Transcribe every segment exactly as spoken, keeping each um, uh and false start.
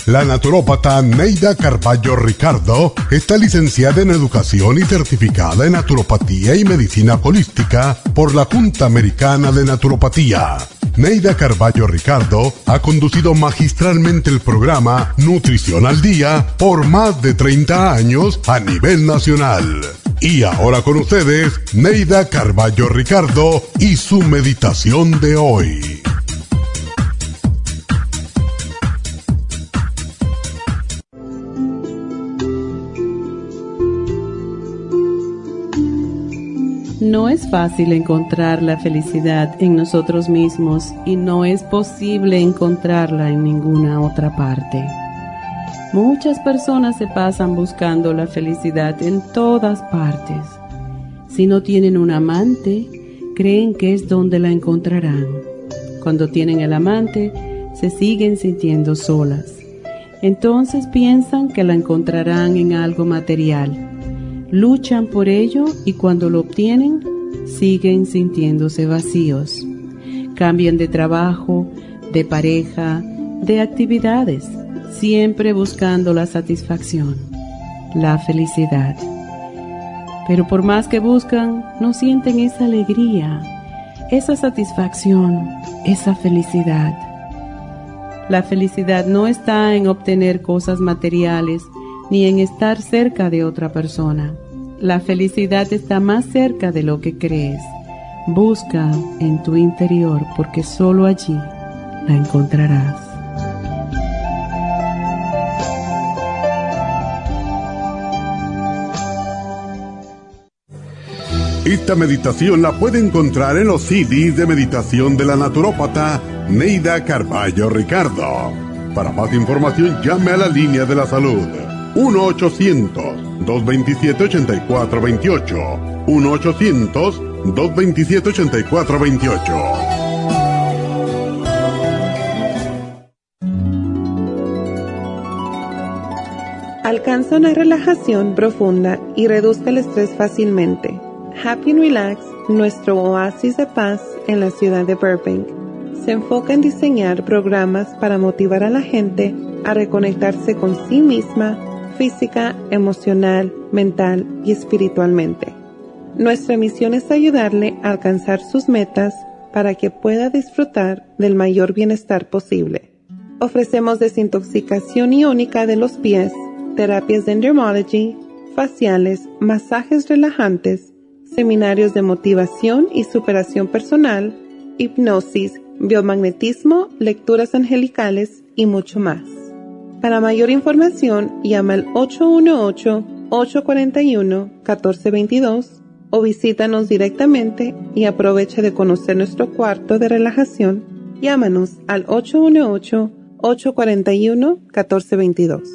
La naturópata Neida Carballo Ricardo está licenciada en Educación y certificada en Naturopatía y Medicina Holística por la Junta Americana de Naturopatía. Neida Carballo Ricardo ha conducido magistralmente el programa Nutrición al Día por más de treinta años a nivel nacional. Y ahora con ustedes, Neida Carballo Ricardo y su meditación de hoy. No es fácil encontrar la felicidad en nosotros mismos y no es posible encontrarla en ninguna otra parte. Muchas personas se pasan buscando la felicidad en todas partes. Si no tienen un amante, creen que es donde la encontrarán. Cuando tienen el amante, se siguen sintiendo solas. Entonces piensan que la encontrarán en algo material. Luchan por ello y cuando lo obtienen, siguen sintiéndose vacíos. Cambian de trabajo, de pareja, de actividades, siempre buscando la satisfacción, la felicidad. Pero por más que buscan, no sienten esa alegría, esa satisfacción, esa felicidad. La felicidad no está en obtener cosas materiales, ni en estar cerca de otra persona. La felicidad está más cerca de lo que crees. Busca en tu interior porque solo allí la encontrarás. Esta meditación la puede encontrar en los C Ds de meditación de la naturópata Neida Carballo Ricardo. Para más información, llame a la línea de la salud uno ochocientos, dos veintisiete, ochenta y cuatro veintiocho. uno ochocientos, dos veintisiete, ochenta y cuatro veintiocho. Alcanza una relajación profunda y reduzca el estrés fácilmente. Happy and Relax, nuestro oasis de paz en la ciudad de Burbank, se enfoca en diseñar programas para motivar a la gente a reconectarse con sí misma, física, emocional, mental y espiritualmente. Nuestra misión es ayudarle a alcanzar sus metas para que pueda disfrutar del mayor bienestar posible. Ofrecemos desintoxicación iónica de los pies, terapias de Endermology, faciales, masajes relajantes, seminarios de motivación y superación personal, hipnosis, biomagnetismo, lecturas angelicales y mucho más. Para mayor información, llama al ocho uno ocho, ocho cuatro uno, uno cuatro dos dos o visítanos directamente y aprovecha de conocer nuestro cuarto de relajación. Llámanos al ocho uno ocho, ocho cuatro uno, uno cuatro dos dos.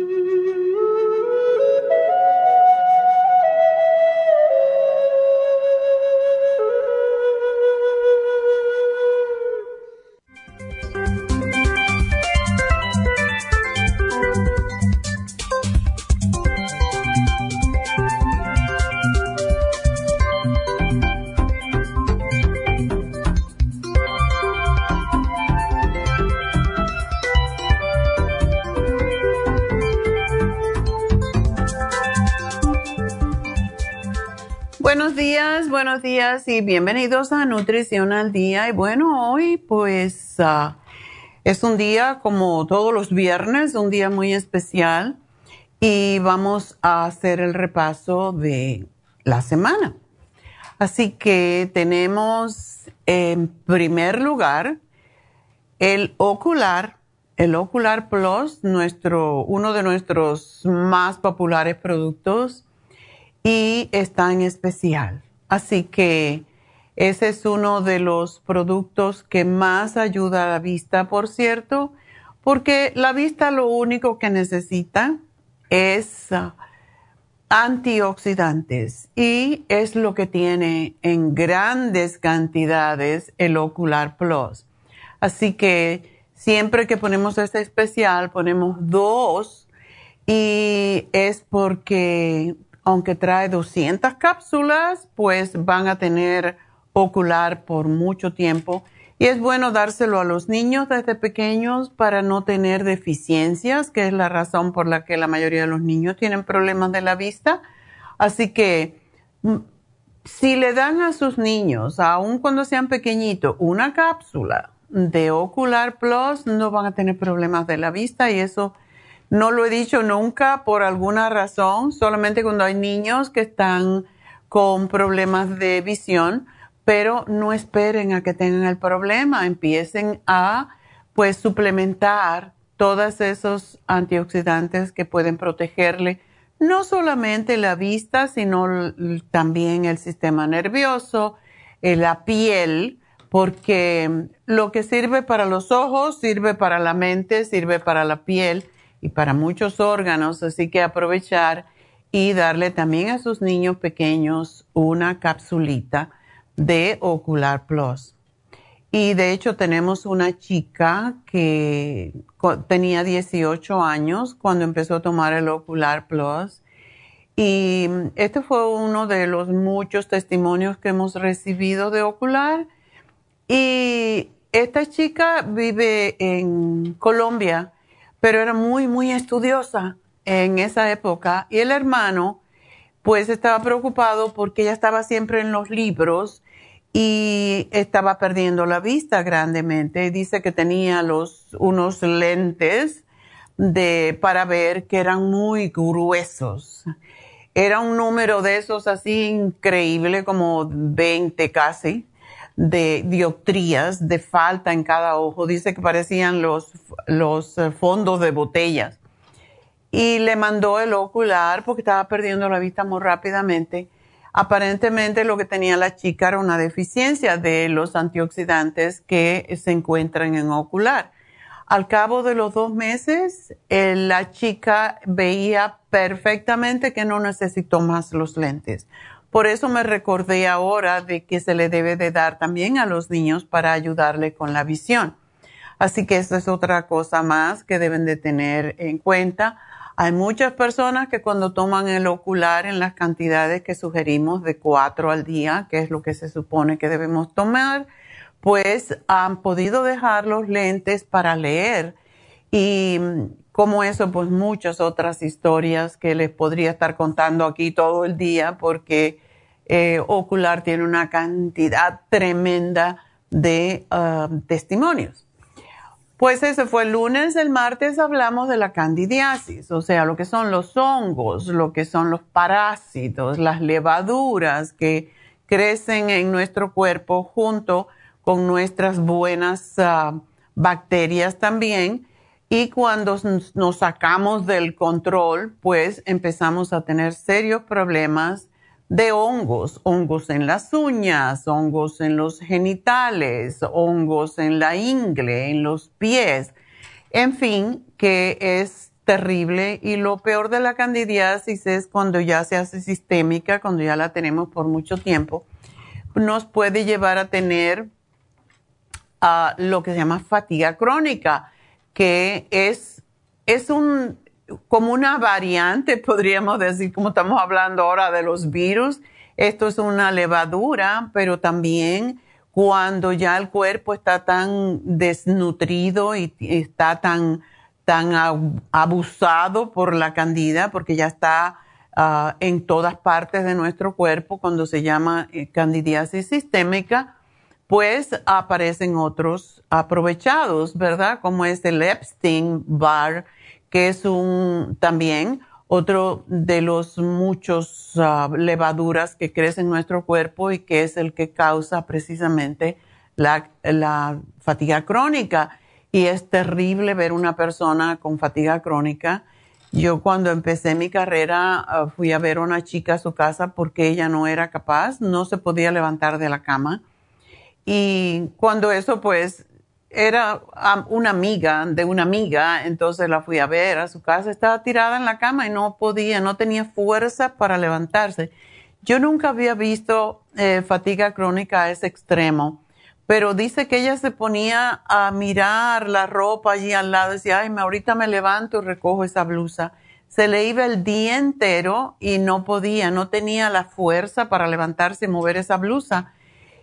Buenos días, buenos días y bienvenidos a Nutrición al Día. Y bueno, hoy pues uh, es un día como todos los viernes, un día muy especial y vamos a hacer el repaso de la semana. Así que tenemos en primer lugar el Ocular, el Ocular Plus, nuestro, uno de nuestros más populares productos. Y está en especial. Así que ese es uno de los productos que más ayuda a la vista, por cierto, porque la vista lo único que necesita es uh, antioxidantes y es lo que tiene en grandes cantidades el Ocular Plus. Así que siempre que ponemos este especial, ponemos dos y es porque aunque trae doscientas cápsulas, pues van a tener Ocular por mucho tiempo Y es bueno dárselo a los niños desde pequeños para no tener deficiencias, que es la razón por la que la mayoría de los niños tienen problemas de la vista. Así que si le dan a sus niños, aun cuando sean pequeñitos, una cápsula de Ocular Plus, no van a tener problemas de la vista. Y eso no lo he dicho nunca por alguna razón, solamente cuando hay niños que están con problemas de visión. Pero no esperen a que tengan el problema, empiecen a pues suplementar todos esos antioxidantes que pueden protegerle no solamente la vista, sino también el sistema nervioso, eh, la piel, porque lo que sirve para los ojos sirve para la mente, sirve para la piel y para muchos órganos, así que aprovechar y darle también a sus niños pequeños una capsulita de Ocular Plus. Y de hecho tenemos una chica que tenía dieciocho años cuando empezó a tomar el Ocular Plus, y este fue uno de los muchos testimonios que hemos recibido de Ocular. Y esta chica vive en Colombia, pero era muy muy estudiosa en esa época, y el hermano pues estaba preocupado porque ella estaba siempre en los libros y estaba perdiendo la vista grandemente. Dice que tenía los, unos lentes de, para ver que eran muy gruesos. Era un número de esos así increíble, como veinte casi, de dioptrías de falta en cada ojo. Dice que parecían los, los fondos de botellas. Y le mandó el Ocular porque estaba perdiendo la vista muy rápidamente. Aparentemente lo que tenía la chica era una deficiencia de los antioxidantes que se encuentran en Ocular. Al cabo de los dos meses, eh, la chica veía perfectamente que no necesitó más los lentes. Por eso me recordé ahora de que se le debe de dar también a los niños para ayudarle con la visión. Así que esa es otra cosa más que deben de tener en cuenta. Hay muchas personas que cuando toman el Ocular en las cantidades que sugerimos de cuatro al día, que es lo que se supone que debemos tomar, pues han podido dejar los lentes para leer. Y como eso, pues muchas otras historias que les podría estar contando aquí todo el día, porque eh, Ocular tiene una cantidad tremenda de uh, testimonios. Pues ese fue el lunes. El martes hablamos de la candidiasis, o sea, lo que son los hongos, lo que son los parásitos, las levaduras que crecen en nuestro cuerpo junto con nuestras buenas uh, bacterias también. Y cuando nos sacamos del control, pues empezamos a tener serios problemas de hongos, hongos en las uñas, hongos en los genitales, hongos en la ingle, en los pies, en fin, que es terrible. Y lo peor de la candidiasis es cuando ya se hace sistémica, cuando ya la tenemos por mucho tiempo, nos puede llevar a tener uh, lo que se llama fatiga crónica, que es, es un... como una variante, podríamos decir, como estamos hablando ahora de los virus. Esto es una levadura, pero también cuando ya el cuerpo está tan desnutrido y está tan, tan abusado por la candida, porque ya está uh, en todas partes de nuestro cuerpo, cuando se llama candidiasis sistémica, pues aparecen otros aprovechados, ¿verdad? Como es el Epstein-Barr, que es un también otro de los muchos uh, levaduras que crecen en nuestro cuerpo y que es el que causa precisamente la, la fatiga crónica. Y es terrible ver una persona con fatiga crónica. Yo cuando empecé mi carrera uh, fui a ver a una chica a su casa porque ella no era capaz, no se podía levantar de la cama. Y cuando eso pues era una amiga de una amiga, entonces la fui a ver a su casa, estaba tirada en la cama y no podía, no tenía fuerza para levantarse. Yo nunca había visto eh, fatiga crónica a ese extremo, pero dice que ella se ponía a mirar la ropa allí al lado, decía, ay, ahorita me levanto y recojo esa blusa. Se le iba el día entero y no podía, no tenía la fuerza para levantarse y mover esa blusa.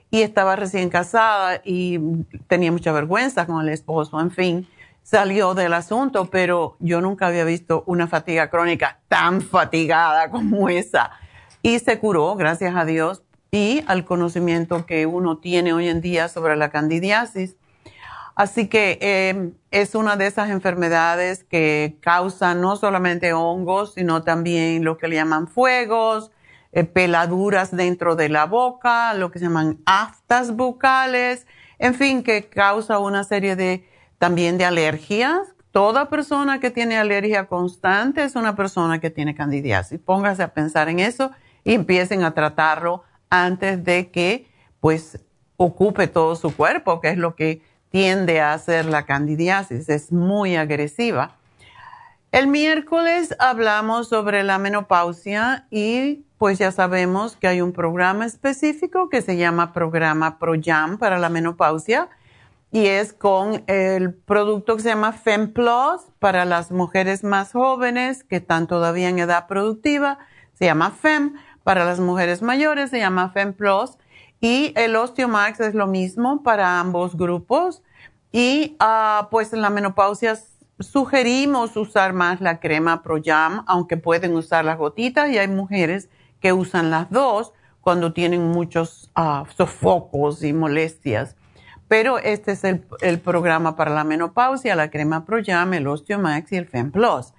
y estaba recién casada y tenía mucha vergüenza con el esposo, en fin, salió del asunto, pero yo nunca había visto una fatiga crónica tan fatigada como esa. Y se curó, gracias a Dios, y al conocimiento que uno tiene hoy en día sobre la candidiasis. Así que eh, es una de esas enfermedades que causan no solamente hongos, sino también lo que le llaman fuegos, eh, peladuras dentro de la boca, lo que se llaman aftas bucales, en fin, que causa una serie de también de alergias. Toda persona que tiene alergia constante es una persona que tiene candidiasis. Póngase a pensar en eso y empiecen a tratarlo antes de que pues ocupe todo su cuerpo, que es lo que tiende a hacer la candidiasis, es muy agresiva. El miércoles hablamos sobre la menopausia y pues ya sabemos que hay un programa específico que se llama Programa ProYam para la menopausia y es con el producto que se llama FemPlus para las mujeres más jóvenes que están todavía en edad productiva, se llama Fem, para las mujeres mayores se llama FemPlus. Y el Osteomax es lo mismo para ambos grupos. Y uh, pues en la menopausia sugerimos usar más la crema ProYam, aunque pueden usar las gotitas. Y hay mujeres que usan las dos cuando tienen muchos uh, sofocos y molestias. Pero este es el, el programa para la menopausia, la crema ProYam, el Osteomax y el FemPlus.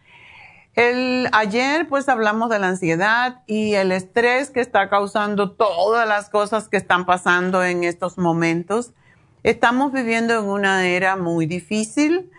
El, ayer pues hablamos de la ansiedad y el estrés que está causando todas las cosas que están pasando en estos momentos. Estamos viviendo en una era muy difícil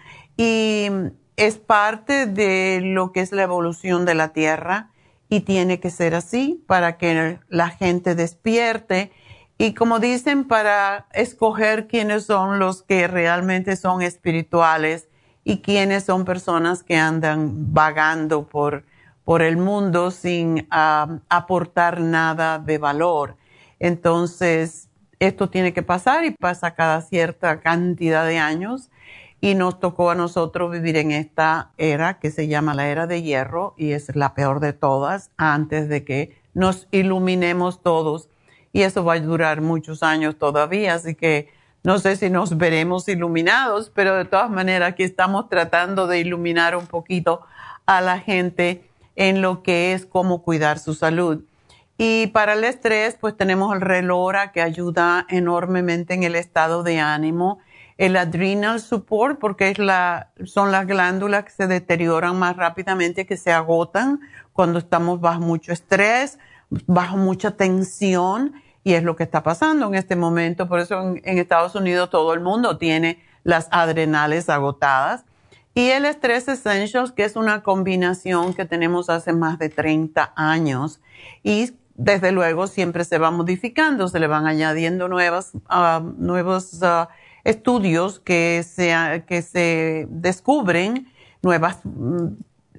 y es parte de lo que es la evolución de la Tierra y tiene que ser así para que la gente despierte y como dicen para escoger quiénes son los que realmente son espirituales y quiénes son personas que andan vagando por, por el mundo sin uh, aportar nada de valor. Entonces, esto tiene que pasar y pasa cada cierta cantidad de años y nos tocó a nosotros vivir en esta era que se llama la era de hierro y es la peor de todas antes de que nos iluminemos todos y eso va a durar muchos años todavía, así que no sé si nos veremos iluminados, pero de todas maneras aquí estamos tratando de iluminar un poquito a la gente en lo que es cómo cuidar su salud. Y para el estrés, pues tenemos el Relora que ayuda enormemente en el estado de ánimo, el Adrenal Support porque es la, son las glándulas que se deterioran más rápidamente, que se agotan cuando estamos bajo mucho estrés, bajo mucha tensión. Y es lo que está pasando en este momento. Por eso en, en Estados Unidos todo el mundo tiene las adrenales agotadas. Y el Stress Essentials, que es una combinación que tenemos hace más de treinta años. Y desde luego siempre se va modificando, se le van añadiendo nuevas, uh, nuevos uh, estudios que se, que se descubren, nuevas mm,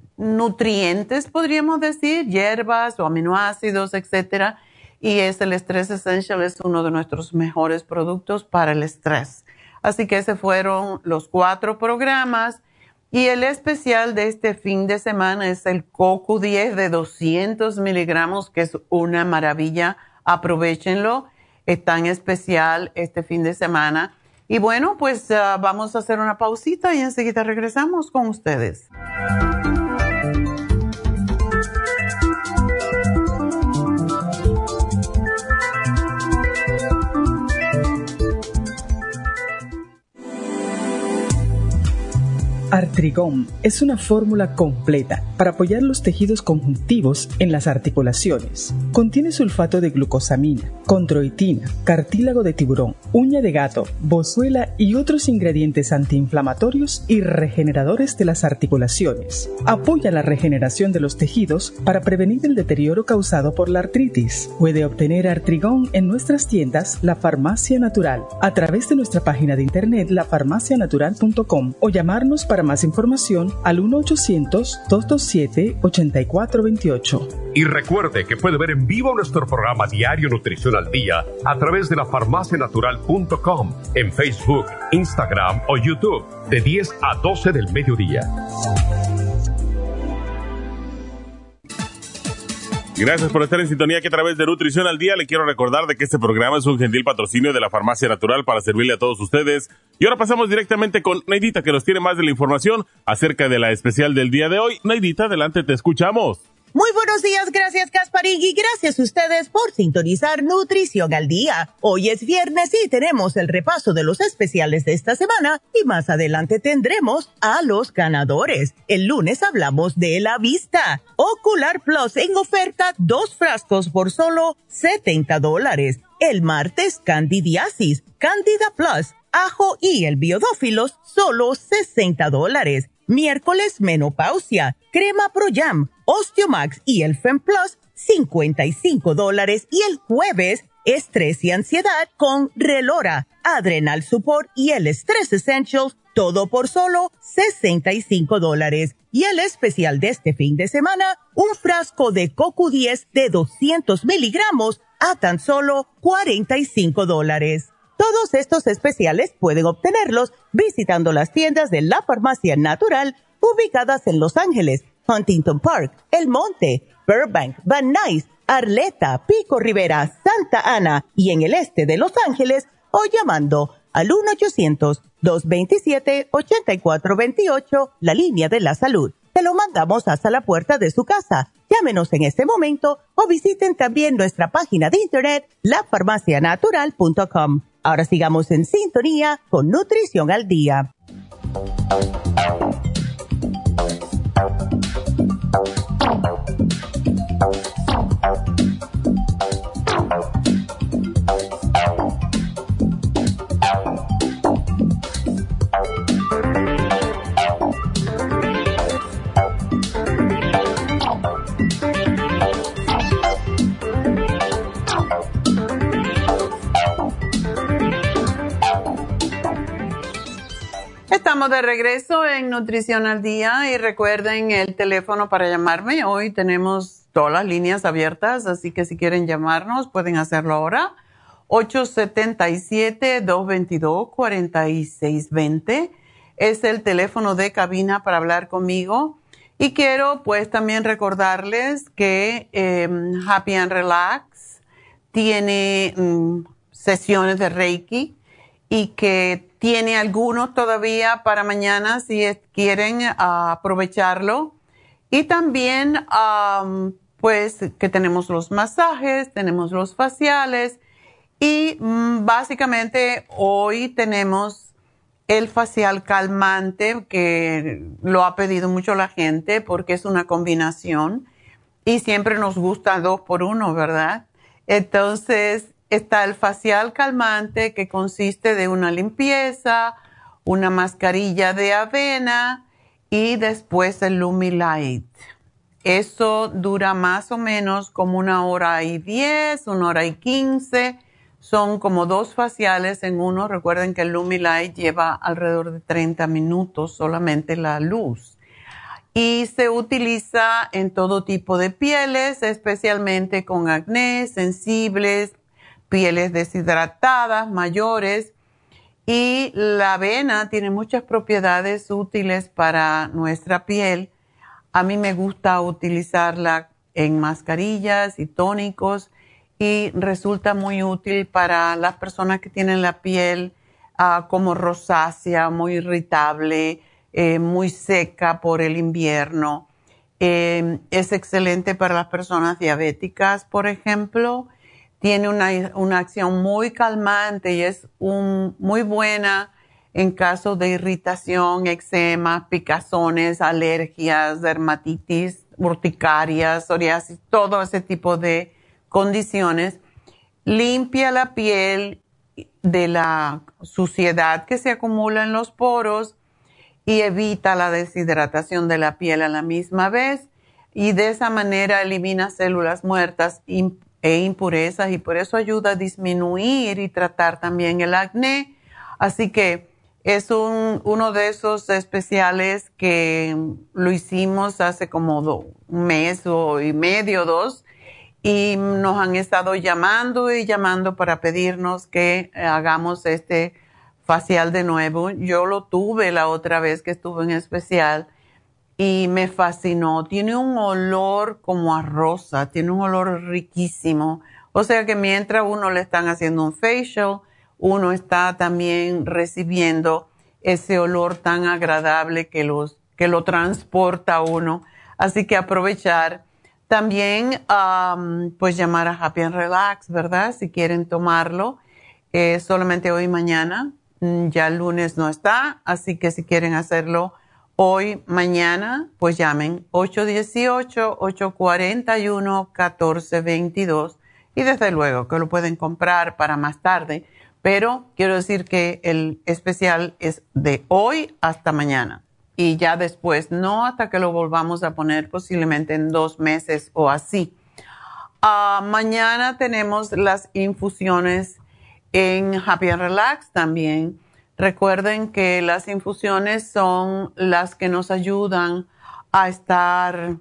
nutrientes, podríamos decir, hierbas o aminoácidos, etcétera. Y es el Stress Essential, es uno de nuestros mejores productos para el estrés. Así que esos fueron los cuatro programas. Y el especial de este fin de semana es el Coco diez de doscientos miligramos, que es una maravilla. Aprovechenlo. Es tan especial este fin de semana. Y bueno, pues uh, vamos a hacer una pausita y enseguida regresamos con ustedes. Artrigón es una fórmula completa para apoyar los tejidos conjuntivos en las articulaciones. Contiene sulfato de glucosamina, condroitina, cartílago de tiburón, uña de gato, boswellia y otros ingredientes antiinflamatorios y regeneradores de las articulaciones. Apoya la regeneración de los tejidos para prevenir el deterioro causado por la artritis. Puede obtener Artrigón en nuestras tiendas La Farmacia Natural a través de nuestra página de internet la farmacia natural punto com o llamarnos para más información al uno ochocientos, dos dos siete, ocho cuatro dos ocho. Y recuerde que puede ver en vivo nuestro programa Diario Nutrición al Día a través de la farmacia natural punto com en Facebook, Instagram o YouTube de diez a doce del mediodía. Gracias por estar en sintonía que a través de Nutrición al Día le quiero recordar de que este programa es un gentil patrocinio de la Farmacia Natural para servirle a todos ustedes. Y ahora pasamos directamente con Neidita, que nos tiene más de la información acerca de la especial del día de hoy. Neidita, adelante, te escuchamos. Muy buenos días, gracias Gasparín y gracias a ustedes por sintonizar Nutrición al Día. Hoy es viernes y tenemos el repaso de los especiales de esta semana y más adelante tendremos a los ganadores. El lunes hablamos de la vista. Ocular Plus en oferta, dos frascos por solo setenta dólares. El martes Candidiasis, Candida Plus, ajo y el biodófilos, solo sesenta dólares. Miércoles menopausia, crema Pro Jam, Osteomax y el Fem Plus, cincuenta y cinco dólares. Y el jueves, estrés y ansiedad con Relora, Adrenal Support y el Stress Essentials, todo por solo sesenta y cinco dólares. Y el especial de este fin de semana, un frasco de Coco diez de doscientos miligramos a tan solo cuarenta y cinco dólares. Todos estos especiales pueden obtenerlos visitando las tiendas de la Farmacia Natural ubicadas en Los Ángeles, Huntington Park, El Monte, Burbank, Van Nuys, Arleta, Pico Rivera, Santa Ana y en el este de Los Ángeles o llamando al uno ochocientos, dos veintisiete, ochenta y cuatro veintiocho, la línea de la salud. Te lo mandamos hasta la puerta de su casa. Llámenos en este momento o visiten también nuestra página de internet la farmacia natural punto com. Ahora sigamos en sintonía con Nutrición al Día. Estamos de regreso en Nutrición al Día y recuerden el teléfono para llamarme. Hoy tenemos todas las líneas abiertas, así que si quieren llamarnos pueden hacerlo ahora. ocho siete siete, dos dos dos, cuatro seis dos cero es el teléfono de cabina para hablar conmigo. Y quiero pues también recordarles que eh, Happy and Relax tiene mm, sesiones de Reiki y que tiene algunos todavía para mañana si es, quieren uh, aprovecharlo. Y también, um, pues, que tenemos los masajes, tenemos los faciales. Y um, básicamente hoy tenemos el facial calmante, que lo ha pedido mucho la gente porque es una combinación. Y siempre nos gusta dos por uno, ¿verdad? Entonces, está el facial calmante que consiste de una limpieza, una mascarilla de avena y después el Lumilight. Eso dura más o menos como una hora y diez, una hora y quince. Son como dos faciales en uno. Recuerden que el Lumilight lleva alrededor de treinta minutos solamente la luz. Y se utiliza en todo tipo de pieles, especialmente con acné, sensibles, pieles deshidratadas, mayores, y la avena tiene muchas propiedades útiles para nuestra piel. A mí me gusta utilizarla en mascarillas y tónicos y resulta muy útil para las personas que tienen la piel uh, como rosácea, muy irritable, eh, muy seca por el invierno. Eh, es excelente para las personas diabéticas, por ejemplo. Tiene una, una acción muy calmante y es un, muy buena en caso de irritación, eczema, picazones, alergias, dermatitis, urticarias, psoriasis, todo ese tipo de condiciones. Limpia la piel de la suciedad que se acumula en los poros y evita la deshidratación de la piel a la misma vez. Y de esa manera elimina células muertas e impurezas y por eso ayuda a disminuir y tratar también el acné. Así que es un, uno de esos especiales que lo hicimos hace como do, un mes o y medio, dos, y nos han estado llamando y llamando para pedirnos que hagamos este facial de nuevo. Yo lo tuve la otra vez que estuve en especial y me fascinó. Tiene un olor como a rosa, tiene un olor riquísimo. O sea que mientras uno le están haciendo un facial, uno está también recibiendo ese olor tan agradable que, los, que lo transporta a uno. Así que aprovechar. También, um, pues llamar a Happy and Relax, ¿verdad? Si quieren tomarlo. Eh, solamente hoy y mañana. Ya el lunes no está. Así que si quieren hacerlo hoy, mañana, pues llamen ocho uno ocho, ocho cuatro uno, uno cuatro dos dos. Y desde luego que lo pueden comprar para más tarde. Pero quiero decir que el especial es de hoy hasta mañana. Y ya después, no hasta que lo volvamos a poner posiblemente en dos meses o así. Uh, mañana tenemos las infusiones en Happy and Relax también. Recuerden que las infusiones son las que nos ayudan a estar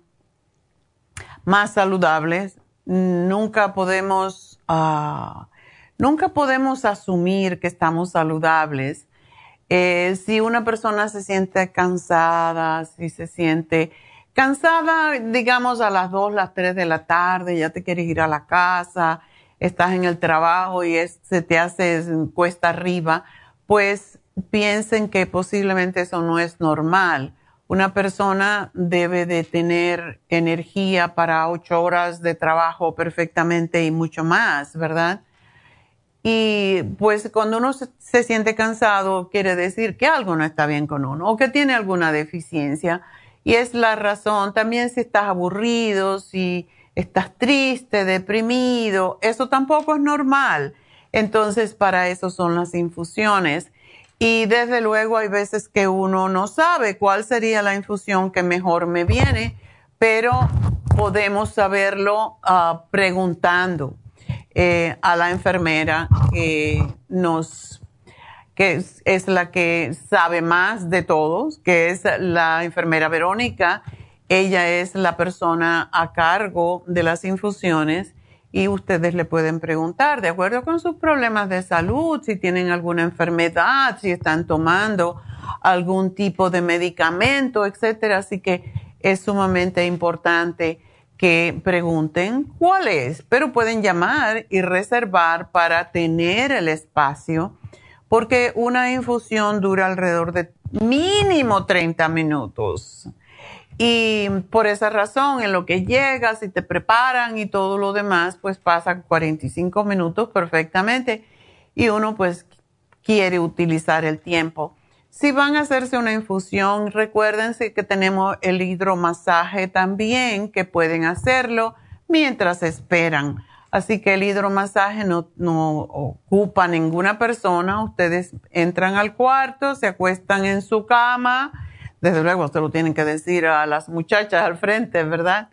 más saludables. Nunca podemos, uh, nunca podemos asumir que estamos saludables. Eh, si una persona se siente cansada, si se siente cansada, digamos a las dos, las tres de la tarde, ya te quieres ir a la casa, estás en el trabajo y es, se te hace cuesta arriba, pues piensen que posiblemente eso no es normal. Una persona debe de tener energía para ocho horas de trabajo perfectamente y mucho más, ¿verdad? Y pues cuando uno se, se siente cansado, quiere decir que algo no está bien con uno o que tiene alguna deficiencia. Y es la razón. También si estás aburrido, si estás triste, deprimido, eso tampoco es normal. Entonces, para eso son las infusiones. Y desde luego hay veces que uno no sabe cuál sería la infusión que mejor me viene, pero podemos saberlo uh, preguntando. Eh, a la enfermera que nos, que es, es la que sabe más de todos, que es la enfermera Verónica. Ella es la persona a cargo de las infusiones y ustedes le pueden preguntar de acuerdo con sus problemas de salud, si tienen alguna enfermedad, si están tomando algún tipo de medicamento, etcétera. Así que es sumamente importante que pregunten cuál es, pero pueden llamar y reservar para tener el espacio, porque una infusión dura alrededor de mínimo treinta minutos. Y por esa razón, en lo que llegas y te preparan y todo lo demás, pues pasan cuarenta y cinco minutos perfectamente y uno pues quiere utilizar el tiempo. Si van a hacerse una infusión, recuérdense que tenemos el hidromasaje también, que pueden hacerlo mientras esperan. Así que el hidromasaje no, no ocupa ninguna persona. Ustedes entran al cuarto, se acuestan en su cama. Desde luego, se lo tienen que decir a las muchachas al frente, ¿verdad?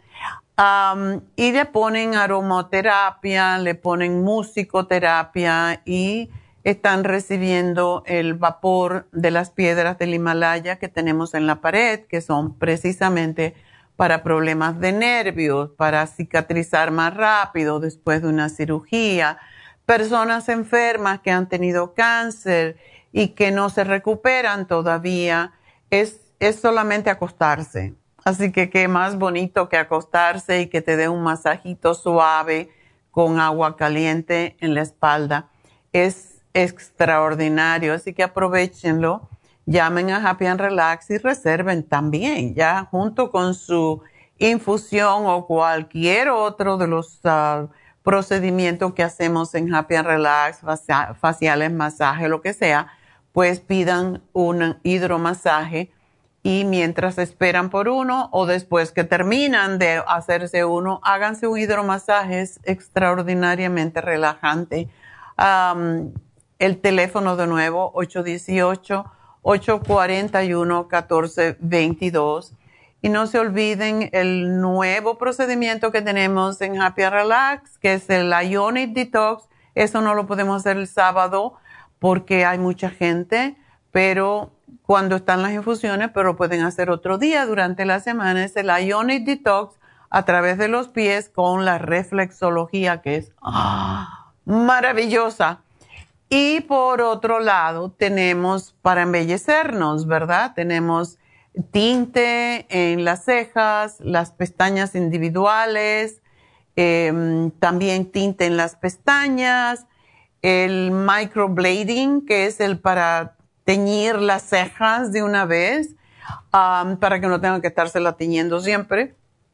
Um, y le ponen aromaterapia, le ponen musicoterapia y están recibiendo el vapor de las piedras del Himalaya que tenemos en la pared, que son precisamente para problemas de nervios, para cicatrizar más rápido después de una cirugía. Personas enfermas que han tenido cáncer y que no se recuperan todavía, es, es solamente acostarse. Así que qué más bonito que acostarse y que te dé un masajito suave con agua caliente en la espalda. Es extraordinario, así que aprovechenlo, llamen a Happy and Relax y reserven también, ya junto con su infusión o cualquier otro de los uh, procedimientos que hacemos en Happy and Relax, faciales, masaje, lo que sea, pues pidan un hidromasaje y mientras esperan por uno o después que terminan de hacerse uno, háganse un hidromasaje, es extraordinariamente relajante. Um, El teléfono de nuevo, ocho uno ocho, ocho cuatro uno, uno cuatro dos dos. Y no se olviden el nuevo procedimiento que tenemos en Happy and Relax, que es el Ionic Detox. Eso no lo podemos hacer el sábado porque hay mucha gente, pero cuando están las infusiones, pero lo pueden hacer otro día durante la semana. Es el Ionic Detox a través de los pies con la reflexología, que es ¡ah! Maravillosa. Y por otro lado, tenemos para embellecernos, ¿verdad? Tenemos tinte en las cejas, las pestañas individuales, eh, también tinte en las pestañas, el microblading, que es el para teñir las cejas de una vez, um, para que no tengan que estársela teñiendo siempre.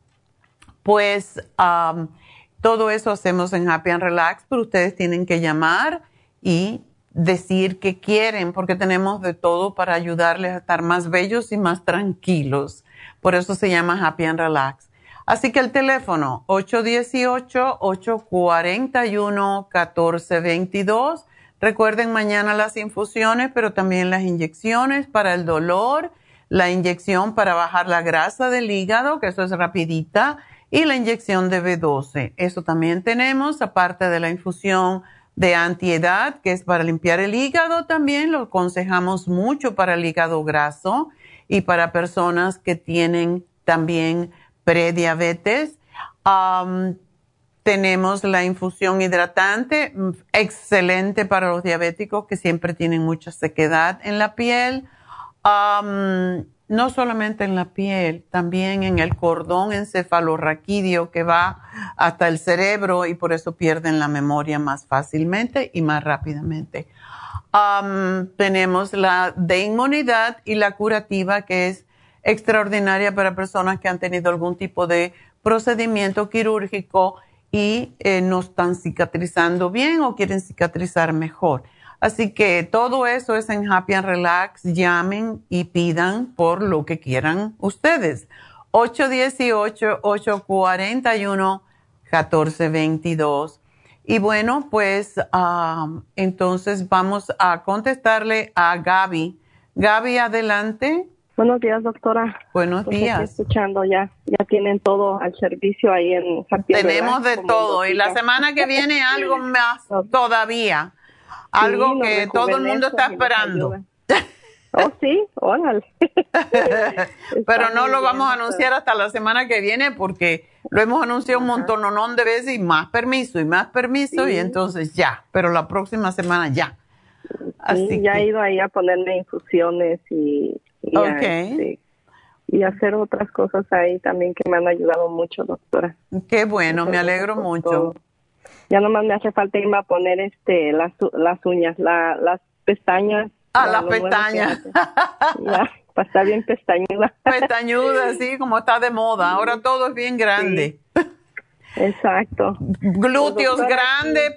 Pues um, todo eso hacemos en Happy and Relax, pero ustedes tienen que llamar y decir que quieren, porque tenemos de todo para ayudarles a estar más bellos y más tranquilos. Por eso se llama Happy and Relax. Así que el teléfono ocho uno ocho, ocho cuatro uno, uno cuatro dos dos. Recuerden mañana las infusiones, pero también las inyecciones para el dolor, la inyección para bajar la grasa del hígado, que eso es rapidita, y la inyección de B doce. Eso también tenemos, aparte de la infusión de antiedad, que es para limpiar el hígado, también lo aconsejamos mucho para el hígado graso y para personas que tienen también prediabetes. Um, tenemos la infusión hidratante, excelente para los diabéticos que siempre tienen mucha sequedad en la piel. Um, no solamente en la piel, también en el cordón encefalorraquídeo que va hasta el cerebro y por eso pierden la memoria más fácilmente y más rápidamente. Um, tenemos la de inmunidad y la curativa, que es extraordinaria para personas que han tenido algún tipo de procedimiento quirúrgico y eh, no están cicatrizando bien o quieren cicatrizar mejor. Así que todo eso es en Happy and Relax. Llamen y pidan por lo que quieran ustedes. ocho uno ocho, ocho cuatro uno, uno cuatro dos dos. Y bueno, pues um, entonces vamos a contestarle a Gaby. Gaby, adelante. Buenos días, doctora. Buenos pues días. Estoy escuchando ya, ya tienen todo al servicio ahí en Happy and Tenemos Relax, de todo. Y la semana que viene algo más todavía. Algo sí, que todo el mundo está esperando. Oh, sí, órale. Pero no lo vamos a anunciar hasta la semana que viene porque lo hemos anunciado un montón de veces y más permiso y más permiso sí. Y entonces ya. Pero la próxima semana ya. Así sí, ya que... he ido ahí a ponerme infusiones y, y, okay. a, este, y hacer otras cosas ahí también que me han ayudado mucho, doctora. Qué bueno, Entonces, me alegro mucho. Todo. Ya nomás me hace falta irme a poner este las, las uñas, la, las pestañas. Ah, las pestañas. Ya, para estar bien pestañuda. Pestañuda, sí, como está de moda. Ahora todo es bien grande. Sí. Exacto. Glúteos grandes,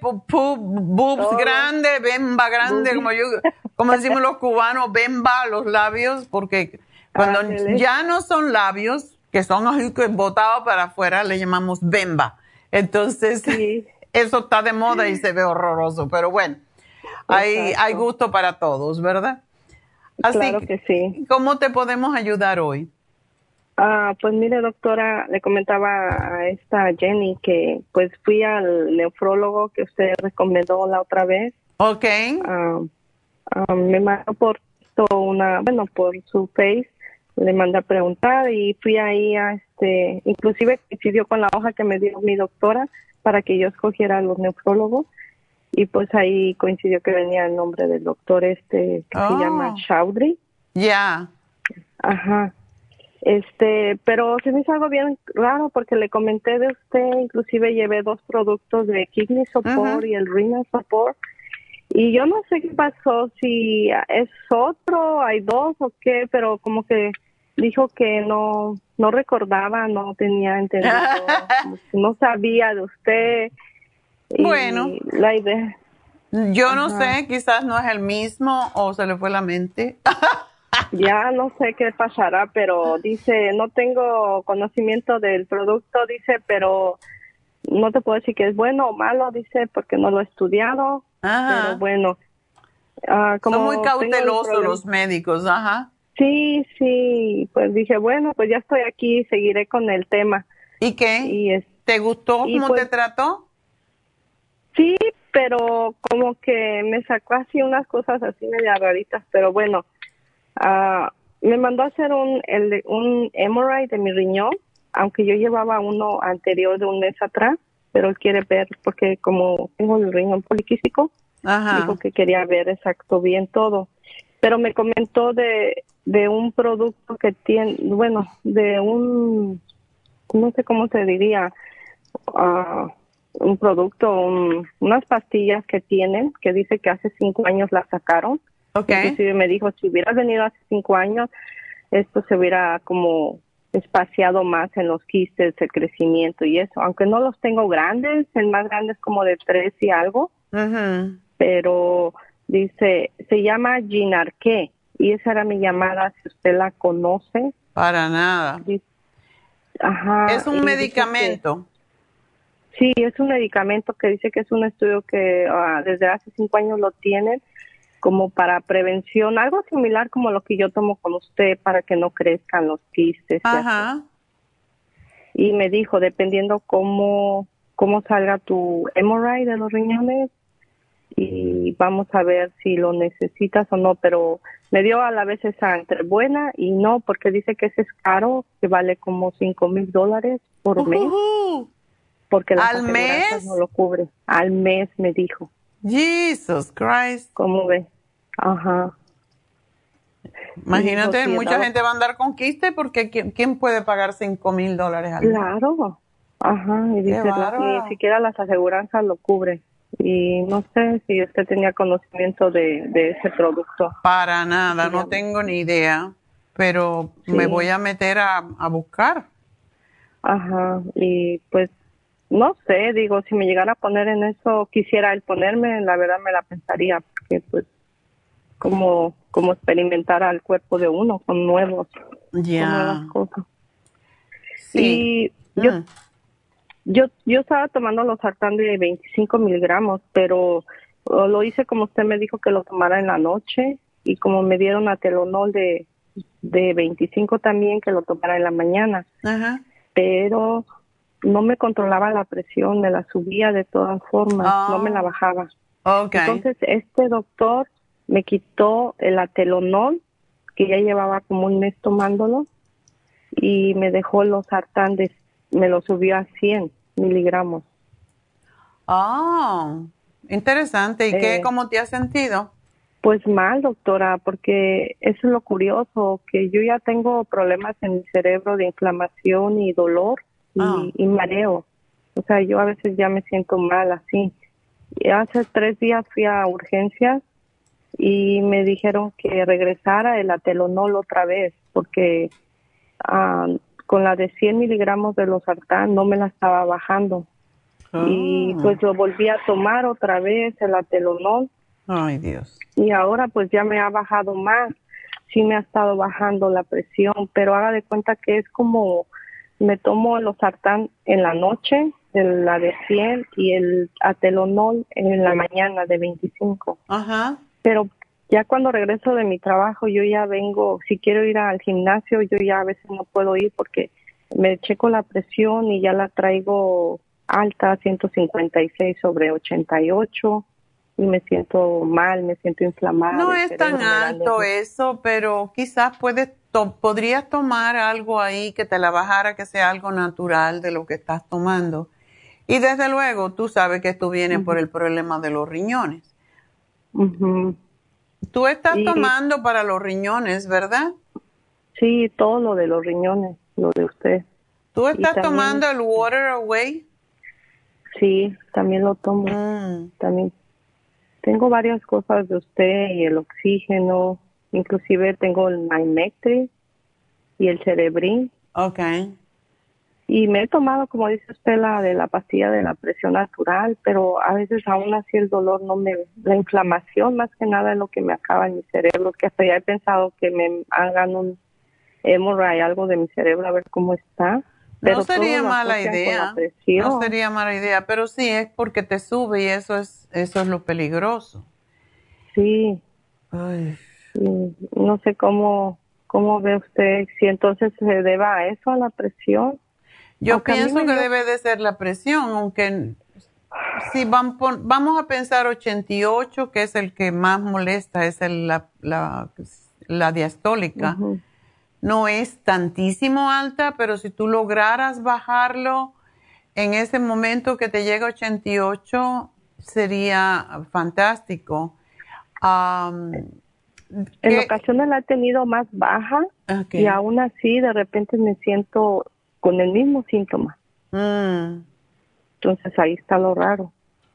boobs grandes, bemba grande, como yo, como decimos los cubanos, bemba los labios, porque cuando ah, ya no son labios, que son así que botados para afuera, le llamamos bemba. Entonces, sí. Eso está de moda y se ve horroroso, pero bueno, hay, hay gusto para todos, ¿verdad? Así claro que sí. ¿Cómo te podemos ayudar hoy? Ah, pues mire, doctora, le comentaba a esta Jenny que pues fui al nefrólogo que usted recomendó la otra vez. Ok. Ah, ah, me mandó por una, bueno, por su face, le mandé a preguntar y fui ahí a este, inclusive coincidió con la hoja que me dio mi doctora para que yo escogiera a los nefrólogos y pues ahí coincidió que venía el nombre del doctor este que oh. se llama Chaudhry. Ya. Yeah. Ajá. Este, pero se me hizo algo bien raro porque le comenté de usted, inclusive llevé dos productos de Kidney Support uh-huh. y el Renal Support y yo no sé qué pasó, si es otro, hay dos o qué, pero como que dijo que no no recordaba, no tenía entendido, no sabía de usted. Bueno, la idea. Yo no Ajá. sé, quizás no es el mismo o se le fue la mente. Ya no sé qué pasará, pero dice, no tengo conocimiento del producto, dice, pero no te puedo decir que es bueno o malo, dice, porque no lo he estudiado. Ajá. Pero bueno. Uh, como son muy cautelosos los médicos, ajá. Sí, sí, pues dije, bueno, pues ya estoy aquí, seguiré con el tema. ¿Y qué? Y es, ¿Te gustó cómo pues, te trató? Sí, pero como que me sacó así unas cosas así media raritas, pero bueno, uh, me mandó a hacer un, el, un M R I de mi riñón, aunque yo llevaba uno anterior de un mes atrás, pero él quiere ver, porque como tengo el riñón poliquístico, Ajá. dijo que quería ver exacto bien todo. pero me comentó de, de un producto que tiene, bueno, de un, no sé cómo se diría, uh, un producto, un, unas pastillas que tienen, que dice que hace cinco años las sacaron. Okay. Inclusive me dijo, si hubieras venido hace cinco años, esto se hubiera como espaciado más en los quistes, el crecimiento y eso. Aunque no los tengo grandes, el más grande es como de tres y algo. Uh-huh. Pero dice, se llama Ginarque, y esa era mi llamada, si usted la conoce. Para nada. Dice, ajá. Es un medicamento. Que, sí, es un medicamento que dice que es un estudio que uh, desde hace cinco años lo tienen como para prevención, algo similar como lo que yo tomo con usted para que no crezcan los quistes. Ajá. Y me dijo, dependiendo cómo, cómo salga tu hemorroide de los riñones, y vamos a ver si lo necesitas o no, pero me dio a la vez esa entre buena y no, porque dice que ese es caro, que vale como cinco mil dólares por mes, Uh-huh. porque las ¿Al aseguranzas mes? no lo cubre. Al mes, me dijo. Jesus Christ. ¿Cómo ve? Ajá. Imagínate, Dijo, sí, mucha daba... gente va a andar con quiste porque ¿quién, quién puede pagar cinco mil dólares al mes? Claro. Ajá. Y dice, la, ni siquiera las aseguranzas lo cubren. Y no sé si usted tenía conocimiento de, de ese producto. Para nada, no tengo ni idea, pero sí. Me voy a meter a, a buscar. Ajá, y pues no sé, digo, si me llegara a poner en eso, quisiera el ponerme, la verdad me la pensaría, porque pues como, como experimentar al cuerpo de uno con nuevos, yeah. con nuevas cosas. Sí. Y yo, mm. yo, yo estaba tomando los sartán de veinticinco miligramos, pero lo hice como usted me dijo que lo tomara en la noche, y como me dieron atelonol de, de veinticinco también, que lo tomara en la mañana. Ajá. Pero no me controlaba la presión, me la subía de todas formas, oh. no me la bajaba. Okay. Entonces este doctor me quitó el atelonol, que ya llevaba como un mes tomándolo, y me dejó los sartán, de, me lo subió a cien miligramos. Oh, interesante. ¿Y eh, qué, cómo te has sentido? Pues mal, doctora, porque eso es lo curioso, que yo ya tengo problemas en mi cerebro de inflamación y dolor y, oh. y mareo. O sea, yo a veces ya me siento mal así. Y hace tres días fui a urgencias y me dijeron que regresara el atelonol otra vez, porque uh, con la de cien miligramos de losartán no me la estaba bajando. Oh. Y pues lo volví a tomar otra vez, el atelonol. Ay, Dios. Y ahora pues ya me ha bajado más, sí me ha estado bajando la presión, pero haga de cuenta que es como, me tomo los sartán en la noche, la de cien, y el atelonol en la mañana de veinticinco. Ajá. Pero ya cuando regreso de mi trabajo, yo ya vengo, si quiero ir al gimnasio, yo ya a veces no puedo ir porque me checo la presión y ya la traigo alta, ciento cincuenta y seis sobre ochenta y ocho. Y me siento mal, me siento inflamada. No es tan alto eso, pero quizás puedes to podrías tomar algo ahí que te la bajara, que sea algo natural de lo que estás tomando. Y desde luego, tú sabes que esto viene uh-huh. por el problema de los riñones. Uh-huh. Tú estás y, tomando para los riñones, ¿verdad? Sí, todo lo de los riñones, lo de usted. ¿Tú estás también, tomando el Water Away? Sí, también lo tomo. Mm. También. Tengo varias cosas de usted y el oxígeno, inclusive tengo el Mymectri y el Cerebrin. Okay. Y me he tomado, como dice usted, la de la pastilla de la presión natural, pero a veces aún así el dolor no me, la inflamación más que nada es lo que me acaba en mi cerebro, que hasta ya he pensado que me hagan un hemorroide, algo de mi cerebro, a ver cómo está. Pero no sería mala idea, no sería mala idea, pero sí es porque te sube y eso es eso es lo peligroso. Sí. Ay. sí. No sé cómo cómo ve usted, si entonces se deba a eso, a la presión. Yo aunque pienso que dio... debe de ser la presión, aunque si van por, vamos a pensar ochenta y ocho, que es el que más molesta, es el, la, la, la diastólica. Uh-huh. No es tantísimo alta, pero si tú lograras bajarlo en ese momento que te llega a ochenta y ocho, sería fantástico. Um, En ocasiones la he tenido más baja okay. y aún así de repente me siento con el mismo síntoma. Mm. Entonces ahí está lo raro.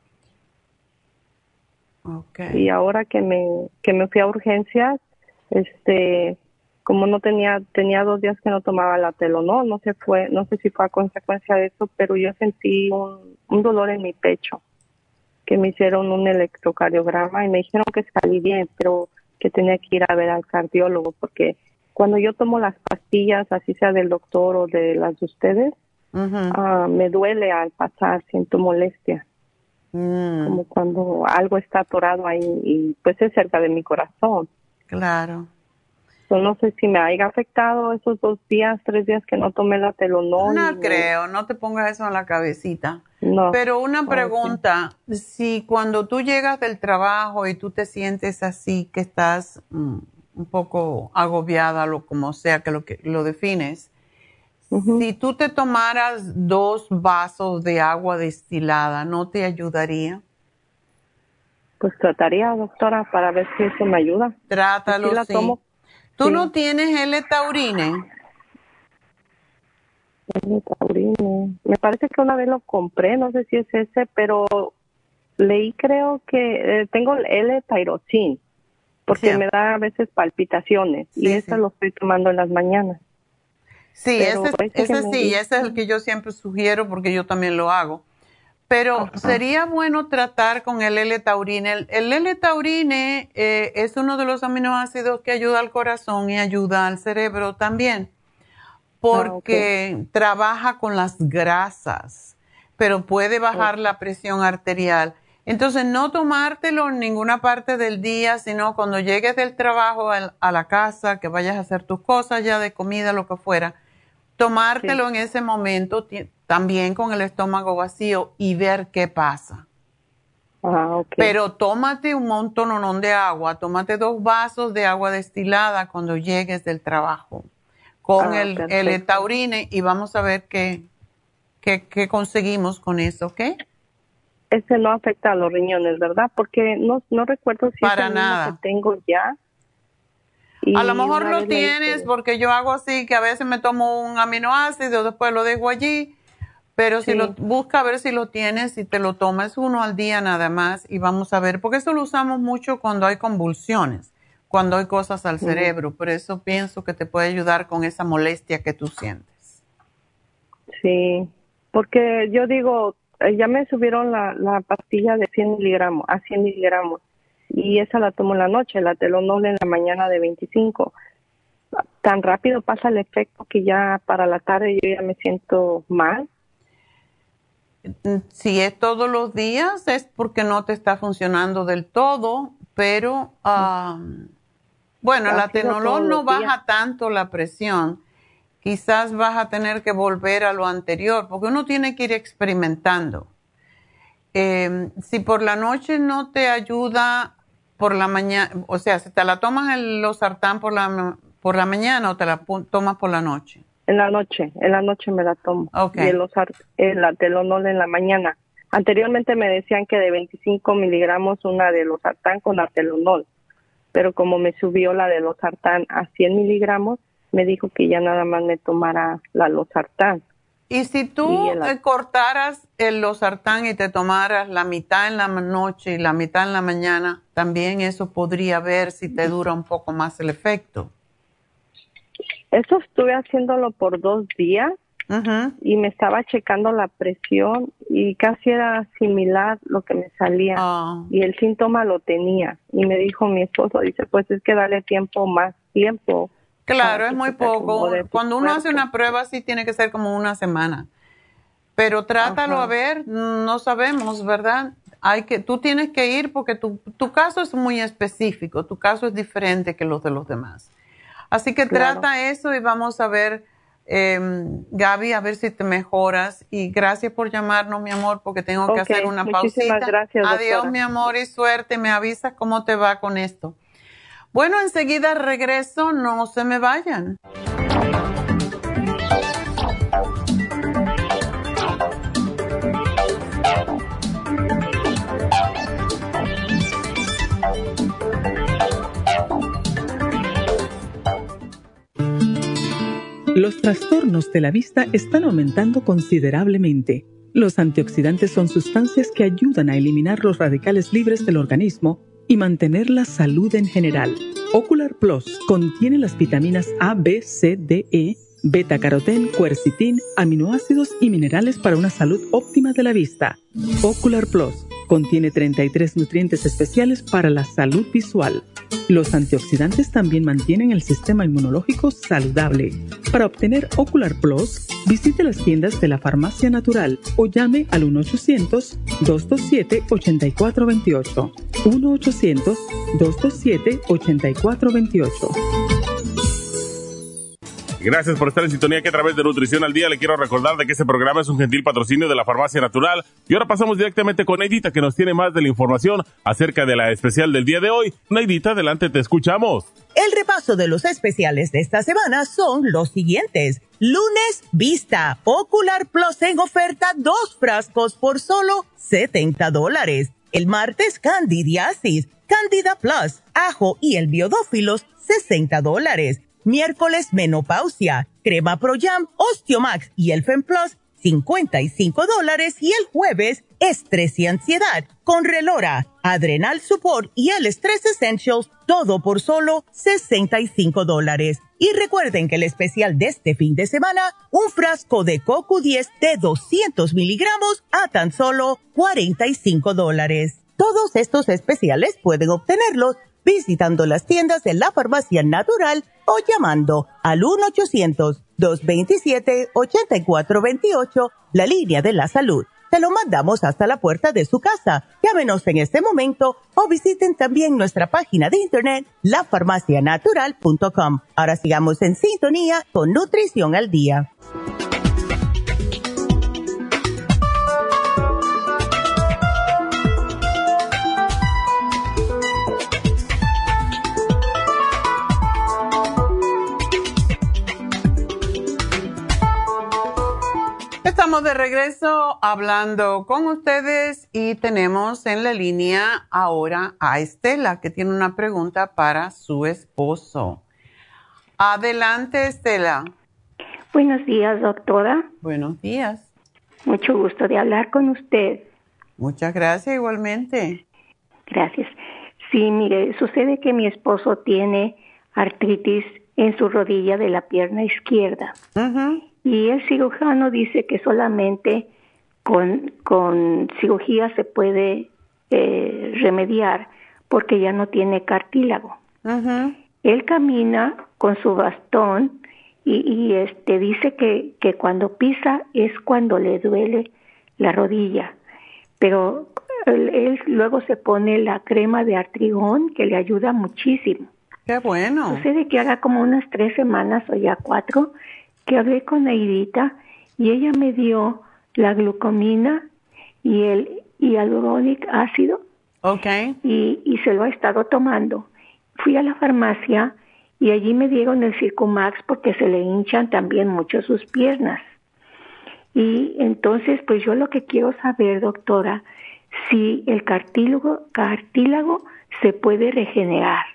Okay. Y ahora que me que me fui a urgencias, este, como no tenía tenía dos días que no tomaba la Telenol, no sé fue no sé si fue a consecuencia de eso, pero yo sentí un, un dolor en mi pecho, que me hicieron un electrocardiograma y me dijeron que salí bien, pero que tenía que ir a ver al cardiólogo, porque cuando yo tomo las pastillas, así sea del doctor o de las de ustedes, uh-huh. uh, me duele al pasar, siento molestia. Mm. Como cuando algo está atorado ahí y pues es cerca de mi corazón. Claro. So, no sé si me haya afectado esos dos días, tres días que no tomé la Telenol. No creo, no te pongas eso en la cabecita. No. Pero una pregunta, okay. si cuando tú llegas del trabajo y tú te sientes así, que estás mm, un poco agobiada, lo como sea que lo, que lo defines, uh-huh. si tú te tomaras dos vasos de agua destilada, ¿no te ayudaría? Pues trataría, doctora, para ver si eso me ayuda. Trátalo, sí. La sí. Tomo. ¿Tú sí. no tienes L-taurine? L-taurine. Me parece que una vez lo compré, no sé si es ese, pero leí creo que eh, tengo el L-tyrosine, porque sí. me da a veces palpitaciones sí, y ese sí. lo estoy tomando en las mañanas. Sí, pero ese, ese sí, dice... ese es el que yo siempre sugiero porque yo también lo hago. Pero Ajá. sería bueno tratar con el L-taurine. El, el L-taurine eh, es uno de los aminoácidos que ayuda al corazón y ayuda al cerebro también, porque ah, okay. trabaja con las grasas, pero puede bajar okay. la presión arterial. Entonces, no tomártelo en ninguna parte del día, sino cuando llegues del trabajo a, a la casa, que vayas a hacer tus cosas ya de comida, lo que fuera, tomártelo sí. en ese momento, t- también con el estómago vacío y ver qué pasa. Ah, okay. Pero tómate un montón de agua, tómate dos vasos de agua destilada cuando llegues del trabajo con ah, el, el taurine y vamos a ver qué, qué, qué conseguimos con eso, ¿ok? Ese no afecta a los riñones, ¿verdad? Porque no, no recuerdo si Para es el nada. mismo que tengo ya. Y a lo mejor lo tienes hice... porque yo hago así, que a veces me tomo un aminoácido, después lo dejo allí, pero sí. si lo busca a ver si lo tienes, si te lo tomas uno al día nada más y vamos a ver, porque eso lo usamos mucho cuando hay convulsiones, cuando hay cosas al sí. cerebro, por eso pienso que te puede ayudar con esa molestia que tú sientes. Sí, porque yo digo, ya me subieron la, la pastilla de cien miligramos, a cien miligramos. Y esa la tomo en la noche, la Telenol en la mañana de veinticinco. Tan rápido pasa el efecto que ya para la tarde yo ya me siento mal. Si es todos los días es porque no te está funcionando del todo, pero um, bueno, la Telenol no baja tanto la presión. Quizás vas a tener que volver a lo anterior, porque uno tiene que ir experimentando. Eh, si por la noche no te ayuda por la mañana, o sea, si te la tomas el losartán por la por la mañana o te la tomas por la noche. En la noche, en la noche me la tomo. Okay. Y el losart, el, la Telenol en la mañana. Anteriormente me decían que de veinticinco miligramos una de losartán con la Telenol, pero como me subió la de losartán a cien miligramos, me dijo que ya nada más me tomara la losartán. Y si tú y el, cortaras el losartán y te tomaras la mitad en la noche y la mitad en la mañana, también eso podría ver si te dura un poco más el efecto. Eso estuve haciéndolo por dos días uh-huh. y me estaba checando la presión y casi era similar lo que me salía oh. y el síntoma lo tenía. Y me dijo mi esposo, dice, pues es que dale tiempo, más tiempo. Claro, es muy poco. Cuando uno hace una prueba, sí tiene que ser como una semana. Pero trátalo Ajá. a ver, no sabemos, ¿verdad? Hay que, tú tienes que ir porque tu, tu caso es muy específico, tu caso es diferente que los de los demás. Así que claro. trata eso y vamos a ver, eh, Gaby, a ver si te mejoras. Y gracias por llamarnos, mi amor, porque tengo okay. que hacer una Muchísimas pausita. Gracias, Adiós, doctora. mi amor, y suerte. Me avisas cómo te va con esto. Bueno, enseguida regreso, no se me vayan. Los trastornos de la vista están aumentando considerablemente. Los antioxidantes son sustancias que ayudan a eliminar los radicales libres del organismo y mantener la salud en general. Ocular Plus contiene las vitaminas A, B, C, D, E, beta-carotén, quercetín, aminoácidos y minerales para una salud óptima de la vista. Ocular Plus contiene treinta y tres nutrientes especiales para la salud visual. Los antioxidantes también mantienen el sistema inmunológico saludable. Para obtener Ocular Plus, visite las tiendas de la Farmacia Natural o llame al uno ochocientos, dos dos siete, ocho cuatro dos ocho. uno ochocientos, dos dos siete, ocho cuatro dos ocho. Gracias por estar en sintonía, que a través de Nutrición al Día le quiero recordar de que este programa es un gentil patrocinio de la Farmacia Natural. Y ahora pasamos directamente con Neidita, que nos tiene más de la información acerca de la especial del día de hoy. Neidita, adelante, te escuchamos. El repaso de los especiales de esta semana son los siguientes. Lunes, Vista Ocular Plus en oferta, dos frascos por solo setenta dólares. El martes, Candidiasis, Candida Plus, Ajo y el Biodófilos, sesenta dólares. Miércoles, Menopausia, Crema Pro Jam, Osteomax y el Fem Plus, cincuenta y cinco dólares. Y el jueves, Estrés y Ansiedad, con Relora, Adrenal Support y el Stress Essentials, todo por solo sesenta y cinco dólares. Y recuerden que el especial de este fin de semana, un frasco de Coco diez de doscientos miligramos a tan solo cuarenta y cinco dólares. Todos estos especiales pueden obtenerlos visitando las tiendas de la Farmacia Natural o llamando al uno ochocientos, dos dos siete, ocho cuatro dos ocho, la línea de la salud. Se lo mandamos hasta la puerta de su casa. Llámenos en este momento o visiten también nuestra página de internet, la farmacia natural punto com. Ahora sigamos en sintonía con Nutrición al Día. Estamos de regreso hablando con ustedes y tenemos en la línea ahora a Estela, que tiene una pregunta para su esposo. Adelante, Estela. Buenos días, doctora. Buenos días. Mucho gusto de hablar con usted. Muchas gracias, igualmente. Gracias. Sí, mire, sucede que mi esposo tiene artritis en su rodilla de la pierna izquierda. Uh-huh. Y el cirujano dice que solamente con, con cirugía se puede eh, remediar porque ya no tiene cartílago. Uh-huh. Él camina con su bastón y, y este dice que, que cuando pisa es cuando le duele la rodilla. Pero él, él luego se pone la crema de artrigón que le ayuda muchísimo. ¡Qué bueno! Sucede que haga como unas tres semanas o ya cuatro que hablé con Neidita y ella me dio la glucomina y el hialurónico ácido. Okay. Y, y se lo ha estado tomando. Fui a la farmacia y allí me dieron el Circumax porque se le hinchan también mucho sus piernas. Y entonces, pues yo lo que quiero saber, doctora, si el cartílago, cartílago se puede regenerar.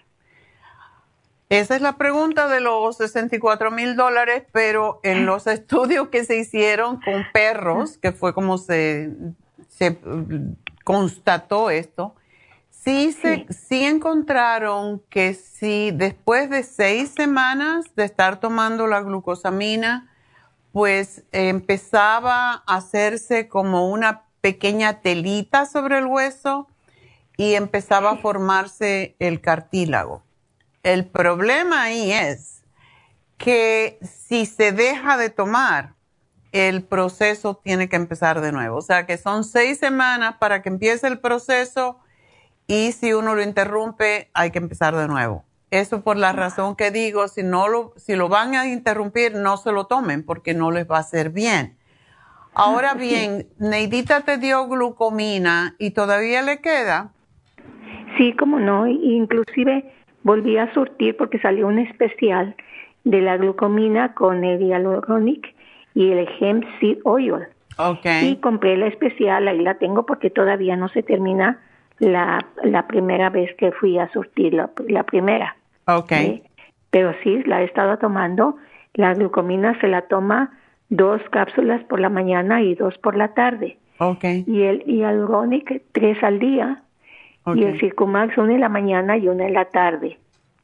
Esa es la pregunta de los sesenta y cuatro mil dólares, pero en los estudios que se hicieron con perros, que fue como se, se constató esto, sí, se, sí. sí encontraron que si después de seis semanas de estar tomando la glucosamina, pues eh, empezaba a hacerse como una pequeña telita sobre el hueso y empezaba a formarse el cartílago. El problema ahí es que si se deja de tomar, el proceso tiene que empezar de nuevo. O sea, que son seis semanas para que empiece el proceso y si uno lo interrumpe, hay que empezar de nuevo. Eso por la razón que digo, si, no lo, si lo van a interrumpir, no se lo tomen porque no les va a hacer bien. Ahora bien, Neidita te dio glucomina y todavía le queda. Sí, cómo no, inclusive volví a surtir porque salió un especial de la glucomina con el hialurónico y el hemp seed oil. Okay. Y compré la especial, ahí la tengo porque todavía no se termina la, la primera vez que fui a surtir, la, la primera. Okay. ¿Sí? Pero sí, la he estado tomando La glucomina se la toma dos cápsulas por la mañana y dos por la tarde. Okay. Y el Hyaluronic tres al día. Okay. Y el Circumax una en la mañana y una en la tarde.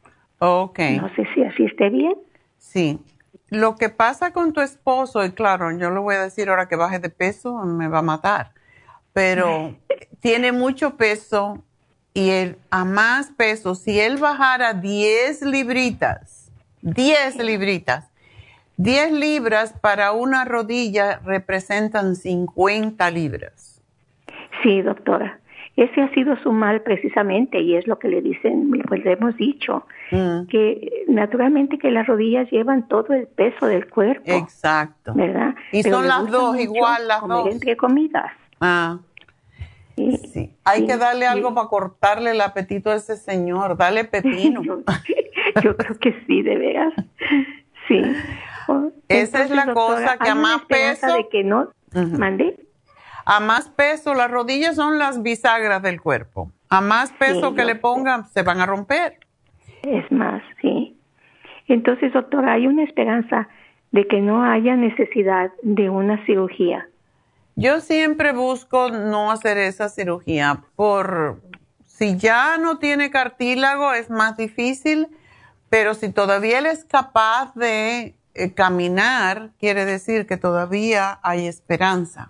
Okay. No sé si así esté bien. Sí. Lo que pasa con tu esposo, y claro, yo le voy a decir ahora que baje de peso, me va a matar, pero tiene mucho peso y él, a más peso, si él bajara diez libritas, diez libritas, diez libras para una rodilla representan cincuenta libras. Sí, doctora. Ese ha sido su mal precisamente y es lo que le dicen, pues le hemos dicho, mm. que naturalmente que las rodillas llevan todo el peso del cuerpo. Exacto. ¿Verdad? Y Pero son las dos, igual las comer dos. Entre comidas. Ah. Sí. sí. Hay sí, que darle sí. algo para cortarle el apetito a ese señor. Dale pepino. yo, yo creo que sí, de veras. Sí. Oh, Esa entonces, es la doctora, cosa, que a más peso... de que no... Uh-huh. ¿Mande? A más peso, las rodillas son las bisagras del cuerpo. A más peso sí, que le pongan, se van a romper. Es más, sí. Entonces, doctora, hay una esperanza de que no haya necesidad de una cirugía. Yo siempre busco no hacer esa cirugía. Por si ya no tiene cartílago es más difícil, pero si todavía él es capaz de eh, caminar, quiere decir que todavía hay esperanza.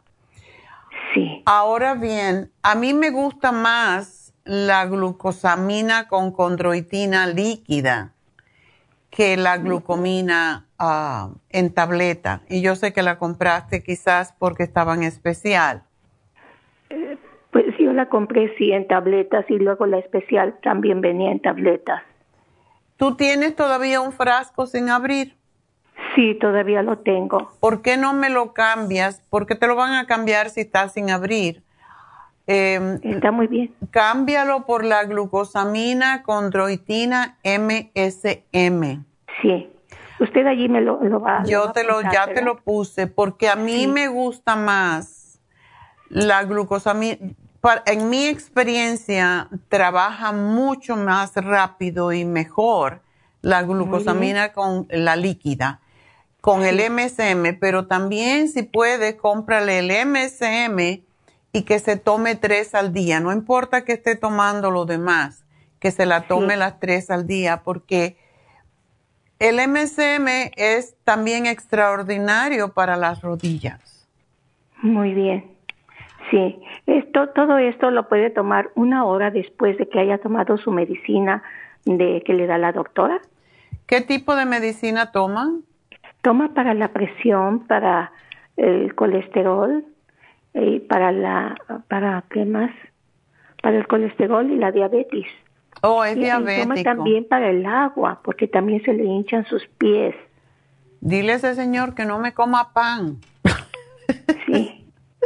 Sí. Ahora bien, a mí me gusta más la glucosamina con condroitina líquida que la glucomina uh, en tableta. Y yo sé que la compraste quizás porque estaba en especial. Eh, pues yo la compré sí en tabletas y luego la especial también venía en tabletas. ¿Tú tienes todavía un frasco sin abrir? Sí, todavía lo tengo. ¿Por qué no me lo cambias? Porque te lo van a cambiar si está sin abrir. Eh, está muy bien. Cámbialo por la glucosamina condroitina M S M. Sí. Usted allí me lo, lo va a... Yo lo te lo, apuntar, ya ¿verdad? te lo puse, porque a mí sí. me gusta más la glucosamina. En mi experiencia, trabaja mucho más rápido y mejor la glucosamina con la líquida, con sí. el M S M, pero también si puede, cómprale el M S M y que se tome tres al día. No importa que esté tomando lo demás, que se la tome sí. las tres al día, porque el M S M es también extraordinario para las rodillas. Muy bien. Sí, esto, todo esto lo puede tomar una hora después de que haya tomado su medicina de que le da la doctora. ¿Qué tipo de medicina toma? Toma para la presión, para el colesterol, y para la, para ¿qué más? Para el colesterol y la diabetes. Oh, es y, diabético. Y toma también para el agua, porque también se le hinchan sus pies. Dile a ese señor que no me coma pan. Sí.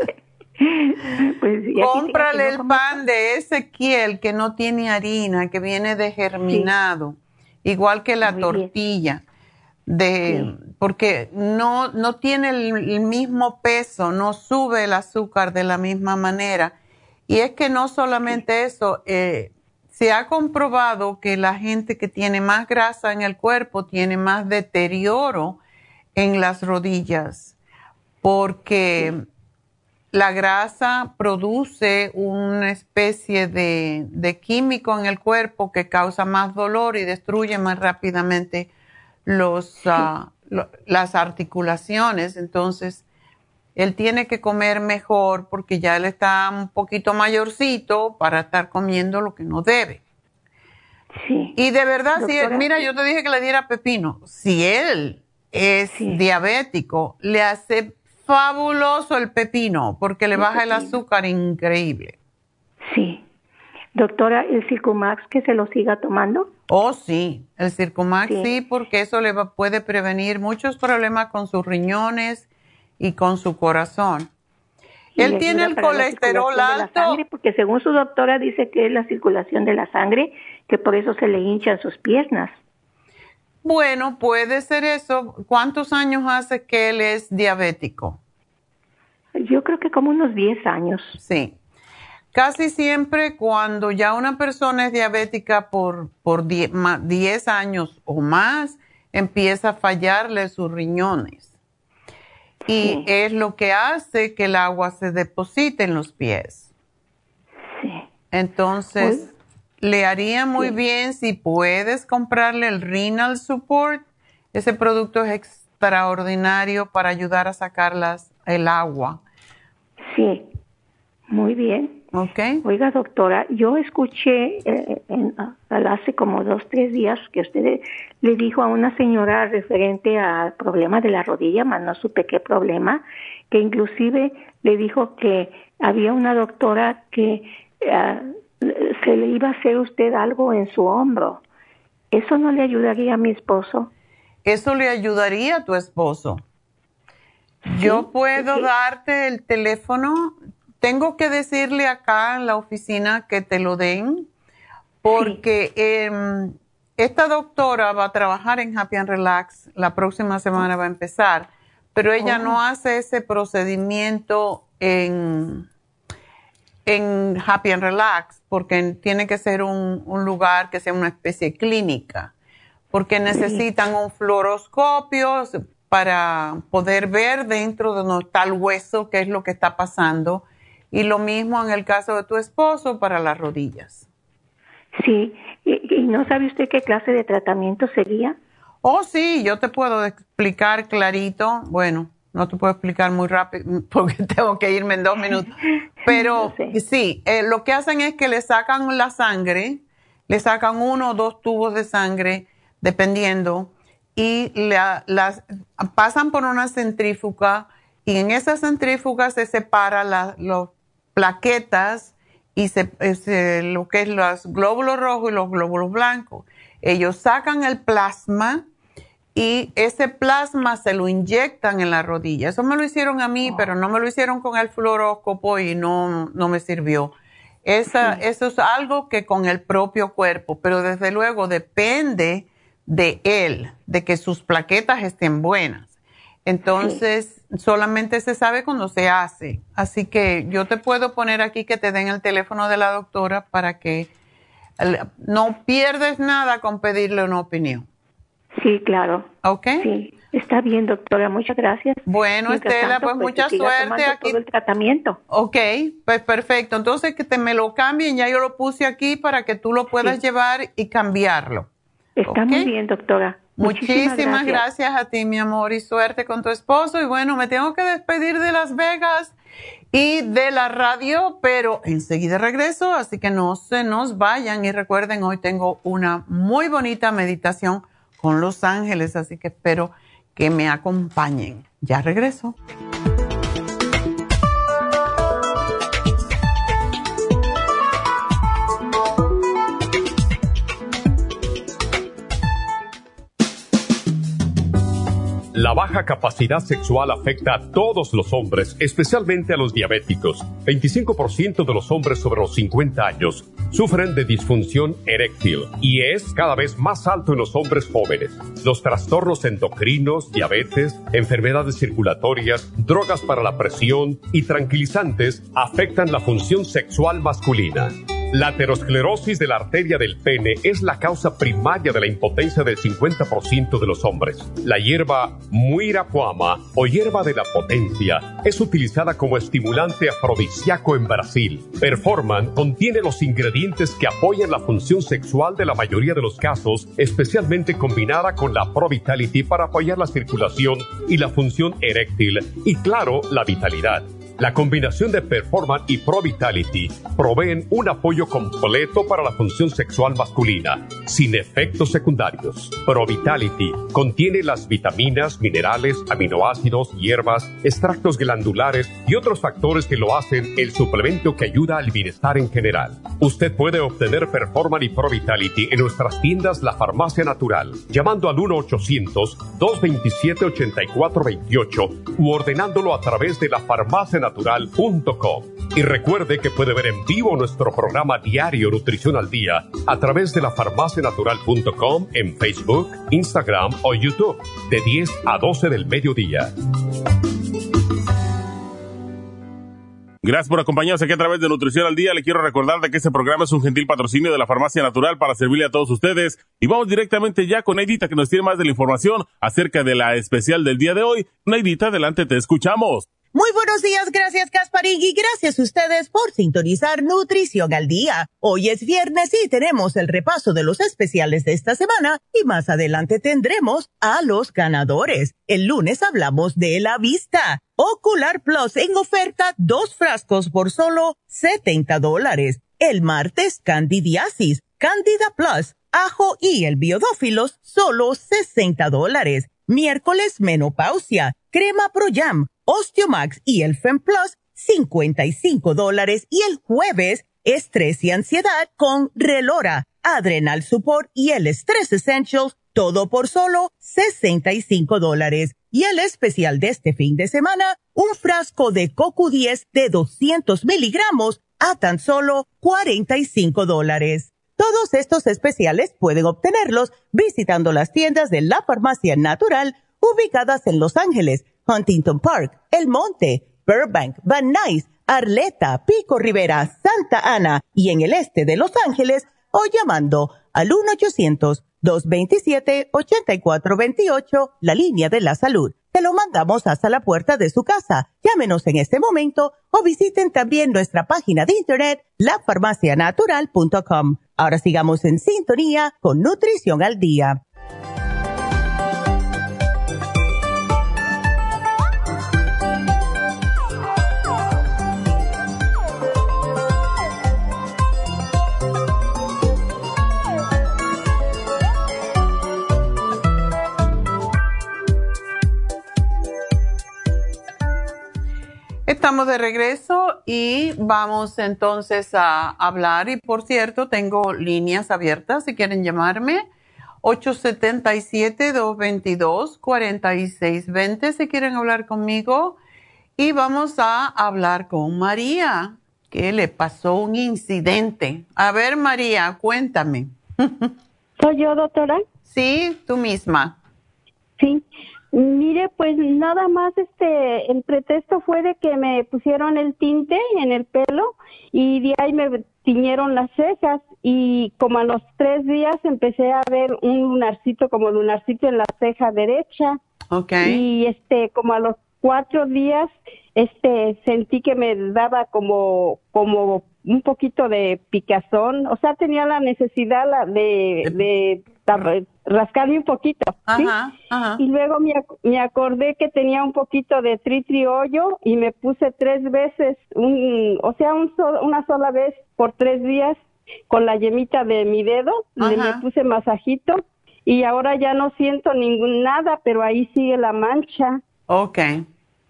Pues, cómprale no el pan de Ezequiel que no tiene harina, que viene de germinado, sí. igual que la Muy tortilla, de, sí. porque no, no tiene el, el mismo peso, no sube el azúcar de la misma manera. Y es que no solamente sí. eso, eh, se ha comprobado que la gente que tiene más grasa en el cuerpo tiene más deterioro en las rodillas, porque... Sí. La grasa produce una especie de, de químico en el cuerpo que causa más dolor y destruye más rápidamente los, sí. uh, lo, las articulaciones. Entonces, él tiene que comer mejor porque ya él está un poquito mayorcito para estar comiendo lo que no debe. Sí. Y de verdad, si él, mira, yo te dije que le diera pepino. Si él es sí. diabético, le hace... fabuloso el pepino, porque le el baja pepino. El azúcar increíble. Sí. Doctora, ¿el Circumax que se lo siga tomando? Oh, sí. El Circumax sí, sí porque eso le va, puede prevenir muchos problemas con sus riñones y con su corazón. Y él tiene el colesterol alto. Sangre, porque según su doctora dice que es la circulación de la sangre, que por eso se le hinchan sus piernas. Bueno, puede ser eso. ¿Cuántos años hace que él es diabético? Yo creo que como unos diez años. Sí. Casi siempre cuando ya una persona es diabética por, por diez años o más, empieza a fallarle sus riñones. Y sí. es lo que hace que el agua se deposite en los pies. Sí. Entonces, Uy. le haría muy sí. bien si puedes comprarle el Renal Support. Ese producto es extraordinario para ayudar a sacar las, el agua. Sí, muy bien. Okay. Oiga, doctora, yo escuché eh, en, hace como dos, tres días que usted le dijo a una señora referente al problema de la rodilla, mas no supe qué problema, que inclusive le dijo que había una doctora que uh, se le iba a hacer usted algo en su hombro. ¿Eso no le ayudaría a mi esposo? Eso le ayudaría a tu esposo. ¿Sí? Yo puedo ¿Sí? darte el teléfono. Tengo que decirle acá en la oficina que te lo den, porque sí. eh, esta doctora va a trabajar en Happy and Relax, la próxima semana va a empezar, pero ella oh. no hace ese procedimiento en, en Happy and Relax, porque tiene que ser un, un lugar que sea una especie de clínica, porque necesitan sí. un fluoroscopio para poder ver dentro de donde está el hueso qué es lo que está pasando. Y lo mismo en el caso de tu esposo para las rodillas. Sí, ¿y, y no sabe usted qué clase de tratamiento sería? Oh, sí, yo te puedo explicar clarito. Bueno, no te puedo explicar muy rápido porque tengo que irme en dos minutos. Pero no sí, eh, lo que hacen es que le sacan la sangre, le sacan uno o dos tubos de sangre, dependiendo, y la, las pasan por una centrífuga, y en esa centrífuga se separa la, los plaquetas y se, se, lo que es los glóbulos rojos y los glóbulos blancos. Ellos sacan el plasma y ese plasma se lo inyectan en la rodilla. Eso me lo hicieron a mí, oh. pero no me lo hicieron con el fluoróscopo y no, no me sirvió. Esa, sí. Eso es algo que con el propio cuerpo, pero desde luego depende de él, de que sus plaquetas estén buenas. Entonces, sí. solamente se sabe cuando se hace. Así que yo te puedo poner aquí que te den el teléfono de la doctora para que no pierdes nada con pedirle una opinión. Sí, claro. ¿Ok? Sí, está bien, doctora. Muchas gracias. Bueno, Mientras Estela, tanto, pues, pues mucha suerte aquí. Todo el tratamiento. Ok, pues perfecto. Entonces, que te me lo cambien. Ya yo lo puse aquí para que tú lo puedas sí. llevar y cambiarlo. Está ¿Okay? muy bien, doctora. Muchísimas, Muchísimas gracias. gracias a ti, mi amor, y suerte con tu esposo. Y bueno, me tengo que despedir de Las Vegas y de la radio, pero enseguida regreso, así que no se nos vayan. Y recuerden, hoy tengo una muy bonita meditación con Los Ángeles, así que espero que me acompañen. Ya regreso. La baja capacidad sexual afecta a todos los hombres, especialmente a los diabéticos. veinticinco por ciento de los hombres sobre los cincuenta años sufren de disfunción eréctil y es cada vez más alto en los hombres jóvenes. Los trastornos endocrinos, diabetes, enfermedades circulatorias, drogas para la presión y tranquilizantes afectan la función sexual masculina. La aterosclerosis de la arteria del pene es la causa primaria de la impotencia del cincuenta por ciento de los hombres. La hierba muirapuama o hierba de la potencia es utilizada como estimulante afrodisíaco en Brasil. Performan contiene los ingredientes que apoyan la función sexual de la mayoría de los casos, especialmente combinada con la Pro Vitality para apoyar la circulación y la función eréctil y, claro, la vitalidad. La combinación de Performan y Pro Vitality proveen un apoyo completo para la función sexual masculina, sin efectos secundarios. Pro Vitality contiene las vitaminas, minerales, aminoácidos, hierbas, extractos glandulares y otros factores que lo hacen el suplemento que ayuda al bienestar en general. Usted puede obtener Performan y Pro Vitality en nuestras tiendas La Farmacia Natural, llamando al uno ochocientos, dos veintisiete, ochenta y cuatro veintiocho u ordenándolo a través de la farmacia natural punto com. Y recuerde que puede ver en vivo nuestro programa diario Nutrición al Día a través de la farmacia natural punto com en Facebook, Instagram o YouTube de diez a doce del mediodía. Gracias por acompañarnos aquí a través de Nutrición al Día. Le quiero recordar de que este programa es un gentil patrocinio de la Farmacia Natural para servirle a todos ustedes. Y vamos directamente ya con Neidita, que nos tiene más de la información acerca de la especial del día de hoy. Neidita, adelante, te escuchamos. Muy buenos días, gracias Gasparín y gracias a ustedes por sintonizar Nutrición al Día. Hoy es viernes y tenemos el repaso de los especiales de esta semana y más adelante tendremos a los ganadores. El lunes hablamos de la vista. Ocular Plus en oferta, dos frascos por solo setenta dólares. El martes, Candidiasis, Candida Plus, ajo y el biodófilos, solo sesenta dólares. Miércoles, menopausia, crema Pro-Jam, Osteomax y el Fem Plus, cincuenta y cinco dólares. Y el jueves, estrés y ansiedad con Relora, Adrenal Support y el Stress Essentials, todo por solo sesenta y cinco dólares. Y el especial de este fin de semana, un frasco de Cocu diez de doscientos miligramos a tan solo cuarenta y cinco dólares. Todos estos especiales pueden obtenerlos visitando las tiendas de la Farmacia Natural ubicadas en Los Ángeles, Huntington Park, El Monte, Burbank, Van Nuys, Arleta, Pico Rivera, Santa Ana y en el este de Los Ángeles o llamando al uno ochocientos, dos veintisiete, ochenta y cuatro veintiocho, la línea de la salud. Te lo mandamos hasta la puerta de su casa. Llámenos en este momento o visiten también nuestra página de internet, la farmacia natural punto com. Ahora sigamos en sintonía con Nutrición al Día. Estamos de regreso y vamos entonces a hablar. Y por cierto, tengo líneas abiertas si quieren llamarme. ocho siete siete, dos dos dos, cuatro seis dos cero si quieren hablar conmigo. Y vamos a hablar con María, que le pasó un incidente. A ver, María, cuéntame. ¿Soy yo, doctora? Sí, tú misma. Sí. Mire, pues nada más este, el pretexto fue de que me pusieron el tinte en el pelo y de ahí me tiñeron las cejas y como a los tres días empecé a ver un lunarcito, como lunarcito en la ceja derecha. Okay. Y este, como a los cuatro días, este, sentí que me daba como, como un poquito de picazón, o sea, tenía la necesidad la de, de, de rascarme un poquito, ¿sí? Ajá, ajá. Y luego me, me acordé que tenía un poquito de tritriollo y me puse tres veces, un, o sea, un so, una sola vez por tres días con la yemita de mi dedo, le, me puse masajito y ahora ya no siento ningún nada, pero ahí sigue la mancha. Okay.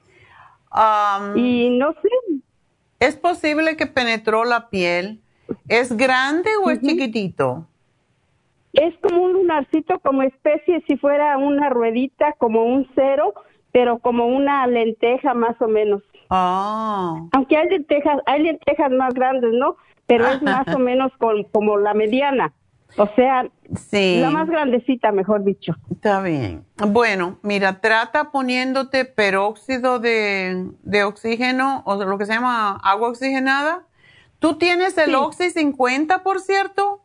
Um, y no sé. ¿Es posible que penetró la piel? ¿Es grande o uh-huh. es chiquitito? Es como un lunarcito, como especie si fuera una ruedita, como un cero, pero como una lenteja más o menos. Oh. Aunque hay lentejas, hay lentejas más grandes, ¿no? Pero es más o menos con, como la mediana. O sea, sí. La más grandecita, mejor dicho. Está bien. Bueno, mira, trata poniéndote peróxido de, de oxígeno, o lo que se llama agua oxigenada. ¿Tú tienes el sí. Oxy cincuenta, por cierto?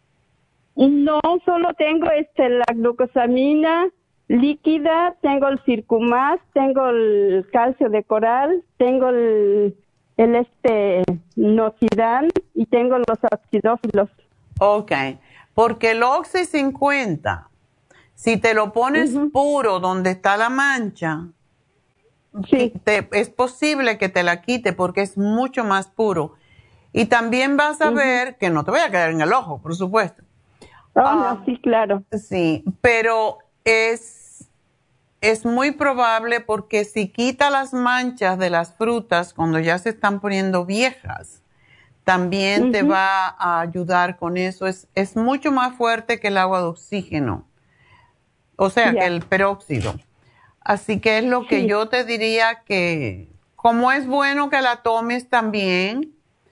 No, solo tengo este la glucosamina líquida, tengo el Circumax, tengo el calcio de coral, tengo el, el este Noxidan y tengo los oxidófilos. Okay. Porque el Oxy cincuenta, si te lo pones uh-huh. puro donde está la mancha, sí. te, es posible que te la quite porque es mucho más puro. Y también vas a uh-huh. ver que no te vaya a quedar en el ojo, por supuesto. Oh, uh, no, sí, claro. Sí, pero es, es muy probable porque si quita las manchas de las frutas cuando ya se están poniendo viejas, también uh-huh. te va a ayudar con eso. Es, es mucho más fuerte que el agua de oxígeno, o sea, yeah. que el peróxido. Así que es lo que sí. yo te diría que, como es bueno que la tomes también,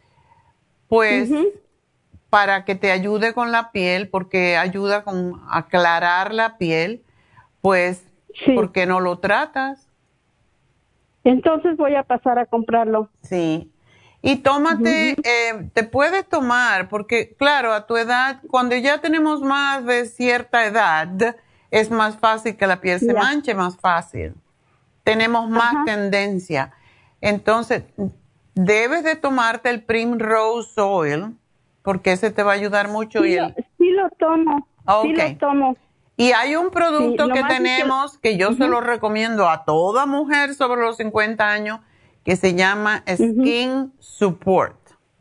pues uh-huh. para que te ayude con la piel, porque ayuda con aclarar la piel, pues, sí. ¿por qué no lo tratas? Entonces voy a pasar a comprarlo. Sí. Y tómate, uh-huh. eh, te puedes tomar, porque claro, a tu edad, cuando ya tenemos más de cierta edad, es más fácil que la piel se yeah. manche más fácil. Tenemos más uh-huh. tendencia. Entonces, debes de tomarte el Primrose Oil, porque ese te va a ayudar mucho. Sí, y el... sí lo tomo, okay. sí lo tomo. Y hay un producto sí, que tenemos, que, que yo uh-huh. se lo recomiendo a toda mujer sobre los cincuenta años, que se llama Skin uh-huh. Support.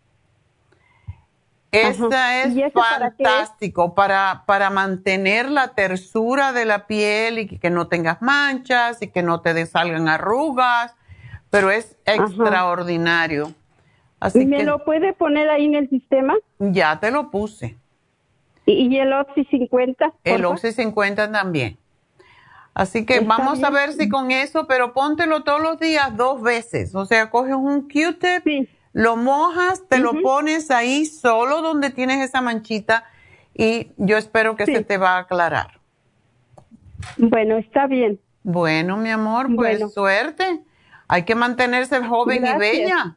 Esta uh-huh. es fantástico para, para mantener la tersura de la piel y que, que no tengas manchas y que no te salgan arrugas, pero es extraordinario. Uh-huh. Así ¿Me que, lo puede poner ahí en el sistema? Ya te lo puse. ¿Y, y el Oxy cincuenta? El Oxy cincuenta también. Así que vamos bien. A ver si con eso, pero póntelo todos los días dos veces. O sea, coges un Q-tip, sí. lo mojas, te uh-huh. lo pones ahí solo donde tienes esa manchita y yo espero que sí. se te va a aclarar. Bueno, está bien. Bueno, mi amor, pues bueno. suerte. Hay que mantenerse joven Gracias. Y bella.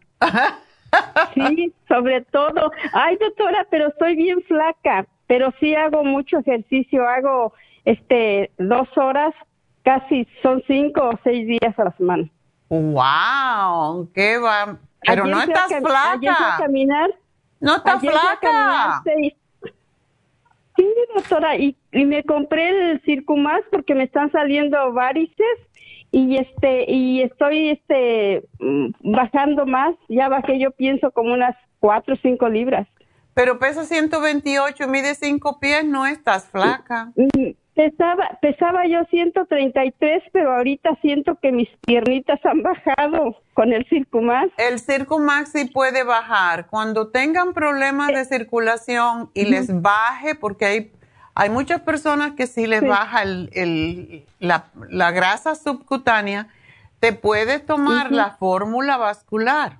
Sí, sobre todo. Ay, doctora, pero estoy bien flaca, pero sí hago mucho ejercicio, hago este dos horas, casi son cinco o seis días a la semana. Wow, qué va. Pero ayer no estás a, flaca. Ayer fui a caminar. No estás flaca. Sí, doctora, y, y me compré el Circumax porque me están saliendo varices y este y estoy este bajando más. Ya bajé, yo pienso como unas cuatro o cinco libras. Pero pesa ciento veintiocho, mide cinco pies, no estás flaca. Pesaba, pesaba yo ciento treinta y tres, pero ahorita siento que mis piernitas han bajado con el Circumax. El Circumax sí puede bajar. Cuando tengan problemas de circulación y uh-huh. les baje, porque hay, hay muchas personas que sí les sí. baja el, el, la, la grasa subcutánea, te puedes tomar uh-huh. la fórmula vascular.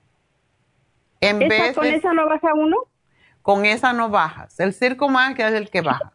En ¿Esa, vez ¿Con de, esa no baja uno? Con esa no bajas. El Circumax es el que baja.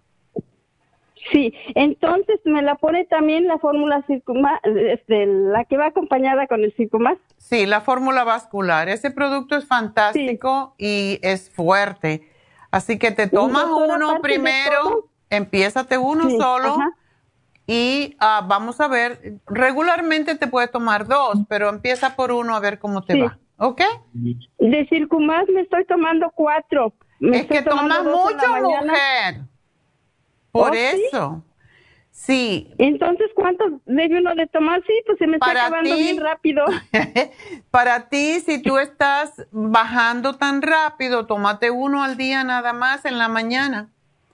Sí, entonces me la pone también la fórmula Circumax, este, la que va acompañada con el Circumax. Sí, la fórmula vascular. Ese producto es fantástico sí. y es fuerte. Así que te tomas uno primero, empiézate uno sí, solo ajá. y uh, vamos a ver. Regularmente te puedes tomar dos, pero empieza por uno a ver cómo te sí. va. ¿Ok? De Circumax me estoy tomando cuatro. Me es que tomas mucho, mujer. Por ¿Oh, eso. Sí? sí. Entonces, ¿cuántos debe uno de tomar? Sí, pues se me está acabando ti, bien rápido. Para ti, si tú estás bajando tan rápido, tómate uno al día nada más en la mañana.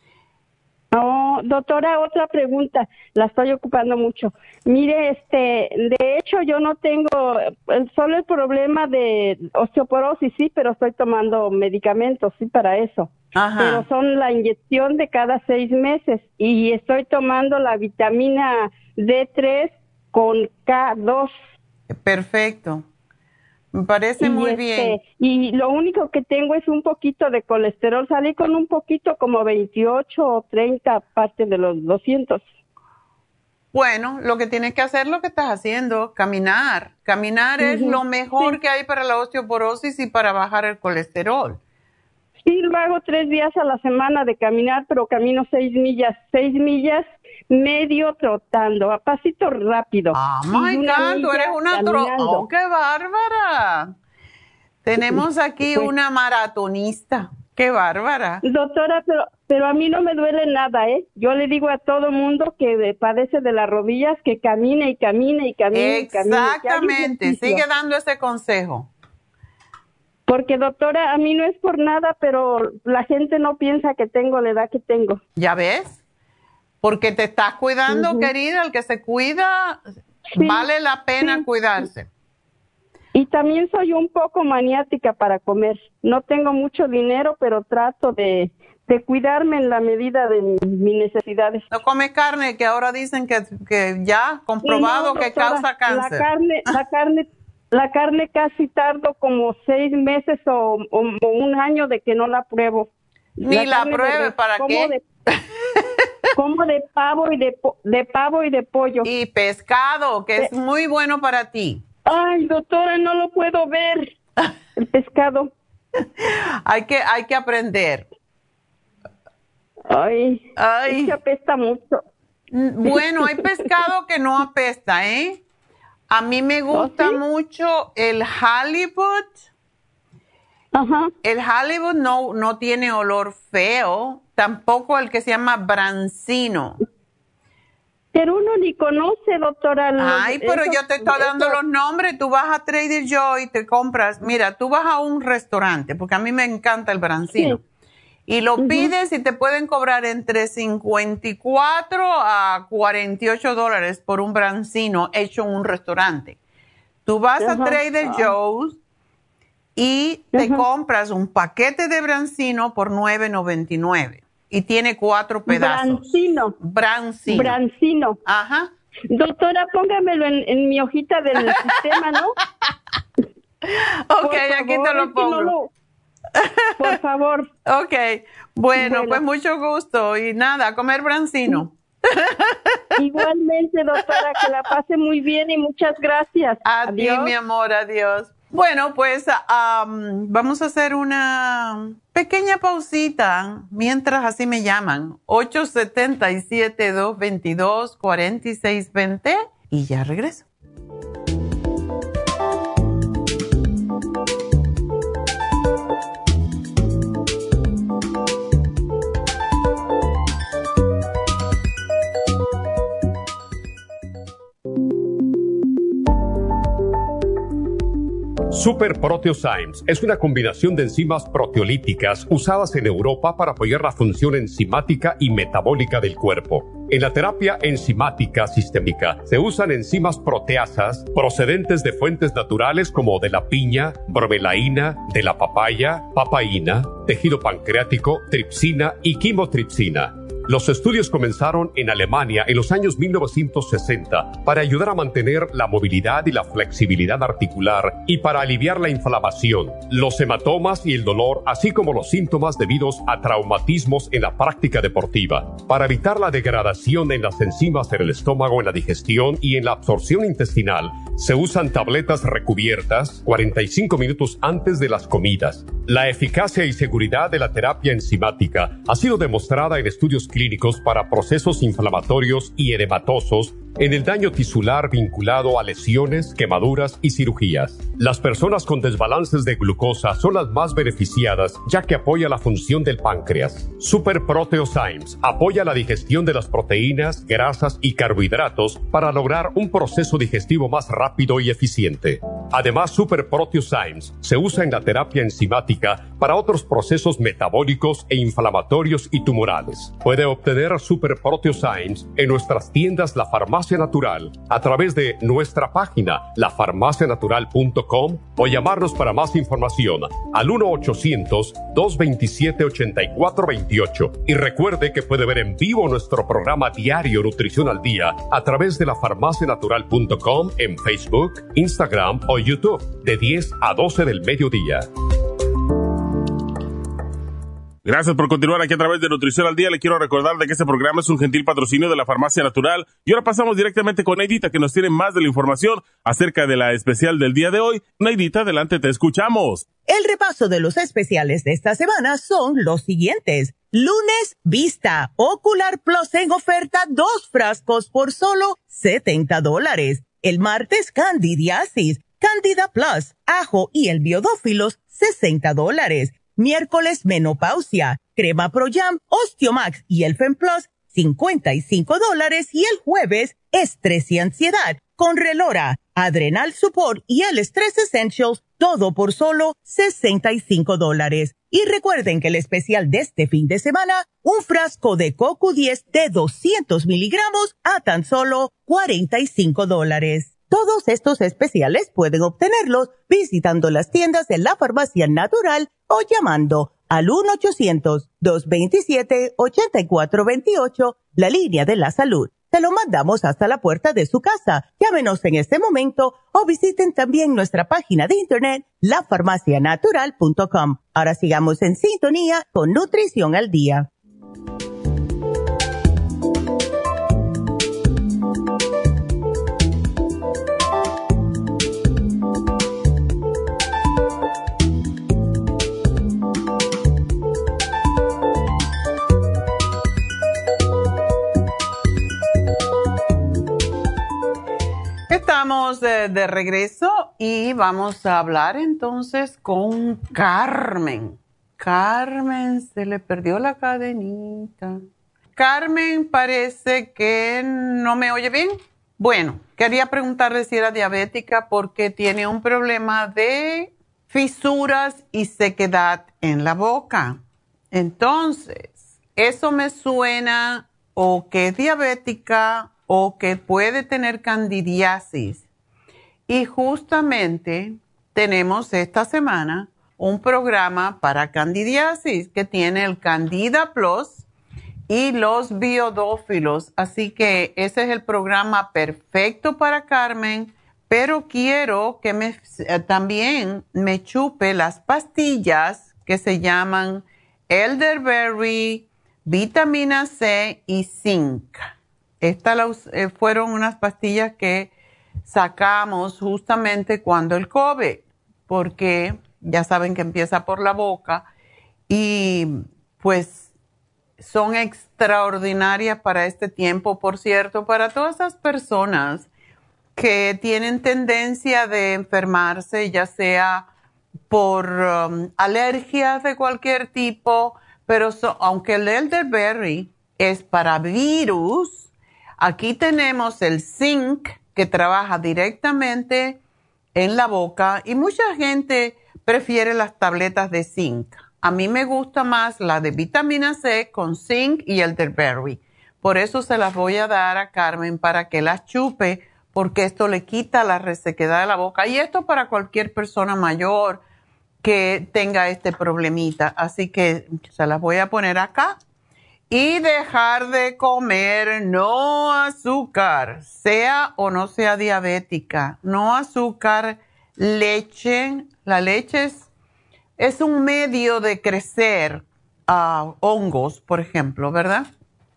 Oh, doctora, otra pregunta. La estoy ocupando mucho. Mire, este, de hecho, yo no tengo solo el problema de osteoporosis, sí, pero estoy tomando medicamentos, sí, para eso. Ajá. Pero son la inyección de cada seis meses y estoy tomando la vitamina D tres con K dos. Perfecto. Me parece y muy este, bien. Y lo único que tengo es un poquito de colesterol. Salí con un poquito como veintiocho o treinta partes de los doscientos. Bueno, lo que tienes que hacer, lo que estás haciendo, caminar. Caminar uh-huh. es lo mejor sí. que hay para la osteoporosis y para bajar el colesterol. Sí, lo hago tres días a la semana de caminar, pero camino seis millas, seis millas medio trotando, a pasito rápido. ¡Ah, oh, my God! Tú eres una trotadora. ¡Oh, qué bárbara! Tenemos aquí pues, una maratonista. ¡Qué bárbara! Doctora, pero pero a mí no me duele nada, ¿eh? Yo le digo a todo mundo que padece de las rodillas que camine y camine y camine y camine. Exactamente. Sigue dando ese consejo. Porque, doctora, a mí no es por nada, pero la gente no piensa que tengo la edad que tengo. ¿Ya ves? Porque te estás cuidando, uh-huh. querida. El que se cuida, sí, vale la pena sí. cuidarse. Y también soy un poco maniática para comer. No tengo mucho dinero, pero trato de, de cuidarme en la medida de mis necesidades. No come carne, que ahora dicen que, que ya comprobado no, doctora, que causa cáncer. La carne, la carne... La carne casi tardo como seis meses o, o, o un año de que no la pruebo. Ni la, la pruebe, de, ¿para como qué? De, como de pavo y de, de pavo y de pollo. Y pescado, que es muy bueno para ti. Ay, doctora, no lo puedo ver. el pescado. hay que hay que aprender. Ay, Ay. es que apesta mucho. Bueno, hay pescado que no apesta, ¿eh? A mí me gusta ¿Oh, sí? mucho el halibut. Ajá. El halibut no, no tiene olor feo, tampoco el que se llama brancino. Pero uno ni conoce, doctora. los- Ay, pero esos- yo te estoy dando esos- los nombres. Tú vas a Trader Joe y te compras. Mira, tú vas a un restaurante, porque a mí me encanta el brancino. Sí. Y lo pides y te pueden cobrar entre cincuenta y cuatro a cuarenta y ocho dólares por un brancino hecho en un restaurante. Tú vas a Ajá. Trader Ah. Joe's y te Ajá. compras un paquete de brancino por nueve noventa y nueve y tiene cuatro pedazos. Brancino. Brancino. Brancino. Ajá. Doctora, póngamelo en, en mi hojita del sistema, ¿no? Ok, Por aquí te favor, lo es que pongo. no lo- Por favor. Ok, bueno, Bueno. pues mucho gusto y nada, a comer brancino. Igualmente, doctora, que la pase muy bien y muchas gracias. A Adiós. ti, mi amor, adiós. Bueno, pues am, vamos a hacer una pequeña pausita mientras así me llaman. ocho siete siete, dos dos dos, cuatro seis dos cero y ya regreso. Super Proteosymes es una combinación de enzimas proteolíticas usadas en Europa para apoyar la función enzimática y metabólica del cuerpo. En la terapia enzimática sistémica se usan enzimas proteasas procedentes de fuentes naturales como de la piña, bromelaína, de la papaya, papaína, tejido pancreático, tripsina y quimotripsina. Los estudios comenzaron en Alemania en los años mil novecientos sesenta para ayudar a mantener la movilidad y la flexibilidad articular y para aliviar la inflamación, los hematomas y el dolor, así como los síntomas debidos a traumatismos en la práctica deportiva. Para evitar la degradación en las enzimas en el estómago, en la digestión y en la absorción intestinal, se usan tabletas recubiertas cuarenta y cinco minutos antes de las comidas. La eficacia y seguridad de la terapia enzimática ha sido demostrada en estudios clínicos para procesos inflamatorios y edematosos en el daño tisular vinculado a lesiones, quemaduras y cirugías. Las personas con desbalances de glucosa son las más beneficiadas ya que apoya la función del páncreas. Super Proteosymes apoya la digestión de las proteínas, grasas y carbohidratos para lograr un proceso digestivo más rápido y eficiente. Además, Super Proteosymes se usa en la terapia enzimática para otros procesos metabólicos e inflamatorios y tumorales. Puede obtener Super Proteosymes en nuestras tiendas La Farmacia Natural a través de nuestra página la farmacia natural punto com o llamarnos para más información al uno ochocientos, dos veintisiete, ochenta y cuatro veintiocho. Y recuerde que puede ver en vivo nuestro programa diario Nutrición al Día a través de la farmacia natural punto com en Facebook, Instagram o YouTube de diez a doce del mediodía. Gracias por continuar aquí a través de Nutrición al Día. Le quiero recordar de que este programa es un gentil patrocinio de la Farmacia Natural. Y ahora pasamos directamente con Neidita, que nos tiene más de la información acerca de la especial del día de hoy. Neidita, adelante, te escuchamos. El repaso de los especiales de esta semana son los siguientes. Lunes, Vista Ocular Plus en oferta, dos frascos por solo setenta dólares. El martes, Candidiasis, Candida Plus, Ajo y el Biodófilos, sesenta dólares. Miércoles, Menopausia, Crema Pro Jam, Osteomax y el Fem Plus, cincuenta y cinco dólares. Y el jueves, Estrés y Ansiedad, con Relora, Adrenal Support y el Stress Essentials, todo por solo sesenta y cinco dólares. Y recuerden que el especial de este fin de semana, un frasco de Coco diez de doscientos miligramos a tan solo cuarenta y cinco dólares. Todos estos especiales pueden obtenerlos visitando las tiendas de la Farmacia Natural o llamando al uno ochocientos, dos veintisiete, ochenta y cuatro veintiocho, la línea de la salud. Se lo mandamos hasta la puerta de su casa. Llámenos en este momento o visiten también nuestra página de internet, la farmacia natural punto com. Ahora sigamos en sintonía con Nutrición al Día. Estamos de, de regreso y vamos a hablar entonces con Carmen. Carmen, se le perdió la cadenita. Carmen, parece que no me oye bien. Bueno, quería preguntarle si era diabética porque tiene un problema de fisuras y sequedad en la boca. Entonces, eso me suena o que es diabética o que puede tener candidiasis. Y justamente tenemos esta semana un programa para candidiasis que tiene el Candida Plus y los biodófilos. Así que ese es el programa perfecto para Carmen, pero quiero que me, eh, también me chupe las pastillas que se llaman Elderberry, vitamina C y zinc. Estas eh, fueron unas pastillas que sacamos justamente cuando el COVID, porque ya saben que empieza por la boca y pues son extraordinarias para este tiempo. Por cierto, para todas esas personas que tienen tendencia de enfermarse, ya sea por um, alergias de cualquier tipo, pero so, aunque el elderberry es para virus, aquí tenemos el zinc que trabaja directamente en la boca y mucha gente prefiere las tabletas de zinc. A mí me gusta más la de vitamina C con zinc y elderberry. Por eso se las voy a dar a Carmen para que las chupe, porque esto le quita la resequedad de la boca. Y esto para cualquier persona mayor que tenga este problemita. Así que se las voy a poner acá. Y dejar de comer no azúcar, sea o no sea diabética. No azúcar, leche. La leche es, es un medio de crecer uh, hongos, por ejemplo, ¿verdad?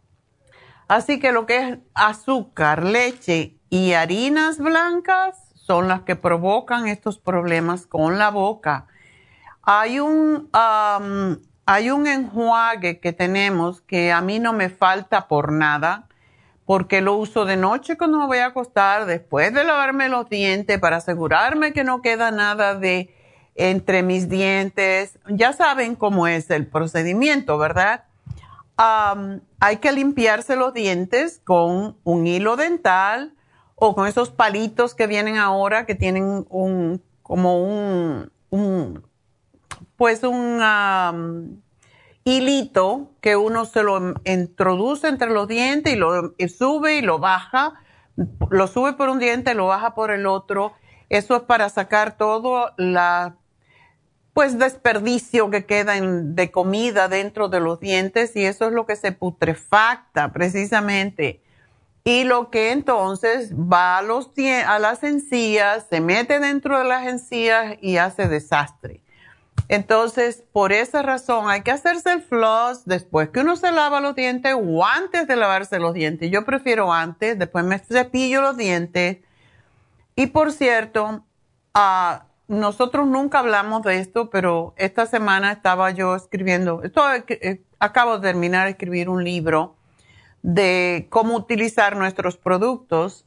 Así que lo que es azúcar, leche y harinas blancas son las que provocan estos problemas con la boca. Hay un... Um, Hay un enjuague que tenemos que a mí no me falta por nada, porque lo uso de noche cuando me voy a acostar, después de lavarme los dientes, para asegurarme que no queda nada de entre mis dientes. Ya saben cómo es el procedimiento, ¿verdad? Um, hay que limpiarse los dientes con un hilo dental o con esos palitos que vienen ahora que tienen un, como un, un pues un um, hilito que uno se lo introduce entre los dientes y lo y sube y lo baja, lo sube por un diente y lo baja por el otro. Eso es para sacar todo la pues desperdicio que queda en, de comida dentro de los dientes, y eso es lo que se putrefacta precisamente. Y lo que entonces va a, los, a las encías, se mete dentro de las encías y hace desastre. Entonces, por esa razón hay que hacerse el floss después que uno se lava los dientes o antes de lavarse los dientes. Yo prefiero antes, después me cepillo los dientes. Y por cierto, uh, nosotros nunca hablamos de esto, pero esta semana estaba yo escribiendo, esto, eh, acabo de terminar de escribir un libro de cómo utilizar nuestros productos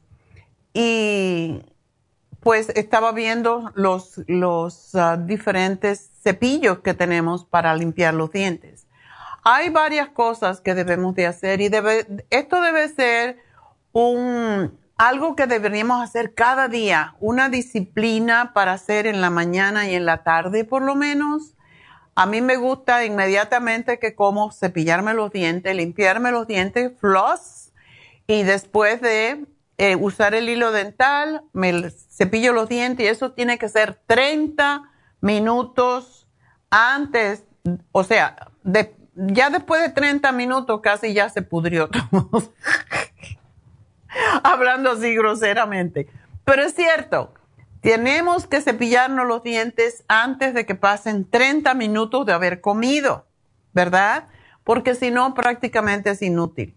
y pues estaba viendo los, los uh, diferentes cepillos que tenemos para limpiar los dientes. Hay varias cosas que debemos de hacer y debe, esto debe ser un, algo que deberíamos hacer cada día, una disciplina para hacer en la mañana y en la tarde por lo menos. A mí me gusta inmediatamente que como cepillarme los dientes, limpiarme los dientes, floss, y después de eh, usar el hilo dental, me cepillo los dientes y eso tiene que ser treinta minutos antes, o sea, de, ya después de treinta minutos casi ya se pudrió todo. Hablando así groseramente. Pero es cierto, tenemos que cepillarnos los dientes antes de que pasen treinta minutos de haber comido, ¿verdad? Porque si no, prácticamente es inútil.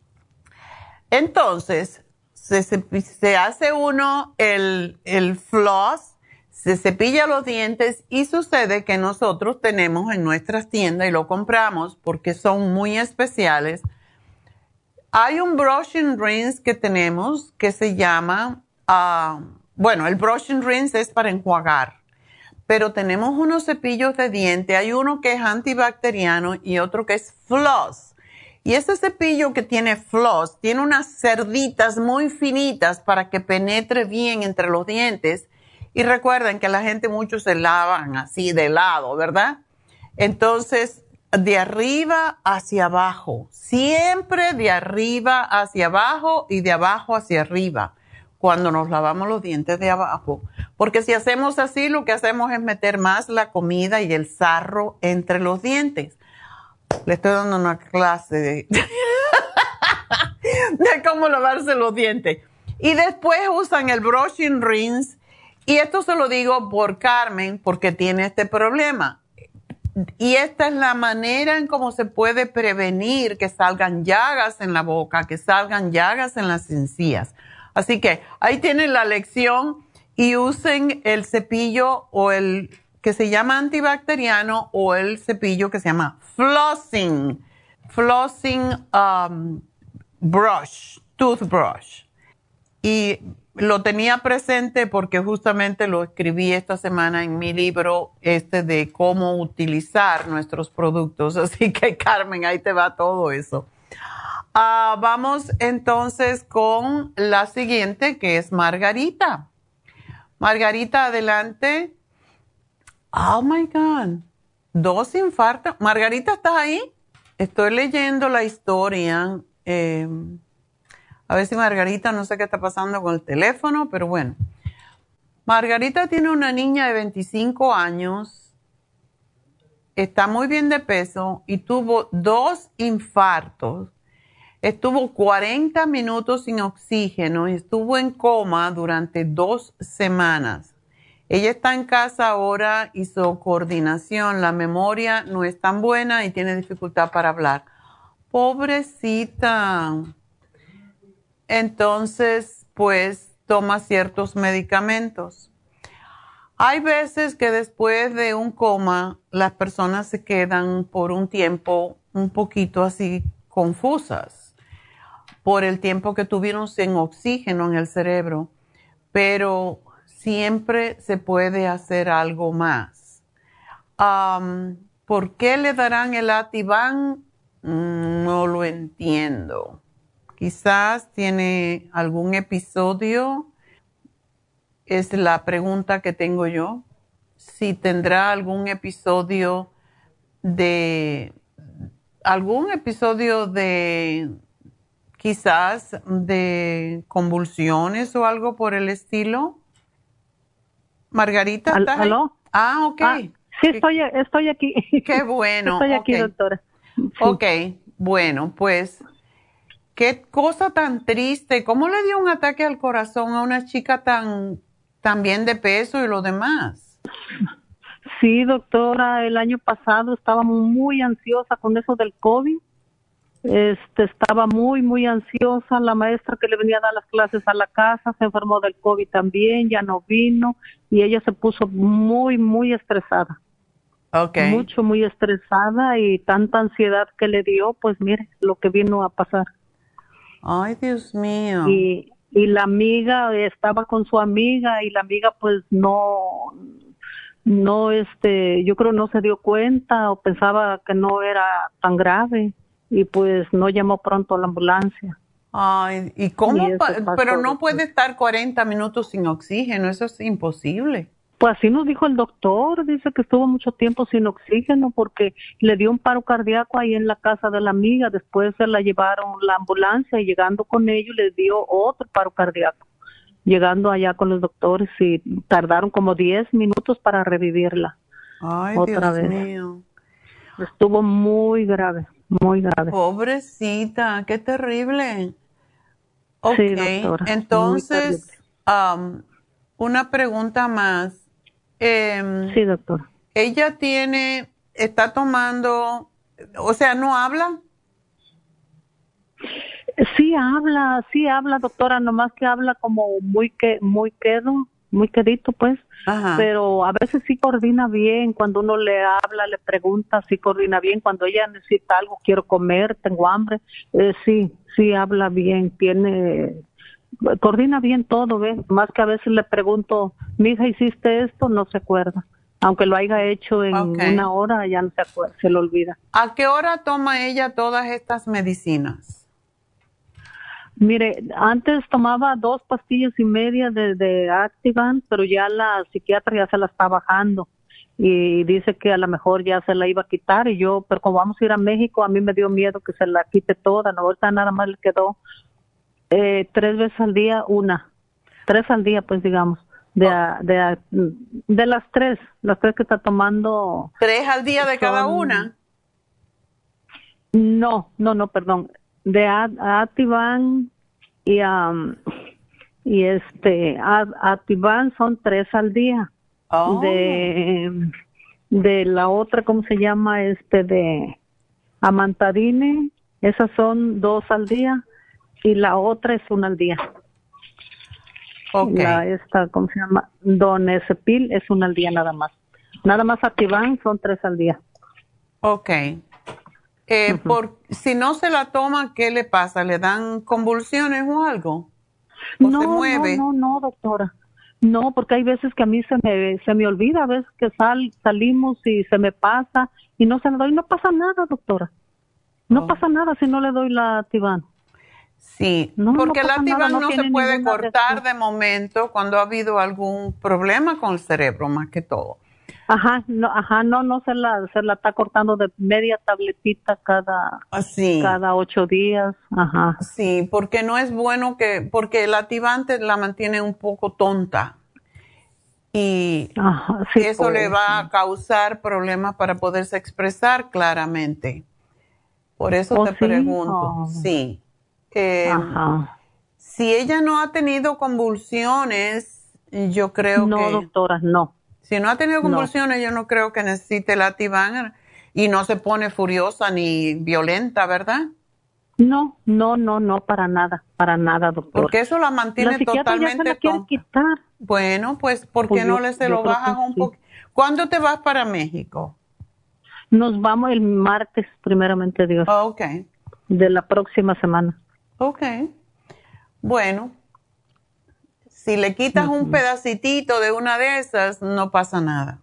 Entonces, se, se, se hace uno el, el floss, se cepilla los dientes y sucede que nosotros tenemos en nuestras tiendas y lo compramos porque son muy especiales. Hay un brush and rinse que tenemos que se llama uh, bueno, el brush and rinse es para enjuagar, pero tenemos unos cepillos de diente. Hay uno que es antibacteriano y otro que es floss. Y ese cepillo que tiene floss tiene unas cerditas muy finitas para que penetre bien entre los dientes. Y recuerden que la gente mucho se lavan así de lado, ¿verdad? Entonces, de arriba hacia abajo. Siempre de arriba hacia abajo y de abajo hacia arriba cuando nos lavamos los dientes de abajo. Porque si hacemos así, lo que hacemos es meter más la comida y el sarro entre los dientes. Le estoy dando una clase de, de cómo lavarse los dientes. Y después usan el brush and rinse. Y esto se lo digo por Carmen, porque tiene este problema. Y esta es la manera en cómo se puede prevenir que salgan llagas en la boca, que salgan llagas en las encías. Así que ahí tienen la lección y usen el cepillo o el que se llama antibacteriano o el cepillo que se llama flossing, flossing um, brush, toothbrush. Y lo tenía presente porque justamente lo escribí esta semana en mi libro este de cómo utilizar nuestros productos. Así que, Carmen, ahí te va todo eso. Uh, vamos entonces con la siguiente, que es Margarita. Margarita, adelante. Oh, my God. Dos infartos. Margarita, ¿estás ahí? Estoy leyendo la historia. Eh, a ver si Margarita, no sé qué está pasando con el teléfono, pero bueno. Margarita tiene una niña de veinticinco años. Está muy bien de peso y tuvo dos infartos. Estuvo cuarenta minutos sin oxígeno y estuvo en coma durante dos semanas. Ella está en casa ahora, hizo coordinación, la memoria no es tan buena y tiene dificultad para hablar. Pobrecita. Entonces, pues, toma ciertos medicamentos. Hay veces que después de un coma, las personas se quedan por un tiempo un poquito así confusas por el tiempo que tuvieron sin oxígeno en el cerebro, pero siempre se puede hacer algo más. Um, ¿Por qué le darán el Ativan? No lo entiendo. Quizás tiene algún episodio, es la pregunta que tengo yo. Si tendrá algún episodio de, algún episodio de, quizás de convulsiones o algo por el estilo. Margarita, ¿estás ahí? ¿Aló? Ah, ok. Ah, sí, estoy, estoy aquí. Qué bueno. Estoy aquí, okay. doctora. Sí. Ok, bueno, pues, qué cosa tan triste. ¿Cómo le dio un ataque al corazón a una chica tan, tan bien de peso y lo demás? Sí, doctora, el año pasado estaba muy ansiosa con eso del COVID. Este, estaba muy, muy ansiosa. La maestra que le venía a dar las clases a la casa se enfermó del COVID también, ya no vino y ella se puso muy, muy estresada. Okay. Mucho, muy estresada y tanta ansiedad que le dio, pues mire lo que vino a pasar. Ay, Dios mío. Y, y la amiga estaba con su amiga y la amiga pues no, no, este, yo creo no se dio cuenta o pensaba que no era tan grave. Y pues no llamó pronto a la ambulancia. Ay, ¿y cómo? Y Pa- pero no puede estar cuarenta minutos sin oxígeno, eso es imposible. Pues así nos dijo el doctor, dice que estuvo mucho tiempo sin oxígeno porque le dio un paro cardíaco ahí en la casa de la amiga, después se la llevaron la ambulancia y llegando con ellos le dio otro paro cardíaco. Llegando allá con los doctores y tardaron como diez minutos para revivirla. Ay, otra Dios vez. mío. Estuvo muy grave. Muy grave. Pobrecita, qué terrible. Ok, sí, doctora, entonces, um, una pregunta más. Eh, sí, doctora. Ella tiene, está tomando, o sea, ¿no habla? Sí habla, sí habla, doctora, nomás que habla como muy que muy quedo, muy quedito, pues. Ajá. Pero a veces sí coordina bien, cuando uno le habla, le pregunta, sí coordina bien, cuando ella necesita algo, quiero comer, tengo hambre, eh, sí, sí habla bien, tiene, coordina bien todo, ¿ves? Más que a veces le pregunto, mija, ¿hiciste esto? No se acuerda. Aunque lo haya hecho en okay. una hora, ya no se acuerda, se lo olvida. ¿A qué hora toma ella todas estas medicinas? Mire, antes tomaba dos pastillas y media de, de Activan, pero ya la psiquiatra ya se la está bajando. Y dice que a lo mejor ya se la iba a quitar y yo, pero como vamos a ir a México, a mí me dio miedo que se la quite toda, no, ahorita nada más le quedó eh, tres veces al día, una, tres al día pues digamos, de, oh. de, de, de las tres, las tres que está tomando. ¿Tres al día de son, cada una? No, no, no, perdón, de Activan y, um, y este, Activan son tres al día. Oh. de de la otra, ¿cómo se llama? Este de Amantadine, esas son dos al día y la otra es una al día. Okay. La esta, ¿cómo se llama? Donepezil es una al día nada más. Nada más Activan son tres al día. Okay. Eh, uh-huh. por, si no se la toma, ¿qué le pasa? ¿Le dan convulsiones o algo? ¿O no, se mueve? no, no, no, doctora. No, porque hay veces que a mí se me se me olvida, a veces que sal, salimos y se me pasa y no se le doy, no pasa nada, doctora. No oh. pasa nada si no le doy la Activan. Sí, no, porque no la Activan no, no se puede cortar de momento cuando ha habido algún problema con el cerebro, más que todo. Ajá, no, ajá, no, no se la se la está cortando de media tabletita cada sí. cada ocho días, ajá. Sí, porque no es bueno que, porque el activante la mantiene un poco tonta y ajá, sí, eso pues, le va a causar problemas para poderse expresar claramente. Por eso ¿Oh, te sí? pregunto, oh. sí. Eh, ajá. Si ella no ha tenido convulsiones, yo creo no, que no, doctora, no. Si no ha tenido convulsiones, no. yo no creo que necesite el Activan y no se pone furiosa ni violenta, ¿verdad? No, no, no, no, para nada, para nada, doctor. Porque eso la mantiene la totalmente ya se la quiere quitar. Bueno, pues, ¿por qué pues no yo, le se lo bajan un sí. poco? ¿Cuándo te vas para México? Nos vamos el martes, primeramente Dios. Oh, ok. De la próxima semana. Ok. Bueno. Si le quitas uh-huh. un pedacitito de una de esas, no pasa nada.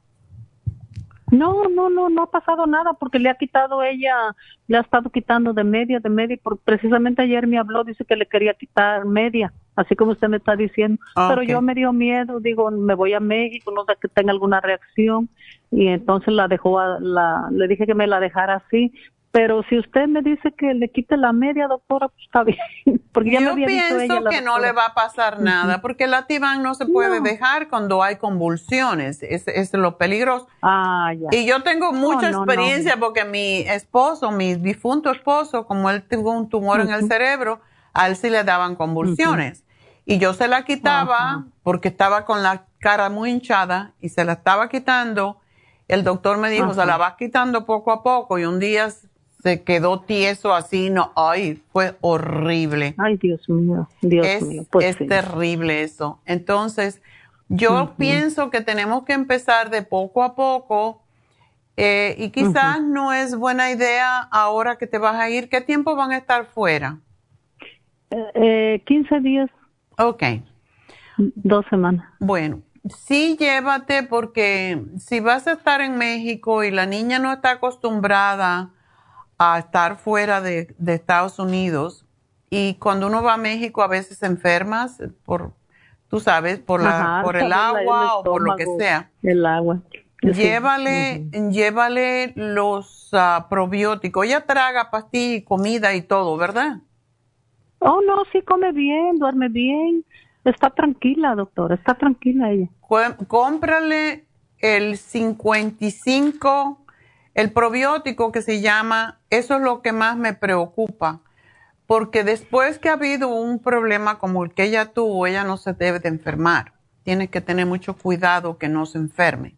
No, no, no, no ha pasado nada porque le ha quitado ella, le ha estado quitando de media, de media. Por, precisamente ayer me habló, dice que le quería quitar media, así como usted me está diciendo. Okay. Pero yo me dio miedo, digo, me voy a México, no sé que tenga alguna reacción. Y entonces la dejó, a, la, le dije que me la dejara así. Pero si usted me dice que le quite la media, doctora, pues está bien. Porque ya yo me había pienso dicho ella, que no le va a pasar uh-huh. nada, porque el Activan no se puede no. dejar cuando hay convulsiones. Es, es lo peligroso. Ah, ya. Y yo tengo mucha no, no, experiencia no. porque mi esposo, mi difunto esposo, como él tuvo un tumor uh-huh. en el cerebro, a él sí le daban convulsiones. Uh-huh. Y yo se la quitaba uh-huh. porque estaba con la cara muy hinchada y se la estaba quitando. El doctor me dijo, uh-huh. se la vas quitando poco a poco y un día se quedó tieso así, no, ay, fue horrible. Ay, Dios mío, Dios es, mío. Pues es sí. terrible eso. Entonces, yo uh-huh. pienso que tenemos que empezar de poco a poco eh, y quizás uh-huh. no es buena idea ahora que te vas a ir. ¿Qué tiempo van a estar fuera? Eh, eh, quince días. Ok. Dos semanas. Bueno, sí llévate porque si vas a estar en México y la niña no está acostumbrada a estar fuera de, de Estados Unidos y cuando uno va a México a veces se enfermas por, tú sabes, por la, Ajá, por el agua el o por lo que sea. El agua. Llévale, uh-huh. llévale los uh, probióticos. Ella traga pastillas y comida y todo, ¿verdad? Oh, no, sí come bien, duerme bien. Está tranquila, doctora, está tranquila ella. Cu- cómprale el cincuenta y cinco el probiótico que se llama, eso es lo que más me preocupa, porque después que ha habido un problema como el que ella tuvo, ella no se debe de enfermar. Tiene que tener mucho cuidado que no se enferme.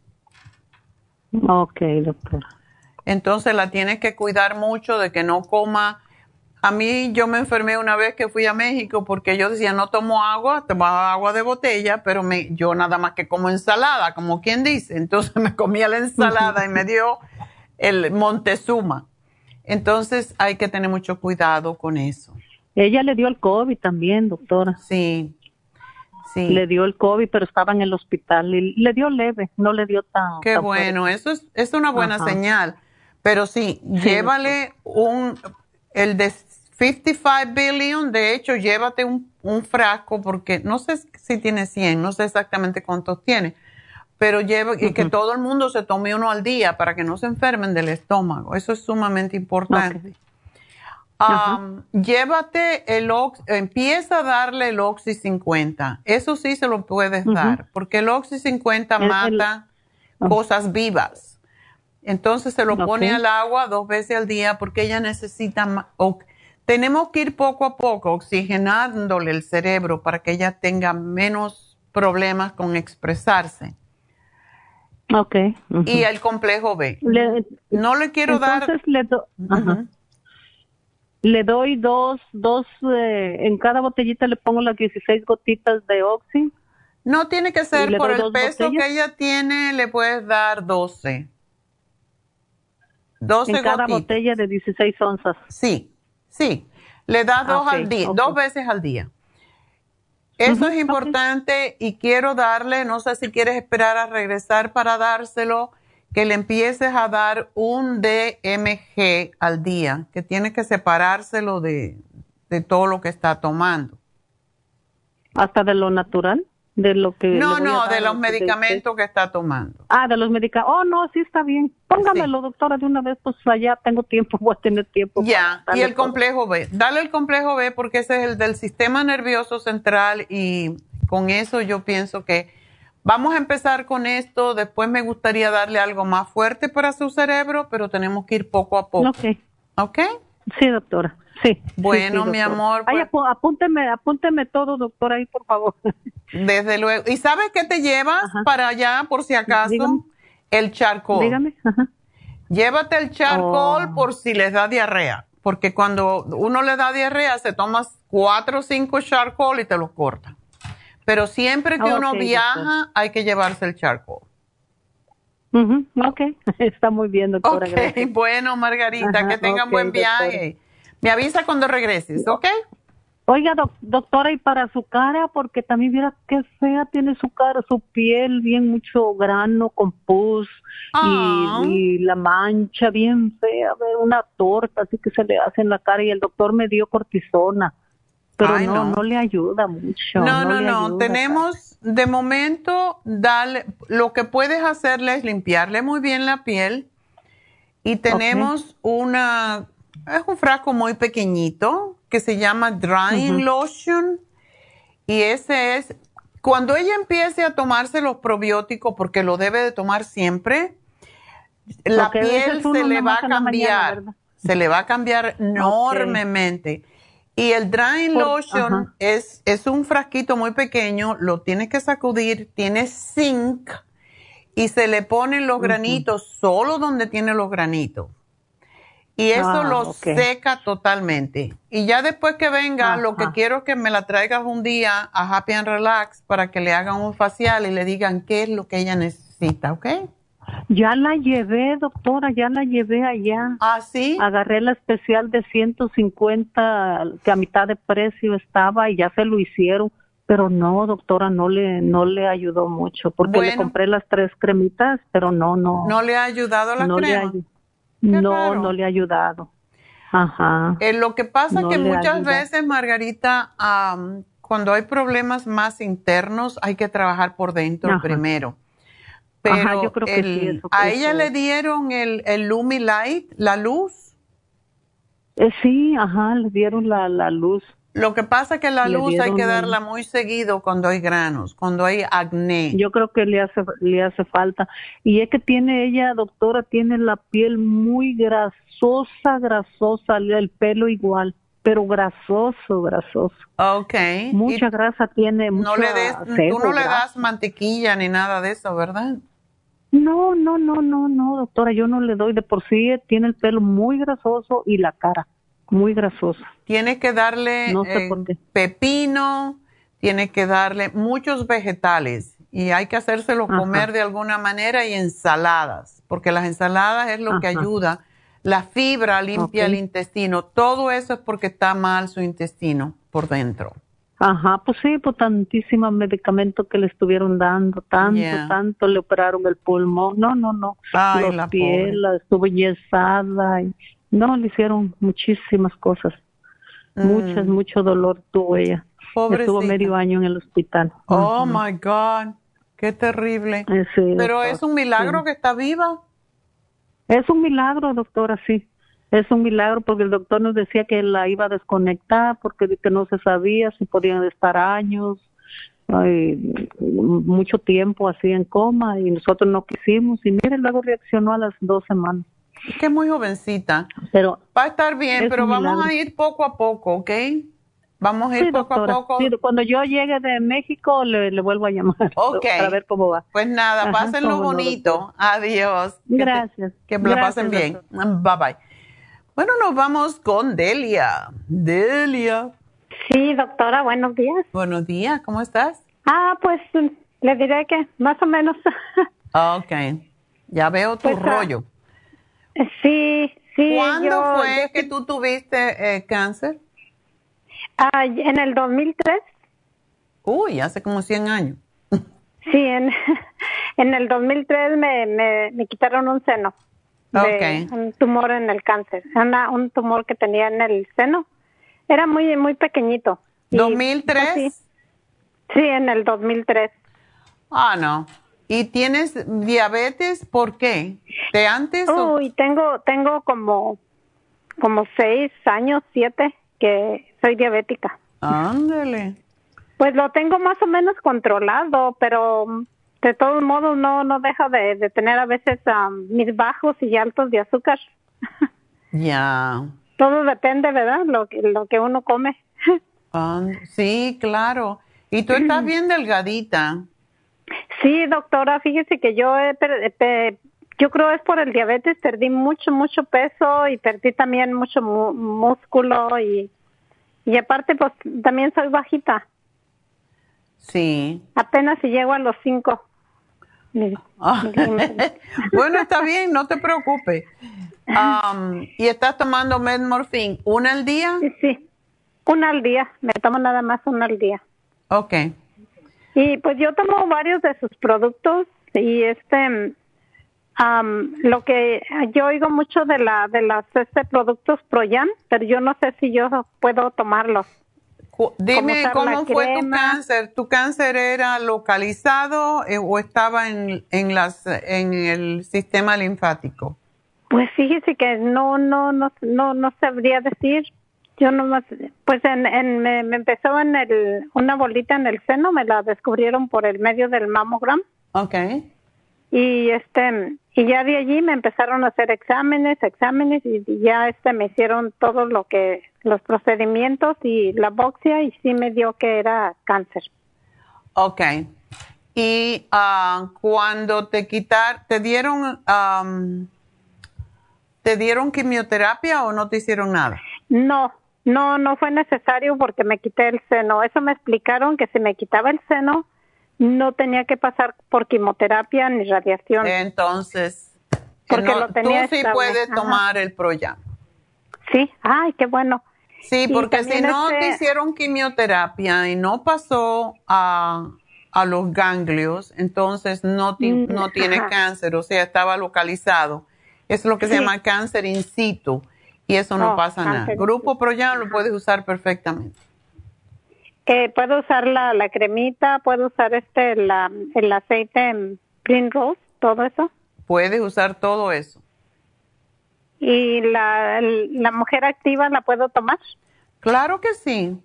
Ok, doctora. Entonces la tienes que cuidar mucho de que no coma. A mí yo me enfermé una vez que fui a México porque yo decía no tomo agua, tomo agua de botella, pero me, yo nada más que como ensalada, como quien dice. Entonces me comía la ensalada y me dio el Montezuma. Entonces hay que tener mucho cuidado con eso. Ella le dio el COVID también, doctora. Sí, sí. Le dio el COVID, pero estaba en el hospital y le dio leve, no le dio tan... Qué tan bueno, fuerte. eso es, es una buena Ajá. señal. Pero sí, Sí, llévale un, el de cincuenta y cinco billion, de hecho, llévate un, un frasco, porque no sé si tiene cien, no sé exactamente cuántos tiene, pero lleva, y que todo el mundo se tome uno al día para que no se enfermen del estómago. Eso es sumamente importante. Okay. Um, llévate el Oxy, empieza a darle el Oxy cincuenta. Eso sí se lo puedes Uh-huh. dar, porque el Oxy cincuenta El- mata el- cosas vivas. Entonces se lo pone Okay. al agua dos veces al día porque ella necesita ma- o- tenemos que ir poco a poco oxigenándole el cerebro para que ella tenga menos problemas con expresarse. Okay. Uh-huh. Y el complejo B. Le- No le quiero dar... Entonces le, do- ajá. le doy dos, dos, eh, en cada botellita le pongo las dieciséis gotitas de Oxy. No tiene que ¿Y ser le por doy el dos peso botellas? que ella tiene, le puedes dar doce. doce En cada gotitas. botella de dieciséis onzas. Sí, sí. Le das Ah, dos ok, al día, ok. dos veces al día. Eso Ujú, es importante y quiero darle, no sé si quieres esperar a regresar para dárselo, que le empieces a dar un D M G al día, que tiene que separárselo de, de todo lo que está tomando. Hasta de lo natural, de lo que... No, le voy a no, dar, de los de- medicamentos que está tomando. Ah, de los medicamentos. Oh, no, sí está bien. Póngamelo, doctora, de una vez, pues allá tengo tiempo, voy a tener tiempo. Ya, para y darle el todo. complejo B. Dale el complejo B porque ese es el del sistema nervioso central y con eso yo pienso que vamos a empezar con esto. Después me gustaría darle algo más fuerte para su cerebro, pero tenemos que ir poco a poco. Ok. ¿Ok? Sí, doctora. Sí. Bueno, sí, sí, mi doctora. amor, Ay, pues- apú- apúnteme, apúnteme todo, doctora, ahí, por favor. Desde luego. ¿Y sabes qué te llevas para allá, por si acaso? Dígame. El charcoal. Dígame. Ajá. Llévate el charcoal Oh. por si les da diarrea. Porque cuando uno le da diarrea, se tomas cuatro o cinco charcoal y te los corta. Pero siempre que Ah, uno ok, viaja, doctor. hay que llevarse el charcoal. Ujú, ok, está muy bien, doctora. Ok, Gracias. bueno, Margarita, Ajá, que tengan ok, buen doctora. viaje. Me avisa cuando regreses, ¿ok? Oiga, doc- doctora, y para su cara, porque también viera qué fea tiene su cara, su piel, bien mucho grano con pus Ah. y, y la mancha bien fea, ve, una torta así que se le hace en la cara y el doctor me dio cortisona, pero Ay, no, no. no le ayuda mucho. No, no, le no. ayuda, Tenemos, de momento, dale, lo que puedes hacerle es limpiarle muy bien la piel. Y tenemos una, es un frasco muy pequeñito que se llama Drying Ujú. Lotion. Y ese es, cuando ella empiece a tomarse los probióticos, porque lo debe de tomar siempre, la Ok, ese piel es uno se le nada va más a en la mañana, cambiar. ¿verdad? Se le va a cambiar enormemente. Y el Drying Por- Lotion ajá. es, es un frasquito muy pequeño, lo tienes que sacudir, tiene zinc y se le ponen los Ujú. granitos solo donde tiene los granitos. Y eso Ah, lo ok. seca totalmente. Y ya después que venga, lo que Ajá. quiero es que me la traigas un día a Happy and Relax para que le hagan un facial y le digan qué es lo que ella necesita, ¿ok? Ya la llevé, doctora, ya la llevé allá. Ah, sí. Agarré la especial de ciento cincuenta, que a mitad de precio estaba y ya se lo hicieron, pero no, doctora, no le no le ayudó mucho porque le Bueno. compré las tres cremitas, pero no, no. ¿No le ha ayudado la no le crema? ayu- Qué no, raro. no le ha ayudado. Ajá. Eh, lo que pasa No que le muchas ayuda. veces, Margarita, am, cuando hay problemas más internos, hay que trabajar por dentro Ajá. primero. Pero Ajá, yo creo que el- sí, eso- a eso ella le es. dieron el, el Lumi Light, la luz. Eh, sí, ajá, le dieron la, la luz. Lo que pasa es que la Le luz hay dieron que el- darla muy seguido cuando hay granos, cuando hay acné. Yo creo que le hace le hace falta. Y es que tiene ella, doctora, tiene la piel muy grasosa, grasosa, el pelo igual, pero grasoso, grasoso. Ok. Mucha Y grasa tiene, no mucha le des, sebo, tú no le grasa. das mantequilla ni nada de eso, ¿verdad? No, no, no, no, no, doctora, yo no le doy. De por sí tiene el pelo muy grasoso y la cara muy grasosa. Tienes que darle No sé eh, por qué. pepino, tienes que darle muchos vegetales y hay que hacérselo Ajá. comer de alguna manera y ensaladas, porque las ensaladas es lo que Ajá. ayuda. La fibra limpia Okay. el intestino. Todo eso es porque está mal su intestino por dentro. Ajá, pues sí, por tantísimos medicamentos que le estuvieron dando, tanto, Yeah. tanto, le operaron el pulmón, no, no, no, Ay, los la pies, pobre. la estuvo yesada, y, no, le hicieron muchísimas cosas, Mm. muchas, mucho dolor tuvo ella. Pobrecita. Estuvo medio año en el hospital. Oh, Ujú. my God. Qué terrible. Eh, sí, Pero doctor, es un milagro sí. que está viva. Es un milagro, doctora, sí. Es un milagro porque el doctor nos decía que la iba a desconectar porque que no se sabía si podían estar años, ay, mucho tiempo así en coma y nosotros no quisimos y mire, luego reaccionó a las dos semanas. Es que es muy jovencita. Pero va a estar bien, es pero un vamos milagro. a ir poco a poco, ¿ok? Vamos a ir Sí, poco doctora, a poco. sí, cuando yo llegue de México le, le vuelvo a llamar Ok. para ver cómo va. Pues nada, Ajá, pásenlo cómo no, bonito. doctora. Adiós. Que te- Gracias. Que, la Gracias, pasen bien. doctora. Bye bye. Bueno, nos vamos con Delia. Delia. Sí, doctora, buenos días. Buenos días, ¿cómo estás? Ah, pues mm, le diré que más o menos. Ok. Ya veo tu Pues, ah, rollo. Sí, sí. ¿Cuándo yo- fue yo que sí- tú tuviste eh, cáncer? Ah, en el dos mil tres. Uy, hace como cien años. Sí, en, en el dos mil tres me, me, me quitaron un seno. De Ok. Un tumor en el cáncer. Una, un tumor que tenía en el seno. Era muy, muy pequeñito. Y, ¿dos mil tres? pues, sí. Sí, en el dos mil tres. Ah, no. ¿Y tienes diabetes? ¿Por qué? ¿De antes? o- Uy, tengo, tengo como, como seis años, siete, que soy diabética. Ándale. Pues lo tengo más o menos controlado, pero mm, de todos modos no, no deja de, de tener a veces um, mis bajos y altos de azúcar. Ya. Todo depende, ¿verdad? Lo, que- lo que uno come. Ah, sí, claro. Y tú estás bien delgadita. Sí, doctora, fíjese que yo he per- pe- yo creo es por el diabetes, perdí mucho, mucho peso y perdí también mucho mu- músculo y, y aparte pues también soy bajita, Sí. apenas si llego a los cinco. Ah, bueno, está bien, no te preocupes. Um, ¿Y estás tomando Medmorphine una al día? Sí, sí, una al día, me tomo nada más una al día. Ok. Y pues yo tomo varios de sus productos y este, am, lo que yo oigo mucho de la de las este productos Proyan, pero yo no sé si yo puedo tomarlos. Cu- Dime usar cómo la fue tu crema. cáncer. ¿Tu cáncer era localizado eh, o estaba en, en, las, en el sistema linfático? Pues fíjese que no no no no no sabría decir. Yo nomás, pues en, en me, me empezó en el una bolita en el seno, me la descubrieron por el medio del mamogram. Okay. Y este y ya de allí me empezaron a hacer exámenes, exámenes y, y ya este me hicieron todo lo que los procedimientos y la biopsia y sí me dio que era cáncer. Okay. Y ah, cuando te quitar, te dieron am, te dieron quimioterapia o no te hicieron nada? No, no, no fue necesario porque me quité el seno. Eso me explicaron que si me quitaba el seno no tenía que pasar por quimioterapia ni radiación. Entonces, Porque no- lo tenía tú sí estable. puedes Ajá. tomar el Proyan. Sí, ay, qué bueno. Sí, Y porque si también no este- te hicieron quimioterapia y no pasó a, a los ganglios, entonces no, ti- Mm, no tienes ajá. cáncer, o sea, estaba localizado. Es lo que se Sí. llama cáncer in situ y eso no Oh, pasa nada. cáncer in Grupo Proyan lo puedes usar perfectamente. Eh, puedo usar la, la cremita, puedo usar este la, el aceite Green Rose, todo eso. Puedes usar todo eso. Y la, la mujer activa la puedo tomar. Claro que sí.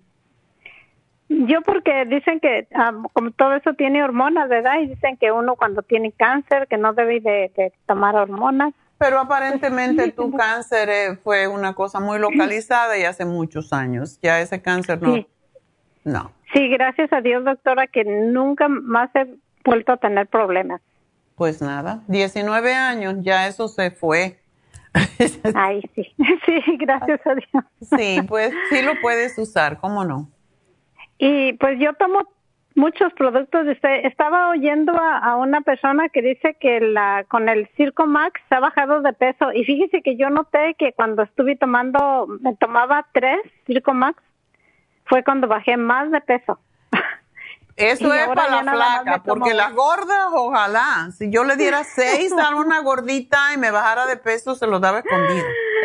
Yo porque dicen que um, como todo eso tiene hormonas, ¿verdad? Y dicen que uno cuando tiene cáncer que no debe de, de tomar hormonas. Pero aparentemente tu cáncer eh, fue una cosa muy localizada y hace muchos años. Ya ese cáncer no. Sí. No. Sí, gracias a Dios, doctora, que nunca más he vuelto a tener problemas. Pues nada, diecinueve años, ya eso se fue. Ay, sí, sí, gracias a Dios. Sí, pues sí lo puedes usar, ¿cómo no? Y pues yo tomo muchos productos de usted. Estaba oyendo a, a una persona que dice que la con el Circo Max ha bajado de peso. Y fíjese que yo noté que cuando estuve tomando, me tomaba tres Circo Max, fue cuando bajé más de peso. Eso es para la flaca, porque las gordas, ojalá. Si yo le diera seis a una gordita y me bajara de peso, se lo daba escondido.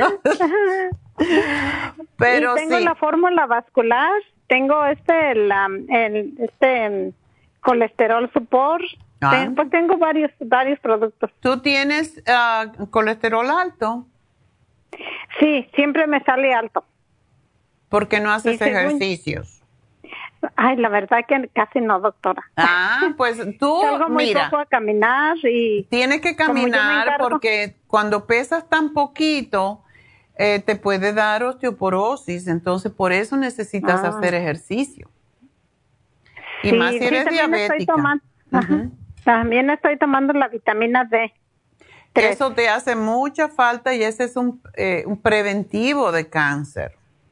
Pero y tengo sí. la fórmula vascular, tengo este, la, el, este colesterol support, Ah. Ten, pues tengo varios, varios productos. ¿Tú tienes uh, colesterol alto? Sí, siempre me sale alto. ¿Por qué no haces según, ejercicios? Ay, la verdad que casi no, doctora. Ah, pues tú, Salgo muy mira. poco a caminar y... Tienes que caminar porque cuando pesas tan poquito, eh, te puede dar osteoporosis. Entonces, por eso necesitas ah. hacer ejercicio. Y sí, más si eres sí, diabética. Estoy tomando, uh-huh. También estoy tomando la vitamina D. tres. Eso te hace mucha falta y ese es un, eh, un preventivo de cáncer.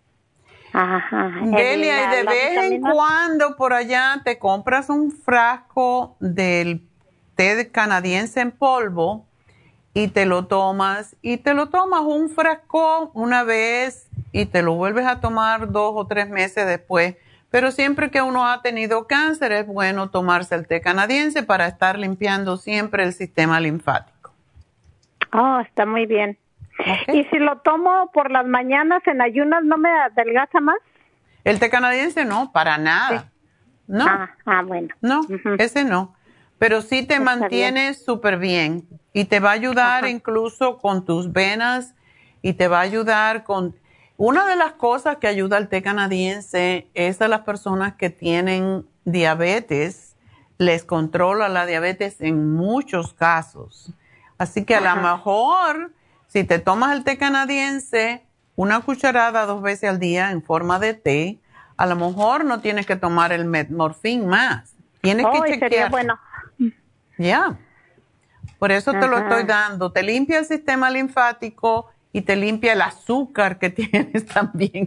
Ajá. Delia, y de vez en cuando por allá te compras un frasco del té canadiense en polvo y te lo tomas, y te lo tomas un frasco una vez y te lo vuelves a tomar dos o tres meses después. Pero siempre que uno ha tenido cáncer es bueno tomarse el té canadiense para estar limpiando siempre el sistema linfático. Oh, está muy bien. Okay. ¿Y si lo tomo por las mañanas en ayunas, no me adelgaza más? El té canadiense no, para nada. Sí. No. Ah, ah, bueno. No, uh-huh. ese no. Pero sí te Está mantienes súper bien y te va a ayudar Ajá. incluso con tus venas y te va a ayudar con... Una de las cosas que ayuda al té canadiense es a las personas que tienen diabetes, les controla la diabetes en muchos casos. Así que a lo mejor... Si te tomas el té canadiense, una cucharada dos veces al día en forma de té, a lo mejor no tienes que tomar el Metmorphin más. Tienes oh, que chequear. Sería bueno. Ya. Yeah. Por eso Ajá. te lo estoy dando. Te limpia el sistema linfático y te limpia el azúcar que tienes también.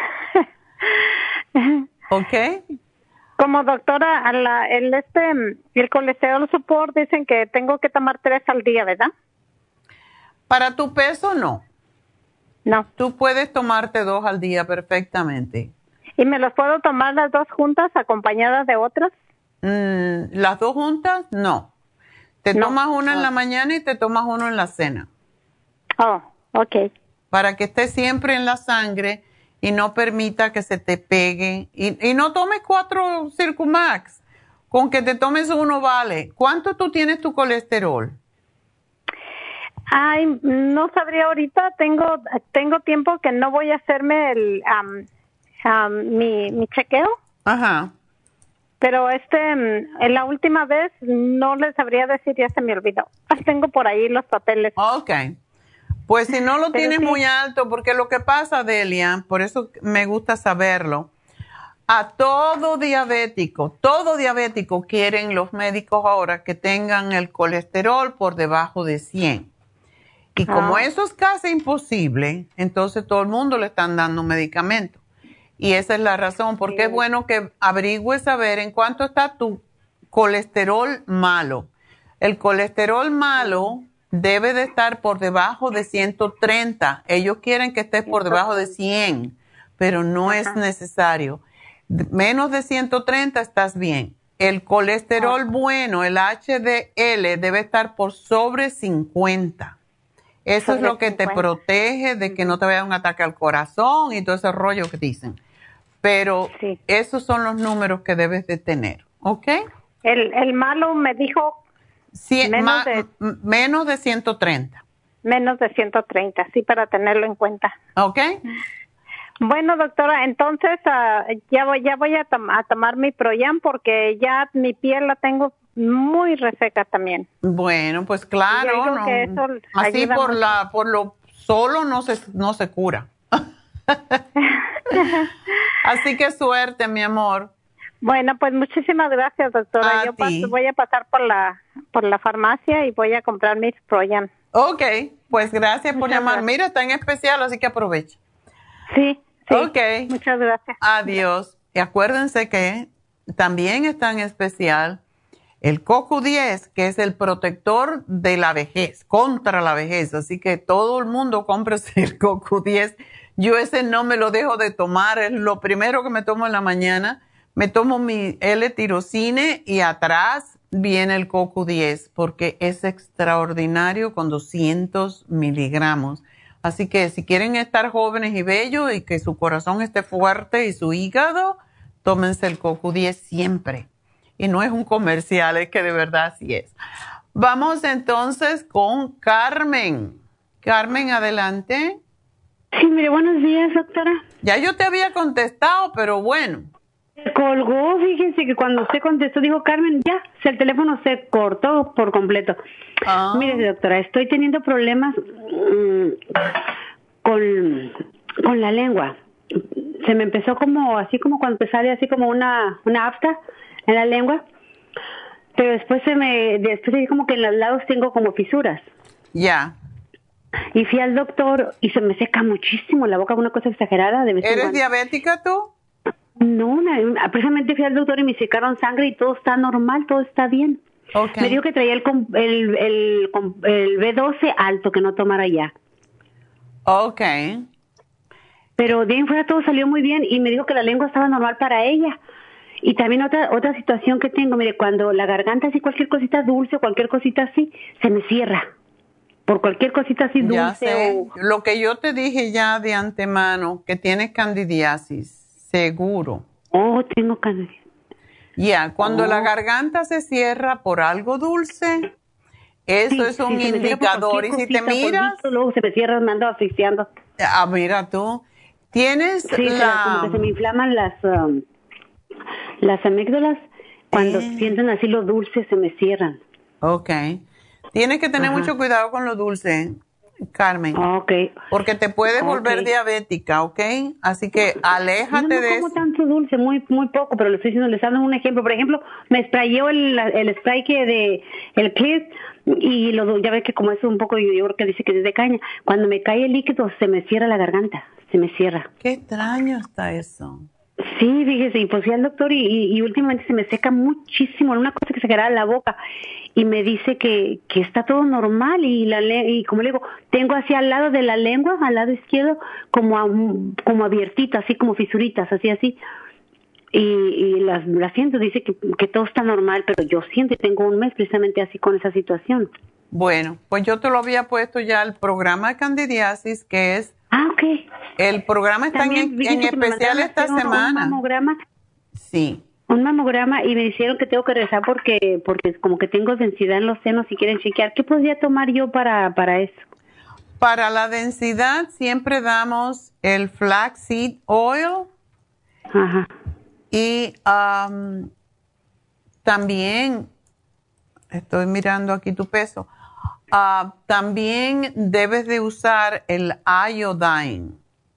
¿Ok? Como doctora, a la, el, este, el colesterol support dicen que tengo que tomar tres al día, ¿verdad? Para tu peso, no. No. Tú puedes tomarte dos al día perfectamente. ¿Y me los puedo tomar las dos juntas acompañadas de otras? Mm, ¿Las dos juntas? No. Te no. tomas una oh. en la mañana y te tomas uno en la cena. Oh, ok. Para que esté siempre en la sangre y no permita que se te pegue. Y, y no tomes cuatro Circumax. Con que te tomes uno vale. ¿Cuánto tú tienes tu colesterol? Ay, no sabría ahorita, tengo tengo tiempo que no voy a hacerme el um, um, mi, mi chequeo. Ajá. Pero este, en la última vez no les sabría decir, ya se me olvidó. Tengo por ahí los papeles. Ok. Pues si no lo Pero tienes sí. muy alto, porque lo que pasa, Delia, por eso me gusta saberlo, a todo diabético, todo diabético quieren los médicos ahora que tengan el colesterol por debajo de cien. Y como ah. eso es casi imposible, entonces todo el mundo le están dando medicamentos. Y esa es la razón, porque sí. es bueno que averigües a ver en cuánto está tu colesterol malo. El colesterol malo debe de estar por debajo de ciento treinta. Ellos quieren que estés por debajo de cien, pero no Ajá. es necesario. Menos de ciento treinta estás bien. El colesterol Ajá. bueno, el H D L, debe estar por sobre cincuenta. Eso es lo que te protege de que no te vaya un ataque al corazón y todo ese rollo que dicen. Pero sí. esos son los números que debes de tener, ¿ok? El, el malo me dijo Cien, menos, ma, de, menos de ciento treinta. Menos de ciento treinta, sí, para tenerlo en cuenta. ¿Ok? Bueno, doctora, entonces uh, ya voy, ya voy a, tom a tomar mi Proyam porque ya mi piel la tengo muy reseca también. Bueno, pues claro, no. Que eso así por mucho. la por lo solo no se no se cura. Así que suerte, mi amor. Bueno, pues muchísimas gracias, doctora. A Yo ti. Paso, voy a pasar por la por la farmacia y voy a comprar mis Proyam. Ok, pues gracias por Muchas llamar. gracias. Mira, está en especial, así que aprovecha. Sí, sí. Ok. Muchas gracias. Adiós. Y acuérdense que también está en especial el C O Q diez, que es el protector de la vejez, contra la vejez. Así que todo el mundo compra el C O Q diez. Yo ese no me lo dejo de tomar, es lo primero que me tomo en la mañana. Me tomo mi L-tirocine y atrás viene el C O Q diez porque es extraordinario con doscientos miligramos. Así que si quieren estar jóvenes y bellos y que su corazón esté fuerte y su hígado, tómense el C O Q diez siempre. Y no es un comercial, es que de verdad así es. Vamos entonces con Carmen. Carmen, adelante. Sí, mire, buenos días, doctora. Ya yo te había contestado, pero bueno. Colgó, fíjense que cuando usted contestó, dijo Carmen, ya, el teléfono se cortó por completo. Ah. Mire, doctora, estoy teniendo problemas mmm, con, con la lengua. Se me empezó como, así como cuando empezaba, así como una, una afta en la lengua, pero después se me, después como que en los lados tengo como fisuras. Ya. Y fui al doctor y se me seca muchísimo la boca, una cosa exagerada. De vez en ¿Eres cuando. diabética tú? No, una, precisamente fui al doctor y me sacaron sangre y todo está normal, todo está bien. Okay. Me dijo que traía el, el, el, el B doce alto, que no tomara ya. Ok. Pero de ahí en fuera todo salió muy bien y me dijo que la lengua estaba normal para ella. Y también otra otra situación que tengo, mire, cuando la garganta así, cualquier cosita dulce, cualquier cosita así, se me cierra. Por cualquier cosita así dulce. Ya sé. O... Lo que yo te dije ya de antemano, que tienes candidiasis, seguro. Oh, tengo candidiasis. Ya, yeah, cuando oh. la garganta se cierra por algo dulce, eso sí, es un sí, indicador. Y si te miras... Visto, luego se me cierra, me ando asfixiando. Ah, mira tú. Tienes sí, la... como que se me inflaman las... Um, las amígdalas, cuando eh. sienten así lo dulce, se me cierran. Ok. Tienes que tener Ajá. mucho cuidado con lo dulce, Carmen. Ok. Porque te puedes okay. volver diabética, ¿ok? Así que aléjate no, no de eso. No como tanto dulce, muy muy poco, pero le estoy diciendo, les dando un ejemplo. Por ejemplo, me sprayó el, el spray que de el Clear y lo, ya ves que como es un poco, yo creo que dice que es de caña. Cuando me cae el líquido, se me cierra la garganta, se me cierra. Qué extraño está eso. Sí, fíjese, y pues fui al doctor y, y, y últimamente se me seca muchísimo, una cosa que se queda en la boca, y me dice que, que está todo normal, y la y como le digo, tengo así al lado de la lengua, al lado izquierdo, como a, como abiertita, así como fisuritas, así, así, y, y las, las siento, dice que, que todo está normal, pero yo siento que tengo un mes precisamente así con esa situación. Bueno, pues yo te lo había puesto ya el programa de candidiasis, que es Ah, ok. El programa está También, en, en especial esta semana. Un mamograma. Sí. Un mamograma y me dijeron que tengo que regresar porque porque como que tengo densidad en los senos y quieren chequear. ¿Qué podría tomar yo para, para eso? Para la densidad siempre damos el flaxseed oil. Ajá. Y um, también, estoy mirando aquí tu peso. Uh, también debes de usar el iodine.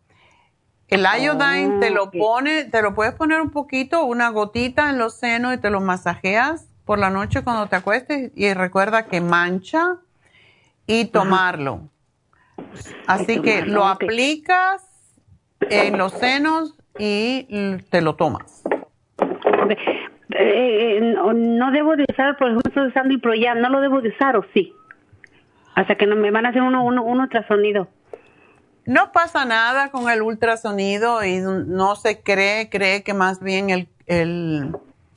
El iodine oh, te lo okay. pone, te lo puedes poner un poquito, una gotita en los senos y te lo masajeas por la noche cuando te acuestes y recuerda que mancha y tomarlo. Así Ay, que lo okay. aplicas en los senos y te lo tomas. Okay. Eh, eh, no, no debo de usar, por ejemplo, estoy usando el Proyam, ¿no lo debo de usar o sí? Hasta que no me van a hacer uno, uno, un ultrasonido. No pasa nada con el ultrasonido y no se cree, cree que más bien el, el,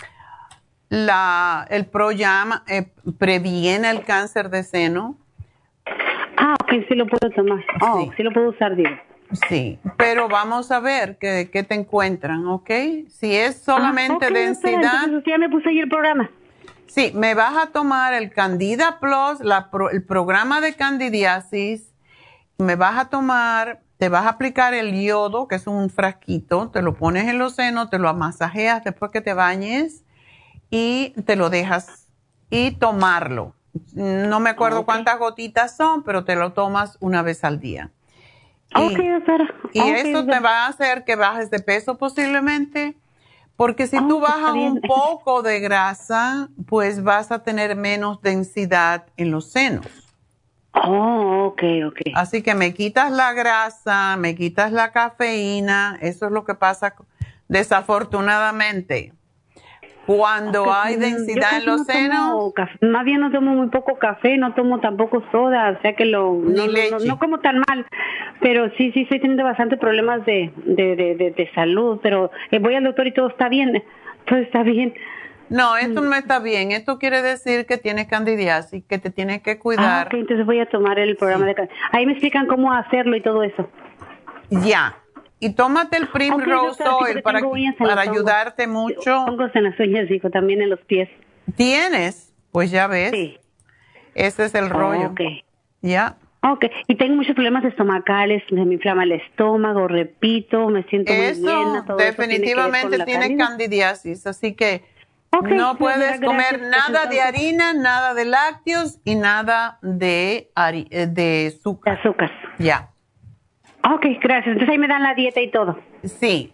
la, el Proyam eh, previene el cáncer de seno. Ah, ok, sí lo puedo tomar. Oh, sí, sí lo puedo usar, digo. Sí, pero vamos a ver qué, qué te encuentran, ¿ok? Si es solamente ah, okay, densidad... Entonces usted ya me puso ahí el programa. Sí, me vas a tomar el Candida Plus, la, el programa de candidiasis, me vas a tomar, te vas a aplicar el yodo, que es un frasquito, te lo pones en los senos, te lo masajeas después que te bañes y te lo dejas y tomarlo. No me acuerdo okay. cuántas gotitas son, pero te lo tomas una vez al día. Y, okay, doctora. y okay, eso doctora. te va a hacer que bajes de peso posiblemente. Porque si oh, tú bajas un poco de grasa, pues vas a tener menos densidad en los senos. Oh, ok, ok. Así que me quitas la grasa, me quitas la cafeína, eso es lo que pasa desafortunadamente. Cuando Okay, hay densidad yo en los no senos. tomo café, más bien no tomo muy poco café, no tomo tampoco soda, o sea que lo Ni no, no, leche. no, no como tan mal, pero sí, sí estoy teniendo bastante problemas de, de, de, de, de salud, pero eh, voy al doctor y todo está bien, todo está bien. No, esto no está bien. Esto quiere decir que tienes candidiasis, que te tienes que cuidar. Ah, ok, entonces voy a tomar el programa Sí. de... Ahí me explican cómo hacerlo y todo eso. Ya. Y tómate el Primrose Ok, doctora, sí, Oil porque para, tengo uñas en para los hongos. ayudarte mucho. Hongos en las uñas, hijo, también en los pies. ¿Tienes? Pues ya ves. Sí. Ese es el rollo. Ok. Ya. Ok, y tengo muchos problemas estomacales, se me inflama el estómago, repito, me siento muy Eso llena, todo definitivamente eso tiene que ver con la tienes candida. candidiasis, así que Okay, no puedes gracias, comer pues, nada de entonces, harina, nada de lácteos y nada de, hari- eh, de azúcar. De azúcar. Ya. Ok, gracias. Entonces ahí me dan la dieta y todo. Sí.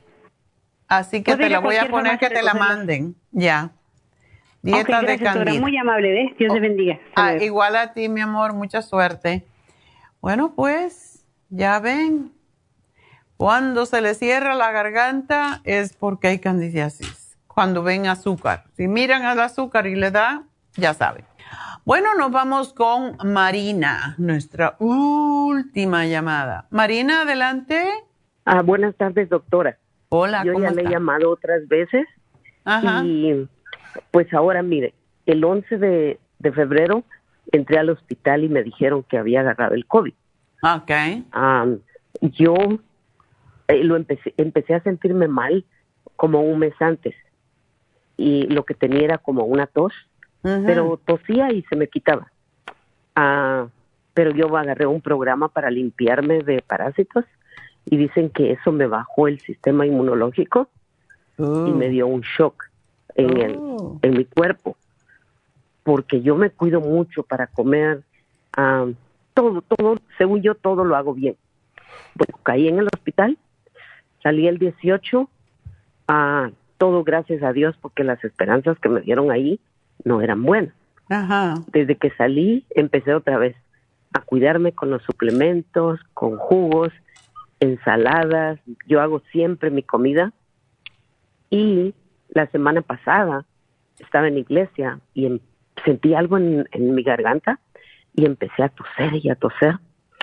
Así que Pues te ir la a voy a cualquier poner que farmacia te la recogerla. manden. Ya. Dieta Ok, de gracias, doctora. candida. Muy amable, ¿eh? Dios Oh, te bendiga. Hasta Ah, luego. igual a ti, mi amor, mucha suerte. Bueno, pues, ya ven, cuando se le cierra la garganta es porque hay candidiasis. Cuando ven azúcar. Si miran al azúcar y le da, ya saben. Bueno, nos vamos con Marina, nuestra última llamada. Marina, adelante. Ah, buenas tardes, doctora. Hola, Yo ¿cómo ya le he está? llamado otras veces. Ajá. Y pues ahora, mire, el once de, de febrero entré al hospital y me dijeron que había agarrado el COVID. Ok. Ah, yo eh, lo empecé, empecé a sentirme mal como un mes antes. Y lo que tenía era como una tos, Ujú. pero tosía y se me quitaba. Ah, pero yo agarré un programa para limpiarme de parásitos y dicen que eso me bajó el sistema inmunológico y me dio un shock en, el, Oh. en mi cuerpo, porque yo me cuido mucho para comer, ah, todo, todo, según yo todo lo hago bien. Bueno, caí en el hospital, salí el dieciocho, ah, todo gracias a Dios, porque las esperanzas que me dieron ahí no eran buenas. Ajá. Desde que salí, empecé otra vez a cuidarme con los suplementos, con jugos, ensaladas. Yo hago siempre mi comida. Y la semana pasada estaba en la iglesia y em- sentí algo en, en mi garganta y empecé a toser y a toser.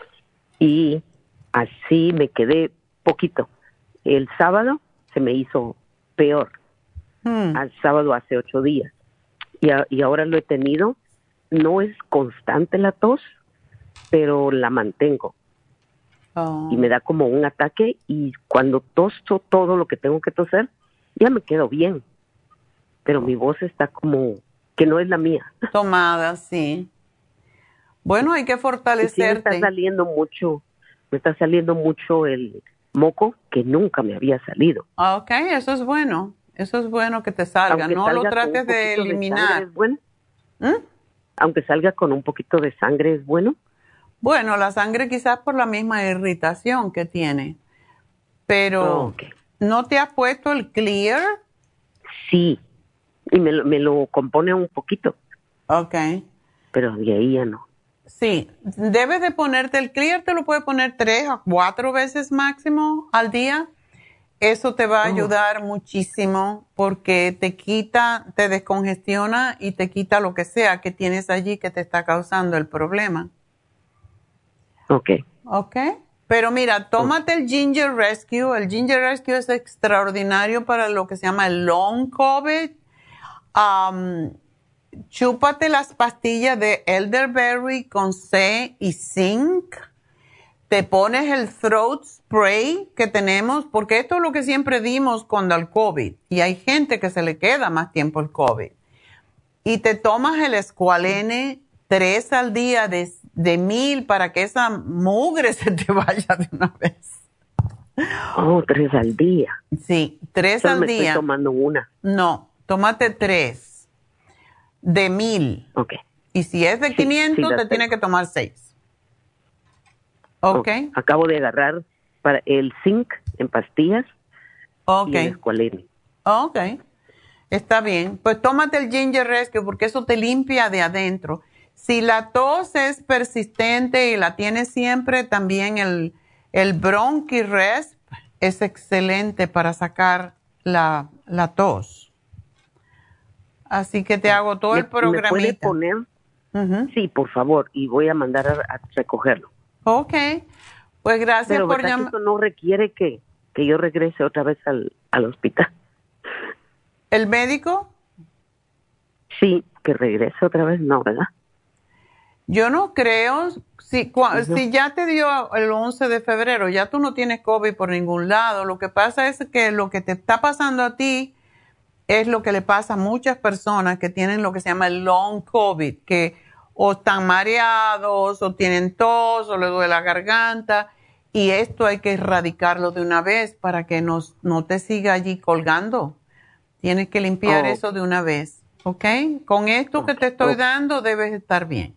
Y así me quedé poquito. El sábado se me hizo peor. Hmm. Al sábado hace ocho días. Y, a- y ahora lo he tenido. No es constante la tos, pero la mantengo. Oh. Y me da como un ataque y cuando toso todo lo que tengo que toser, ya me quedo bien. Pero mi voz está como que no es la mía. Tomada, sí. Bueno, hay que Y sí me fortalecerte. está saliendo mucho, me está saliendo mucho el moco que nunca me había salido. Ah, ok, eso es bueno. Eso es bueno que te salga. Aunque No salga lo con trates un de poquito eliminar. sangre, ¿es bueno? ¿Mm? Aunque salga con un poquito de sangre, ¿es bueno? Bueno, la sangre quizás por la misma irritación que tiene. Pero, Oh, ok. ¿no te has puesto el Clear? Sí, y me, lo- me lo compone un poquito, Ok. pero de ahí ya no. Sí, debes de ponerte el Clear, te lo puedes poner tres a cuatro veces máximo al día. Eso te va a Oh. ayudar muchísimo porque te quita, te descongestiona y te quita lo que sea que tienes allí que te está causando el problema. Ok. ¿Ok? Pero mira, tómate el Ginger Rescue. El Ginger Rescue es extraordinario para lo que se llama el Long COVID. Um, chúpate las pastillas de elderberry con C y zinc. Te pones el throat spray que tenemos, porque esto es lo que siempre dimos cuando el COVID. Y hay gente que se le queda más tiempo el COVID. Y te tomas el Esqualene tres al día de, de mil para que esa mugre se te vaya de una vez. Oh, tres al día. Sí, tres Solo al me día. estoy tomando una. No, tómate tres de mil. Ok. Y si es de Sí, quinientos, sí, las te tiene tengo. que tomar seis. ¿Ok? Acabo de agarrar para el zinc en pastillas Ok. y el Esqualene. Ok. Está bien. Pues tómate el Ginger Rescue porque eso te limpia de adentro. Si la tos es persistente y la tienes siempre, también el, el Bronchi Resp es excelente para sacar la, la tos. Así que te hago todo el programita. ¿Me puede poner? Uh-huh. Sí, por favor, y voy a mandar a, a recogerlo. Ok, pues gracias Pero por llamar. Eso no requiere que, que yo regrese otra vez al, al hospital. ¿El médico? Sí, que regrese otra vez, no, ¿verdad? Yo no creo, si, uh-huh. si ya te dio el once de febrero, ya tú no tienes COVID por ningún lado. Lo que pasa es que lo que te está pasando a ti es lo que le pasa a muchas personas que tienen lo que se llama el long COVID, que o están mareados, o tienen tos, o les duele la garganta, y esto hay que erradicarlo de una vez para que nos, no te siga allí colgando. Tienes que limpiar oh. eso de una vez, ¿ok? Con esto que te estoy oh. dando debes estar bien.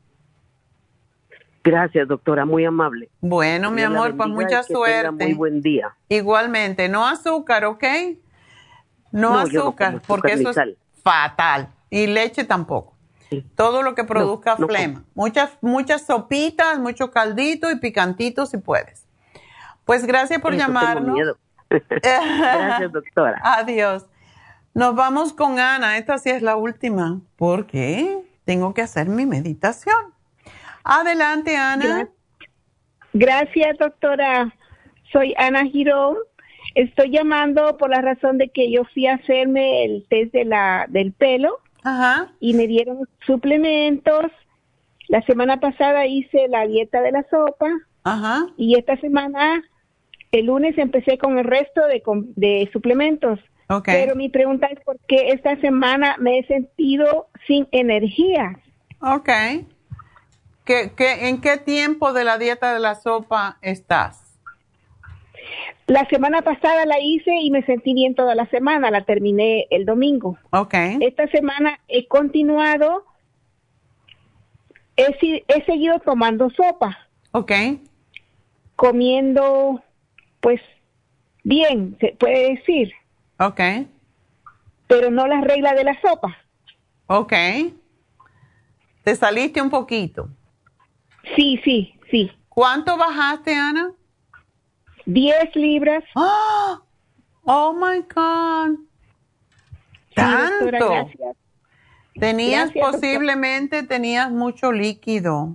Gracias, doctora, muy amable. Bueno, mi amor, pues mucha suerte. Muy buen día. Igualmente, no azúcar, ¿ok? No, no azúcar, no porque eso es fatal. Y leche tampoco. Sí. Todo lo que produzca no, no flema. Como. Muchas, muchas sopitas, mucho caldito y picantito si puedes. Pues gracias por eso llamarnos. Tengo miedo. Gracias, doctora. Adiós. Nos vamos con Ana. Esta sí es la última, porque tengo que hacer mi meditación. Adelante, Ana. Gracias, doctora. Soy Ana Girón. Estoy llamando por la razón de que yo fui a hacerme el test de la del pelo. Ajá. Y me dieron suplementos. La semana pasada hice la dieta de la sopa. Ajá. Y esta semana, el lunes, empecé con el resto de, de suplementos. Okay. Pero mi pregunta es por qué esta semana me he sentido sin energía. Ok. ¿Qué, qué, ¿En qué tiempo de la dieta de la sopa estás? La semana pasada la hice y me sentí bien toda la semana. La terminé el domingo. Ok. Esta semana he continuado. He, he seguido tomando sopa. Ok. Comiendo, pues, bien, se puede decir. Ok. Pero no las reglas de la sopa. Ok. ¿Te saliste un poquito? Sí, sí, sí. ¿Cuánto bajaste, Ana? Diez libras. ¡Oh! Oh, my God. ¿Tanto? Sí, doctora, gracias. Tenías Gracias, posiblemente, doctora. Tenías mucho líquido.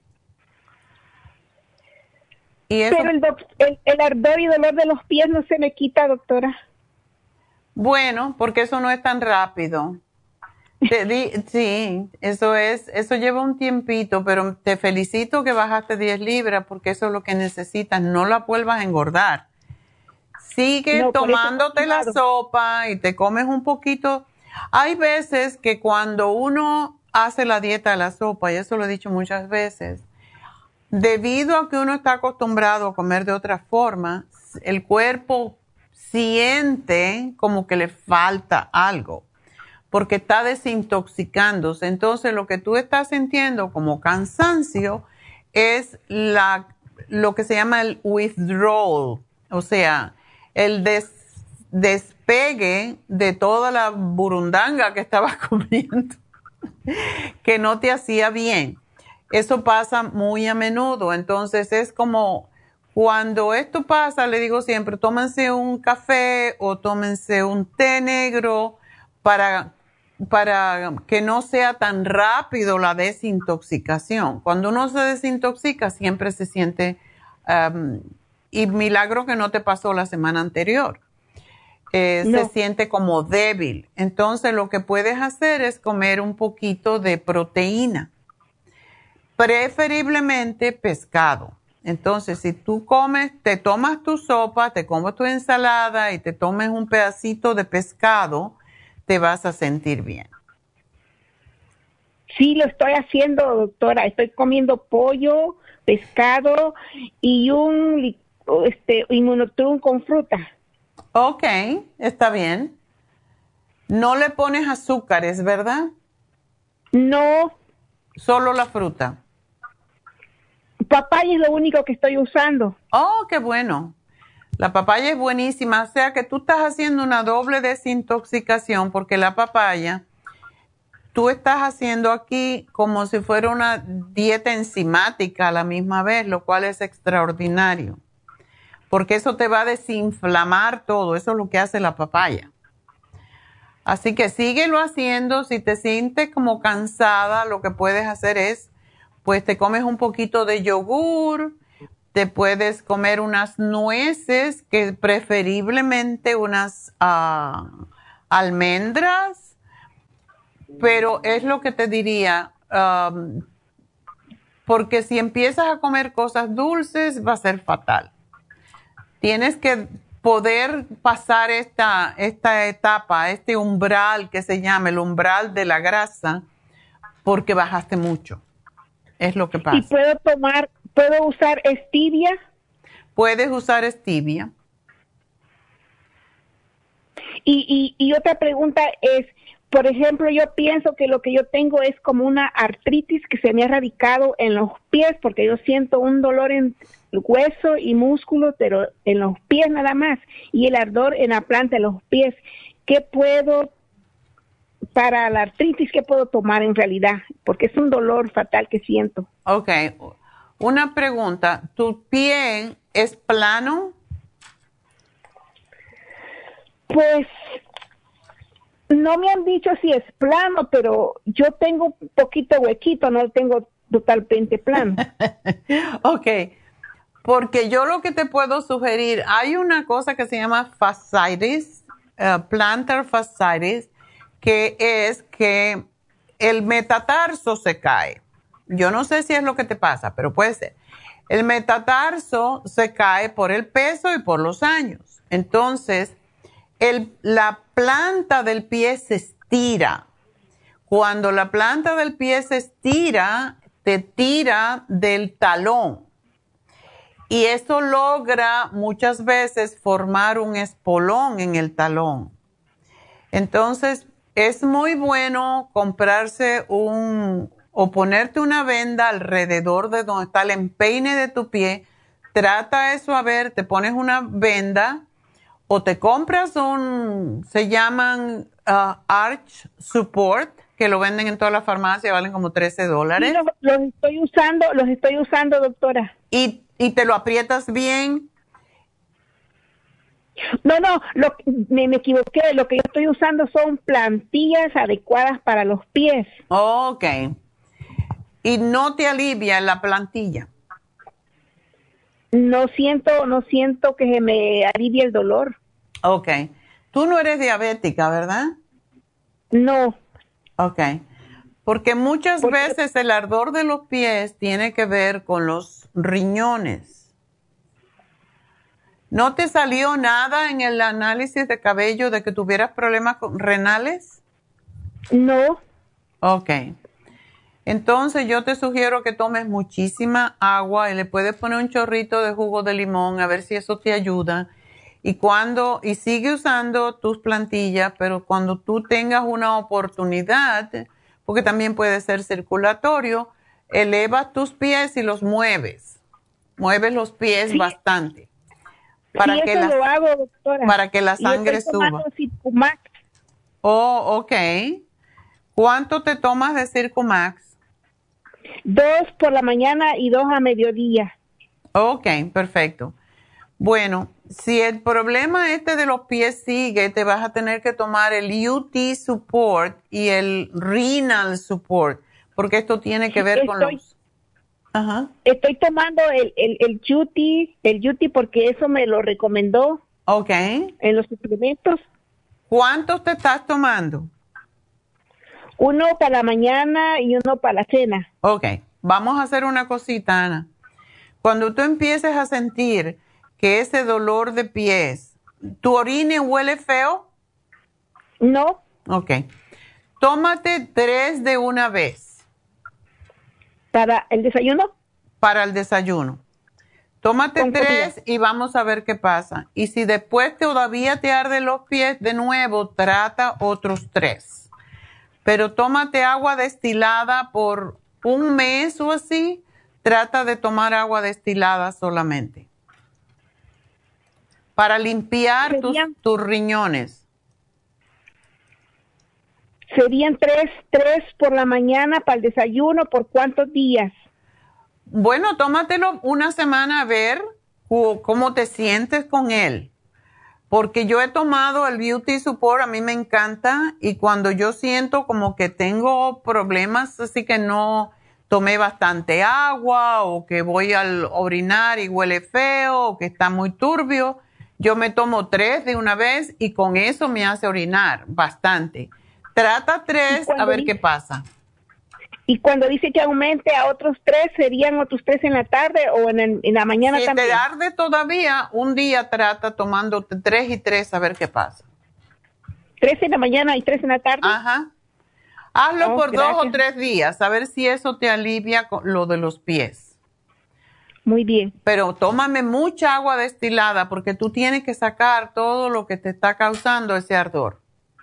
¿Y eso? Pero el, el, el ardor y dolor de los pies no se me quita, doctora. Bueno, porque eso no es tan rápido. Te di, sí, eso es, eso lleva un tiempito, pero te felicito que bajaste diez libras porque eso es lo que necesitas. No la vuelvas a engordar. Sigue no, tomándote la sopa y te comes un poquito. Hay veces que cuando uno hace la dieta de la sopa, y eso lo he dicho muchas veces, debido a que uno está acostumbrado a comer de otra forma, el cuerpo siente como que le falta algo, porque está desintoxicándose. Entonces, lo que tú estás sintiendo como cansancio es la, lo que se llama el withdrawal, o sea, el des, despegue de toda la burundanga que estabas comiendo, que no te hacía bien. Eso pasa muy a menudo. Entonces, es como cuando esto pasa, le digo siempre, tómense un café o tómense un té negro para, para que no sea tan rápido la desintoxicación. Cuando uno se desintoxica, siempre se siente, um, y milagro que no te pasó la semana anterior, eh, no. se siente como débil. Entonces, lo que puedes hacer es comer un poquito de proteína, preferiblemente pescado. Entonces, si tú comes, te tomas tu sopa, te comes tu ensalada y te tomes un pedacito de pescado, te vas a sentir bien. Sí, lo estoy haciendo, doctora. Estoy comiendo pollo, pescado y un este, inmunotrum con fruta. Ok, está bien. No le pones azúcares, ¿verdad? No. Solo la fruta. Papaya es lo único que estoy usando. Oh, qué bueno. La papaya es buenísima. O sea que tú estás haciendo una doble desintoxicación porque la papaya, tú estás haciendo aquí como si fuera una dieta enzimática a la misma vez, lo cual es extraordinario. Porque eso te va a desinflamar todo. Eso es lo que hace la papaya. Así que síguelo haciendo. Si te sientes como cansada, lo que puedes hacer es, pues te comes un poquito de yogur, te puedes comer unas nueces, que preferiblemente unas uh, almendras, pero es lo que te diría, um, porque si empiezas a comer cosas dulces va a ser fatal. Tienes que poder pasar esta, esta etapa, este umbral que se llama el umbral de la grasa, porque bajaste mucho. Es lo que pasa. ¿Y puedo tomar, puedo usar stevia? Puedes usar stevia. Y, y, y otra pregunta es, por ejemplo, yo pienso que lo que yo tengo es como una artritis que se me ha radicado en los pies, porque yo siento un dolor en hueso y músculo, pero en los pies nada más, y el ardor en la planta de los pies. ¿Qué puedo, para la artritis, qué puedo tomar en realidad? Porque es un dolor fatal que siento. Ok, una pregunta, ¿tu pie es plano? Pues no me han dicho si es plano, pero yo tengo un poquito huequito, no lo tengo totalmente plano. Ok, porque yo lo que te puedo sugerir, hay una cosa que se llama fasciitis, uh, plantar fasciitis, que es que el metatarso se cae. Yo no sé si es lo que te pasa, pero puede ser. El metatarso se cae por el peso y por los años. Entonces, el, la planta del pie se estira. Cuando la planta del pie se estira, te tira del talón. Y eso logra muchas veces formar un espolón en el talón. Entonces, es muy bueno comprarse un o ponerte una venda alrededor de donde está el empeine de tu pie. Trata eso a ver, te pones una venda o te compras un, se llaman uh, Arch Support, que lo venden en toda la farmacia, valen como trece dólares. Sí, los, los estoy usando, los estoy usando, doctora. Y, y te lo aprietas bien. No, no, lo, me, me equivoqué. Lo que yo estoy usando son plantillas adecuadas para los pies. Ok. ¿Y no te alivia la plantilla? No siento, no siento que se me alivie el dolor. Ok. Tú no eres diabética, ¿verdad? No. Ok. Porque muchas Porque veces el ardor de los pies tiene que ver con los riñones. ¿No te salió nada en el análisis de cabello de que tuvieras problemas renales? No. Ok. Entonces yo te sugiero que tomes muchísima agua y le puedes poner un chorrito de jugo de limón a ver si eso te ayuda. Y cuando, y sigue usando tus plantillas, pero cuando tú tengas una oportunidad, porque también puede ser circulatorio, elevas tus pies y los mueves. Mueves los pies sí. bastante. Para sí, que eso la, lo hago, doctora. Para que la sangre suba. Circumax. Oh, ok. ¿Cuánto te tomas de Circumax? Dos por la mañana y dos a mediodía. Ok, perfecto. Bueno, si el problema este de los pies sigue, te vas a tener que tomar el U T Support y el Renal Support, porque esto tiene que ver estoy, con los... Ajá. Estoy tomando el, el, el U T, el U T porque eso me lo recomendó. Ok. En los suplementos. ¿Cuántos te estás tomando? Uno para la mañana y uno para la cena. Ok, vamos a hacer una cosita, Ana. Cuando tú empieces a sentir que ese dolor de pies, ¿tu orina huele feo? No. Ok. Tómate tres de una vez. ¿Para el desayuno? Para el desayuno. Tómate tres comida. Y vamos a ver qué pasa. Y si después todavía te arden los pies de nuevo, trata otros tres. Pero tómate agua destilada por un mes o así. Trata de tomar agua destilada solamente. Para limpiar tus, tus riñones. Serían tres, tres por la mañana para el desayuno. ¿Por cuántos días? Bueno, tómatelo una semana a ver cómo te sientes con él. porque yo he tomado el Beauty Support, a mí me encanta, y cuando yo siento como que tengo problemas, así que no tomé bastante agua o que voy al orinar y huele feo o que está muy turbio, yo me tomo tres de una vez y con eso me hace orinar bastante. Trata tres a ver qué pasa. Y cuando dice que aumente a otros tres, ¿serían otros tres en la tarde o en, el, en la mañana si también? Si te arde todavía, un día trata tomando tres y tres a ver qué pasa. ¿Tres en la mañana y tres en la tarde? Ajá. Hazlo oh, por gracias. dos o tres días, a ver si eso te alivia con lo de los pies. Muy bien. Pero tómame mucha agua destilada porque tú tienes que sacar todo lo que te está causando ese ardor.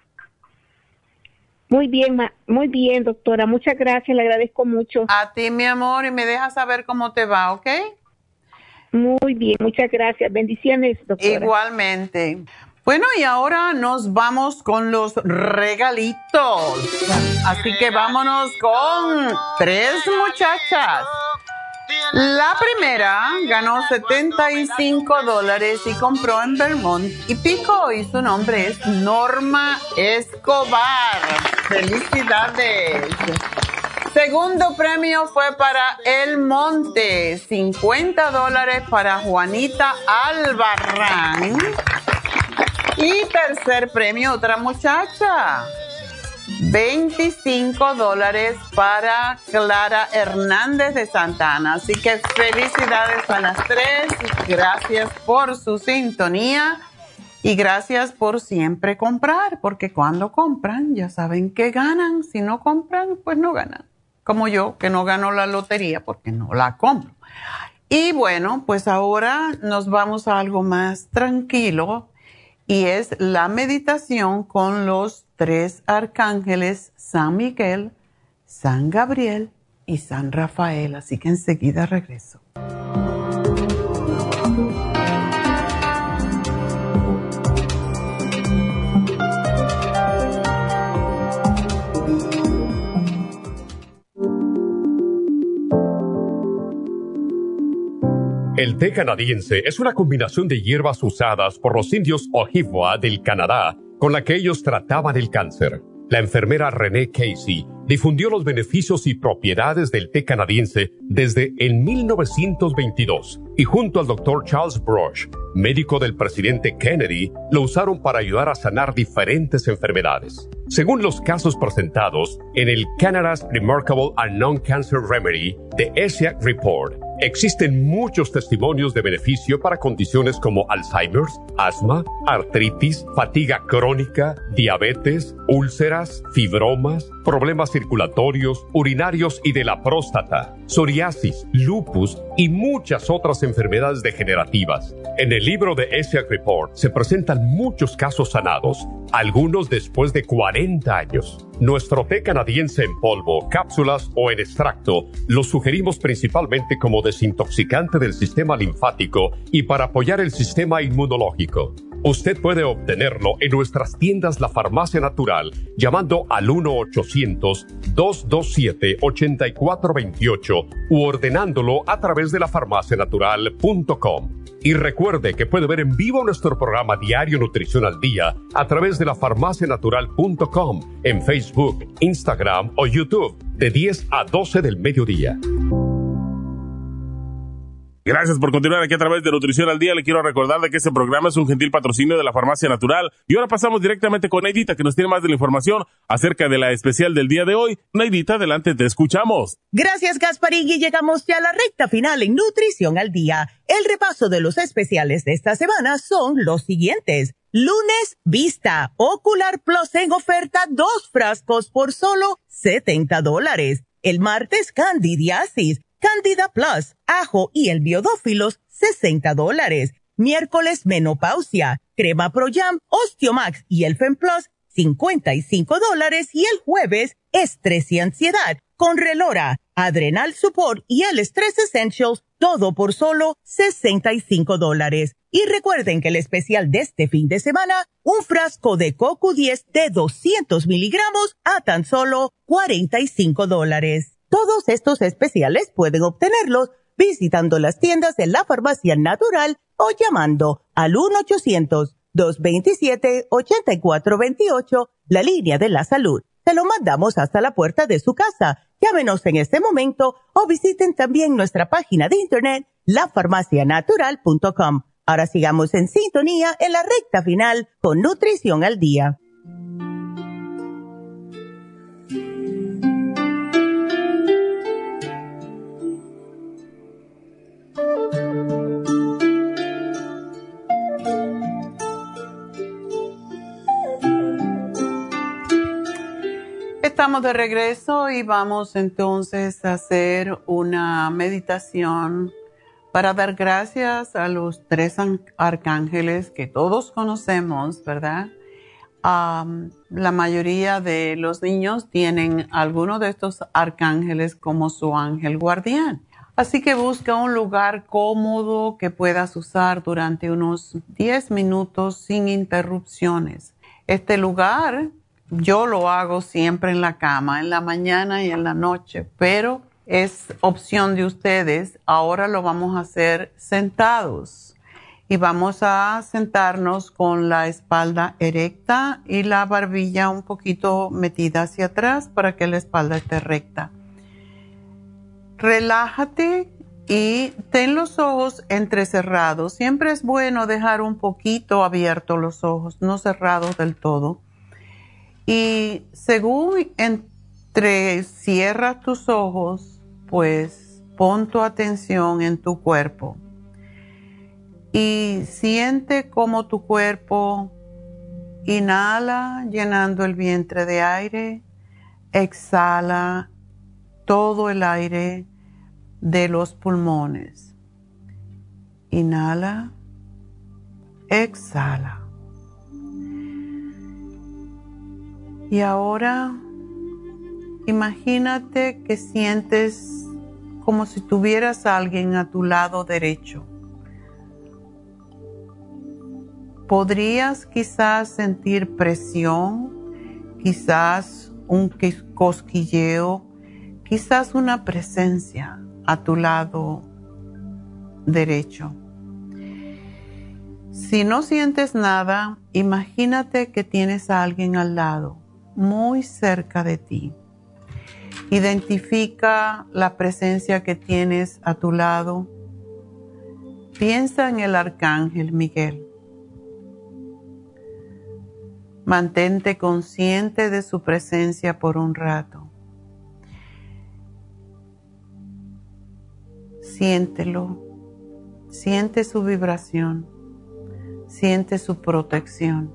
Muy bien, muy bien, doctora. Muchas gracias, le agradezco mucho. A ti, mi amor, y me dejas saber cómo te va, ¿ok? Muy bien, muchas gracias. Bendiciones, doctora. Igualmente. Bueno, y ahora nos vamos con los regalitos. Así que vámonos con tres muchachas. La primera ganó setenta y cinco dólares y compró en Vermont y Pico, y su nombre es Norma Escobar. ¡Felicidades! Segundo premio fue para El Monte, cincuenta dólares para Juanita Albarrán. Y tercer premio, otra muchacha, veinticinco dólares para Clara Hernández de Santa Ana. Así que felicidades a las tres, gracias por su sintonía y gracias por siempre comprar, porque cuando compran ya saben que ganan, si no compran pues no ganan, como yo que no gano la lotería porque no la compro. Y bueno, pues ahora nos vamos a algo más tranquilo y es la meditación con los tres arcángeles, San Miguel, San Gabriel y San Rafael. Así que enseguida regreso. El té canadiense es una combinación de hierbas usadas por los indios Ojibwa del Canadá con la que ellos trataban el cáncer. La enfermera Renee Casey difundió los beneficios y propiedades del té canadiense desde el mil novecientos veintidós y junto al doctor Charles Brush, médico del presidente Kennedy, lo usaron para ayudar a sanar diferentes enfermedades. Según los casos presentados en el Canada's Remarkable and Non-Cancer Remedy de E S I A C Report, existen muchos testimonios de beneficio para condiciones como Alzheimer's, asma, artritis, fatiga crónica, diabetes, úlceras, fibromas, problemas circulatorios, urinarios y de la próstata, psoriasis, lupus y muchas otras enfermedades degenerativas. En el libro de E S I A C Report se presentan muchos casos sanados, algunos después de cuarenta años. Nuestro té canadiense en polvo, cápsulas o en extracto lo sugerimos principalmente como desintoxicante del sistema linfático y para apoyar el sistema inmunológico. Usted puede obtenerlo en nuestras tiendas La Farmacia Natural llamando al uno ochocientos, dos dos siete, ocho cuatro dos ocho u ordenándolo a través de la farmacia natural punto com. Y recuerde que puede ver en vivo nuestro programa Diario Nutrición al Día a través de la farmacia natural punto com en Facebook, Instagram o YouTube de diez a doce del mediodía. Gracias por continuar aquí a través de Nutrición al Día. Le quiero recordar de que este programa es un gentil patrocinio de la Farmacia Natural. Y ahora pasamos directamente con Neidita, que nos tiene más de la información acerca de la especial del día de hoy. Neidita, adelante, te escuchamos. Gracias, Gasparín, y llegamos ya a la recta final en Nutrición al Día. El repaso de los especiales de esta semana son los siguientes. Lunes, Vista Ocular Plus en oferta, dos frascos por solo setenta dólares. El martes, Candidiasis, Candida Plus, Ajo y el Biodófilos, sesenta dólares. Miércoles, Menopausia, Crema Pro Jam, Osteomax y el Fem Plus, cincuenta y cinco dólares. Y el jueves, Estrés y Ansiedad, con Relora, Adrenal Support y el Stress Essentials, todo por solo sesenta y cinco dólares. Y recuerden que el especial de este fin de semana, un frasco de Coco diez de doscientos miligramos a tan solo cuarenta y cinco dólares. Todos estos especiales pueden obtenerlos visitando las tiendas de la Farmacia Natural o llamando al uno ochocientos, dos dos siete, ocho cuatro dos ocho, la línea de la salud. Se lo mandamos hasta la puerta de su casa. Llámenos en este momento o visiten también nuestra página de internet, la farmacia natural punto com. Ahora sigamos en sintonía en la recta final con Nutrición al Día. Estamos de regreso y vamos entonces a hacer una meditación para dar gracias a los tres arcángeles que todos conocemos, ¿verdad? Um, la mayoría de los niños tienen alguno de estos arcángeles como su ángel guardián. Así que busca un lugar cómodo que puedas usar durante unos diez minutos sin interrupciones. Este lugar yo lo hago siempre en la cama, en la mañana y en la noche, pero es opción de ustedes. Ahora lo vamos a hacer sentados y vamos a sentarnos con la espalda erecta y la barbilla un poquito metida hacia atrás para que la espalda esté recta. Relájate y ten los ojos entrecerrados. Siempre es bueno dejar un poquito abiertos los ojos, no cerrados del todo. Y según entre cierras tus ojos, pues pon tu atención en tu cuerpo y siente cómo tu cuerpo inhala llenando el vientre de aire, exhala todo el aire de los pulmones. Inhala, exhala. Y ahora imagínate que sientes como si tuvieras a alguien a tu lado derecho. Podrías quizás sentir presión, quizás un cosquilleo, quizás una presencia a tu lado derecho. Si no sientes nada, imagínate que tienes a alguien al lado, muy cerca de ti. Identifica la presencia que tienes a tu lado. Piensa en el arcángel Miguel. Mantente consciente de su presencia por un rato. Siéntelo, siente su vibración, siente su protección.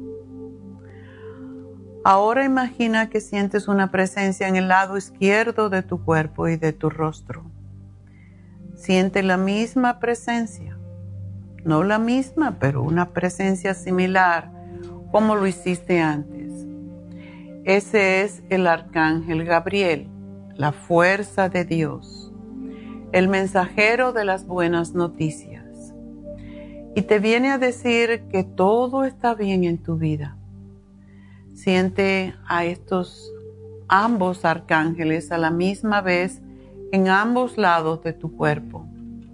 Ahora imagina que sientes una presencia en el lado izquierdo de tu cuerpo y de tu rostro. Siente la misma presencia, no la misma, pero una presencia similar como lo hiciste antes. Ese es el arcángel Gabriel, la fuerza de Dios, el mensajero de las buenas noticias. Y te viene a decir que todo está bien en tu vida. Siente a estos ambos arcángeles a la misma vez en ambos lados de tu cuerpo.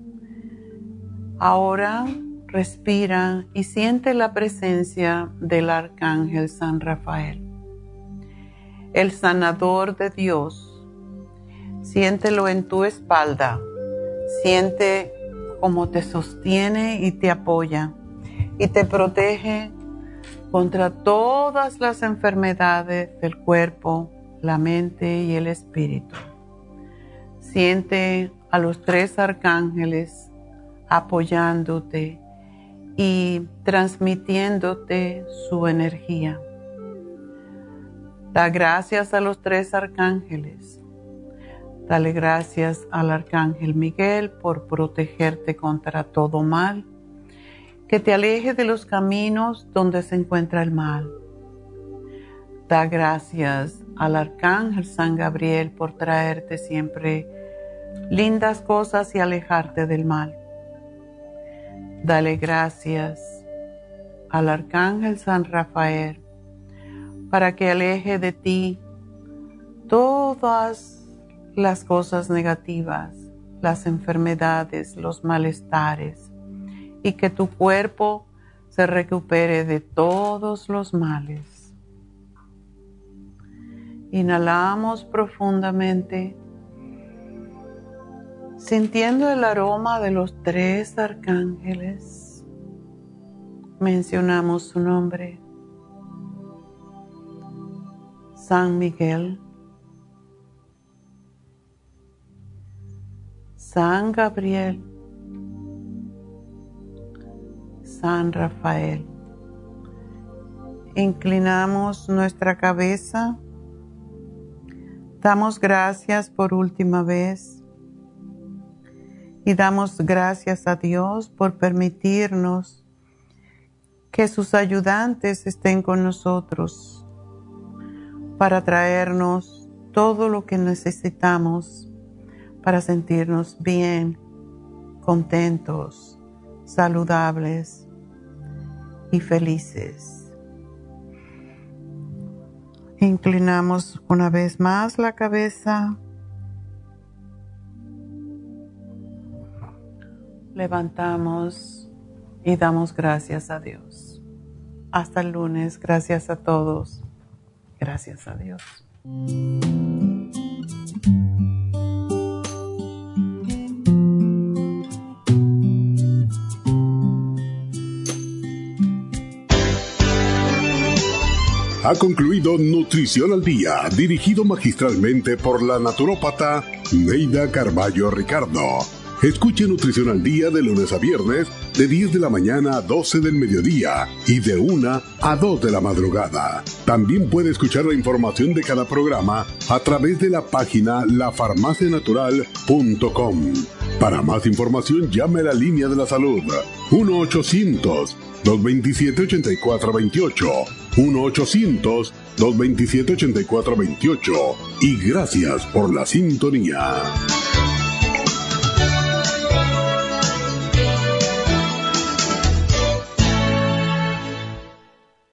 Ahora respira y siente la presencia del arcángel San Rafael, el sanador de Dios. Siéntelo en tu espalda. Siente cómo te sostiene y te apoya y te protege contra todas las enfermedades del cuerpo, la mente y el espíritu. Siente a los tres arcángeles apoyándote y transmitiéndote su energía. Da gracias a los tres arcángeles. Dale gracias al arcángel Miguel por protegerte contra todo mal, que te aleje de los caminos donde se encuentra el mal. Da gracias al arcángel San Gabriel por traerte siempre lindas cosas y alejarte del mal. Dale gracias al arcángel San Rafael para que aleje de ti todas las cosas negativas, las enfermedades, los malestares, y que tu cuerpo se recupere de todos los males. Inhalamos profundamente, sintiendo el aroma de los tres arcángeles. Mencionamos su nombre: San Miguel, San Gabriel, San Rafael. Inclinamos nuestra cabeza. Damos gracias por última vez. Y damos gracias a Dios por permitirnos que sus ayudantes estén con nosotros para traernos todo lo que necesitamos para sentirnos bien, contentos, saludables y felices. Inclinamos una vez más la cabeza. Levantamos y damos gracias a Dios. Hasta el lunes. Gracias a todos. Gracias a Dios. Ha concluido Nutrición al Día, dirigido magistralmente por la naturópata Neida Carballo Ricardo. Escuche Nutrición al Día de lunes a viernes de diez de la mañana a doce del mediodía y de una a dos de la madrugada. También puede escuchar la información de cada programa a través de la página la farmacia natural punto com. Para más información llame a la línea de la salud uno ochocientos, dos veintisiete, ochenta y cuatro veintiocho, uno ochocientos, dos veintisiete, ochenta y cuatro veintiocho y gracias por la sintonía.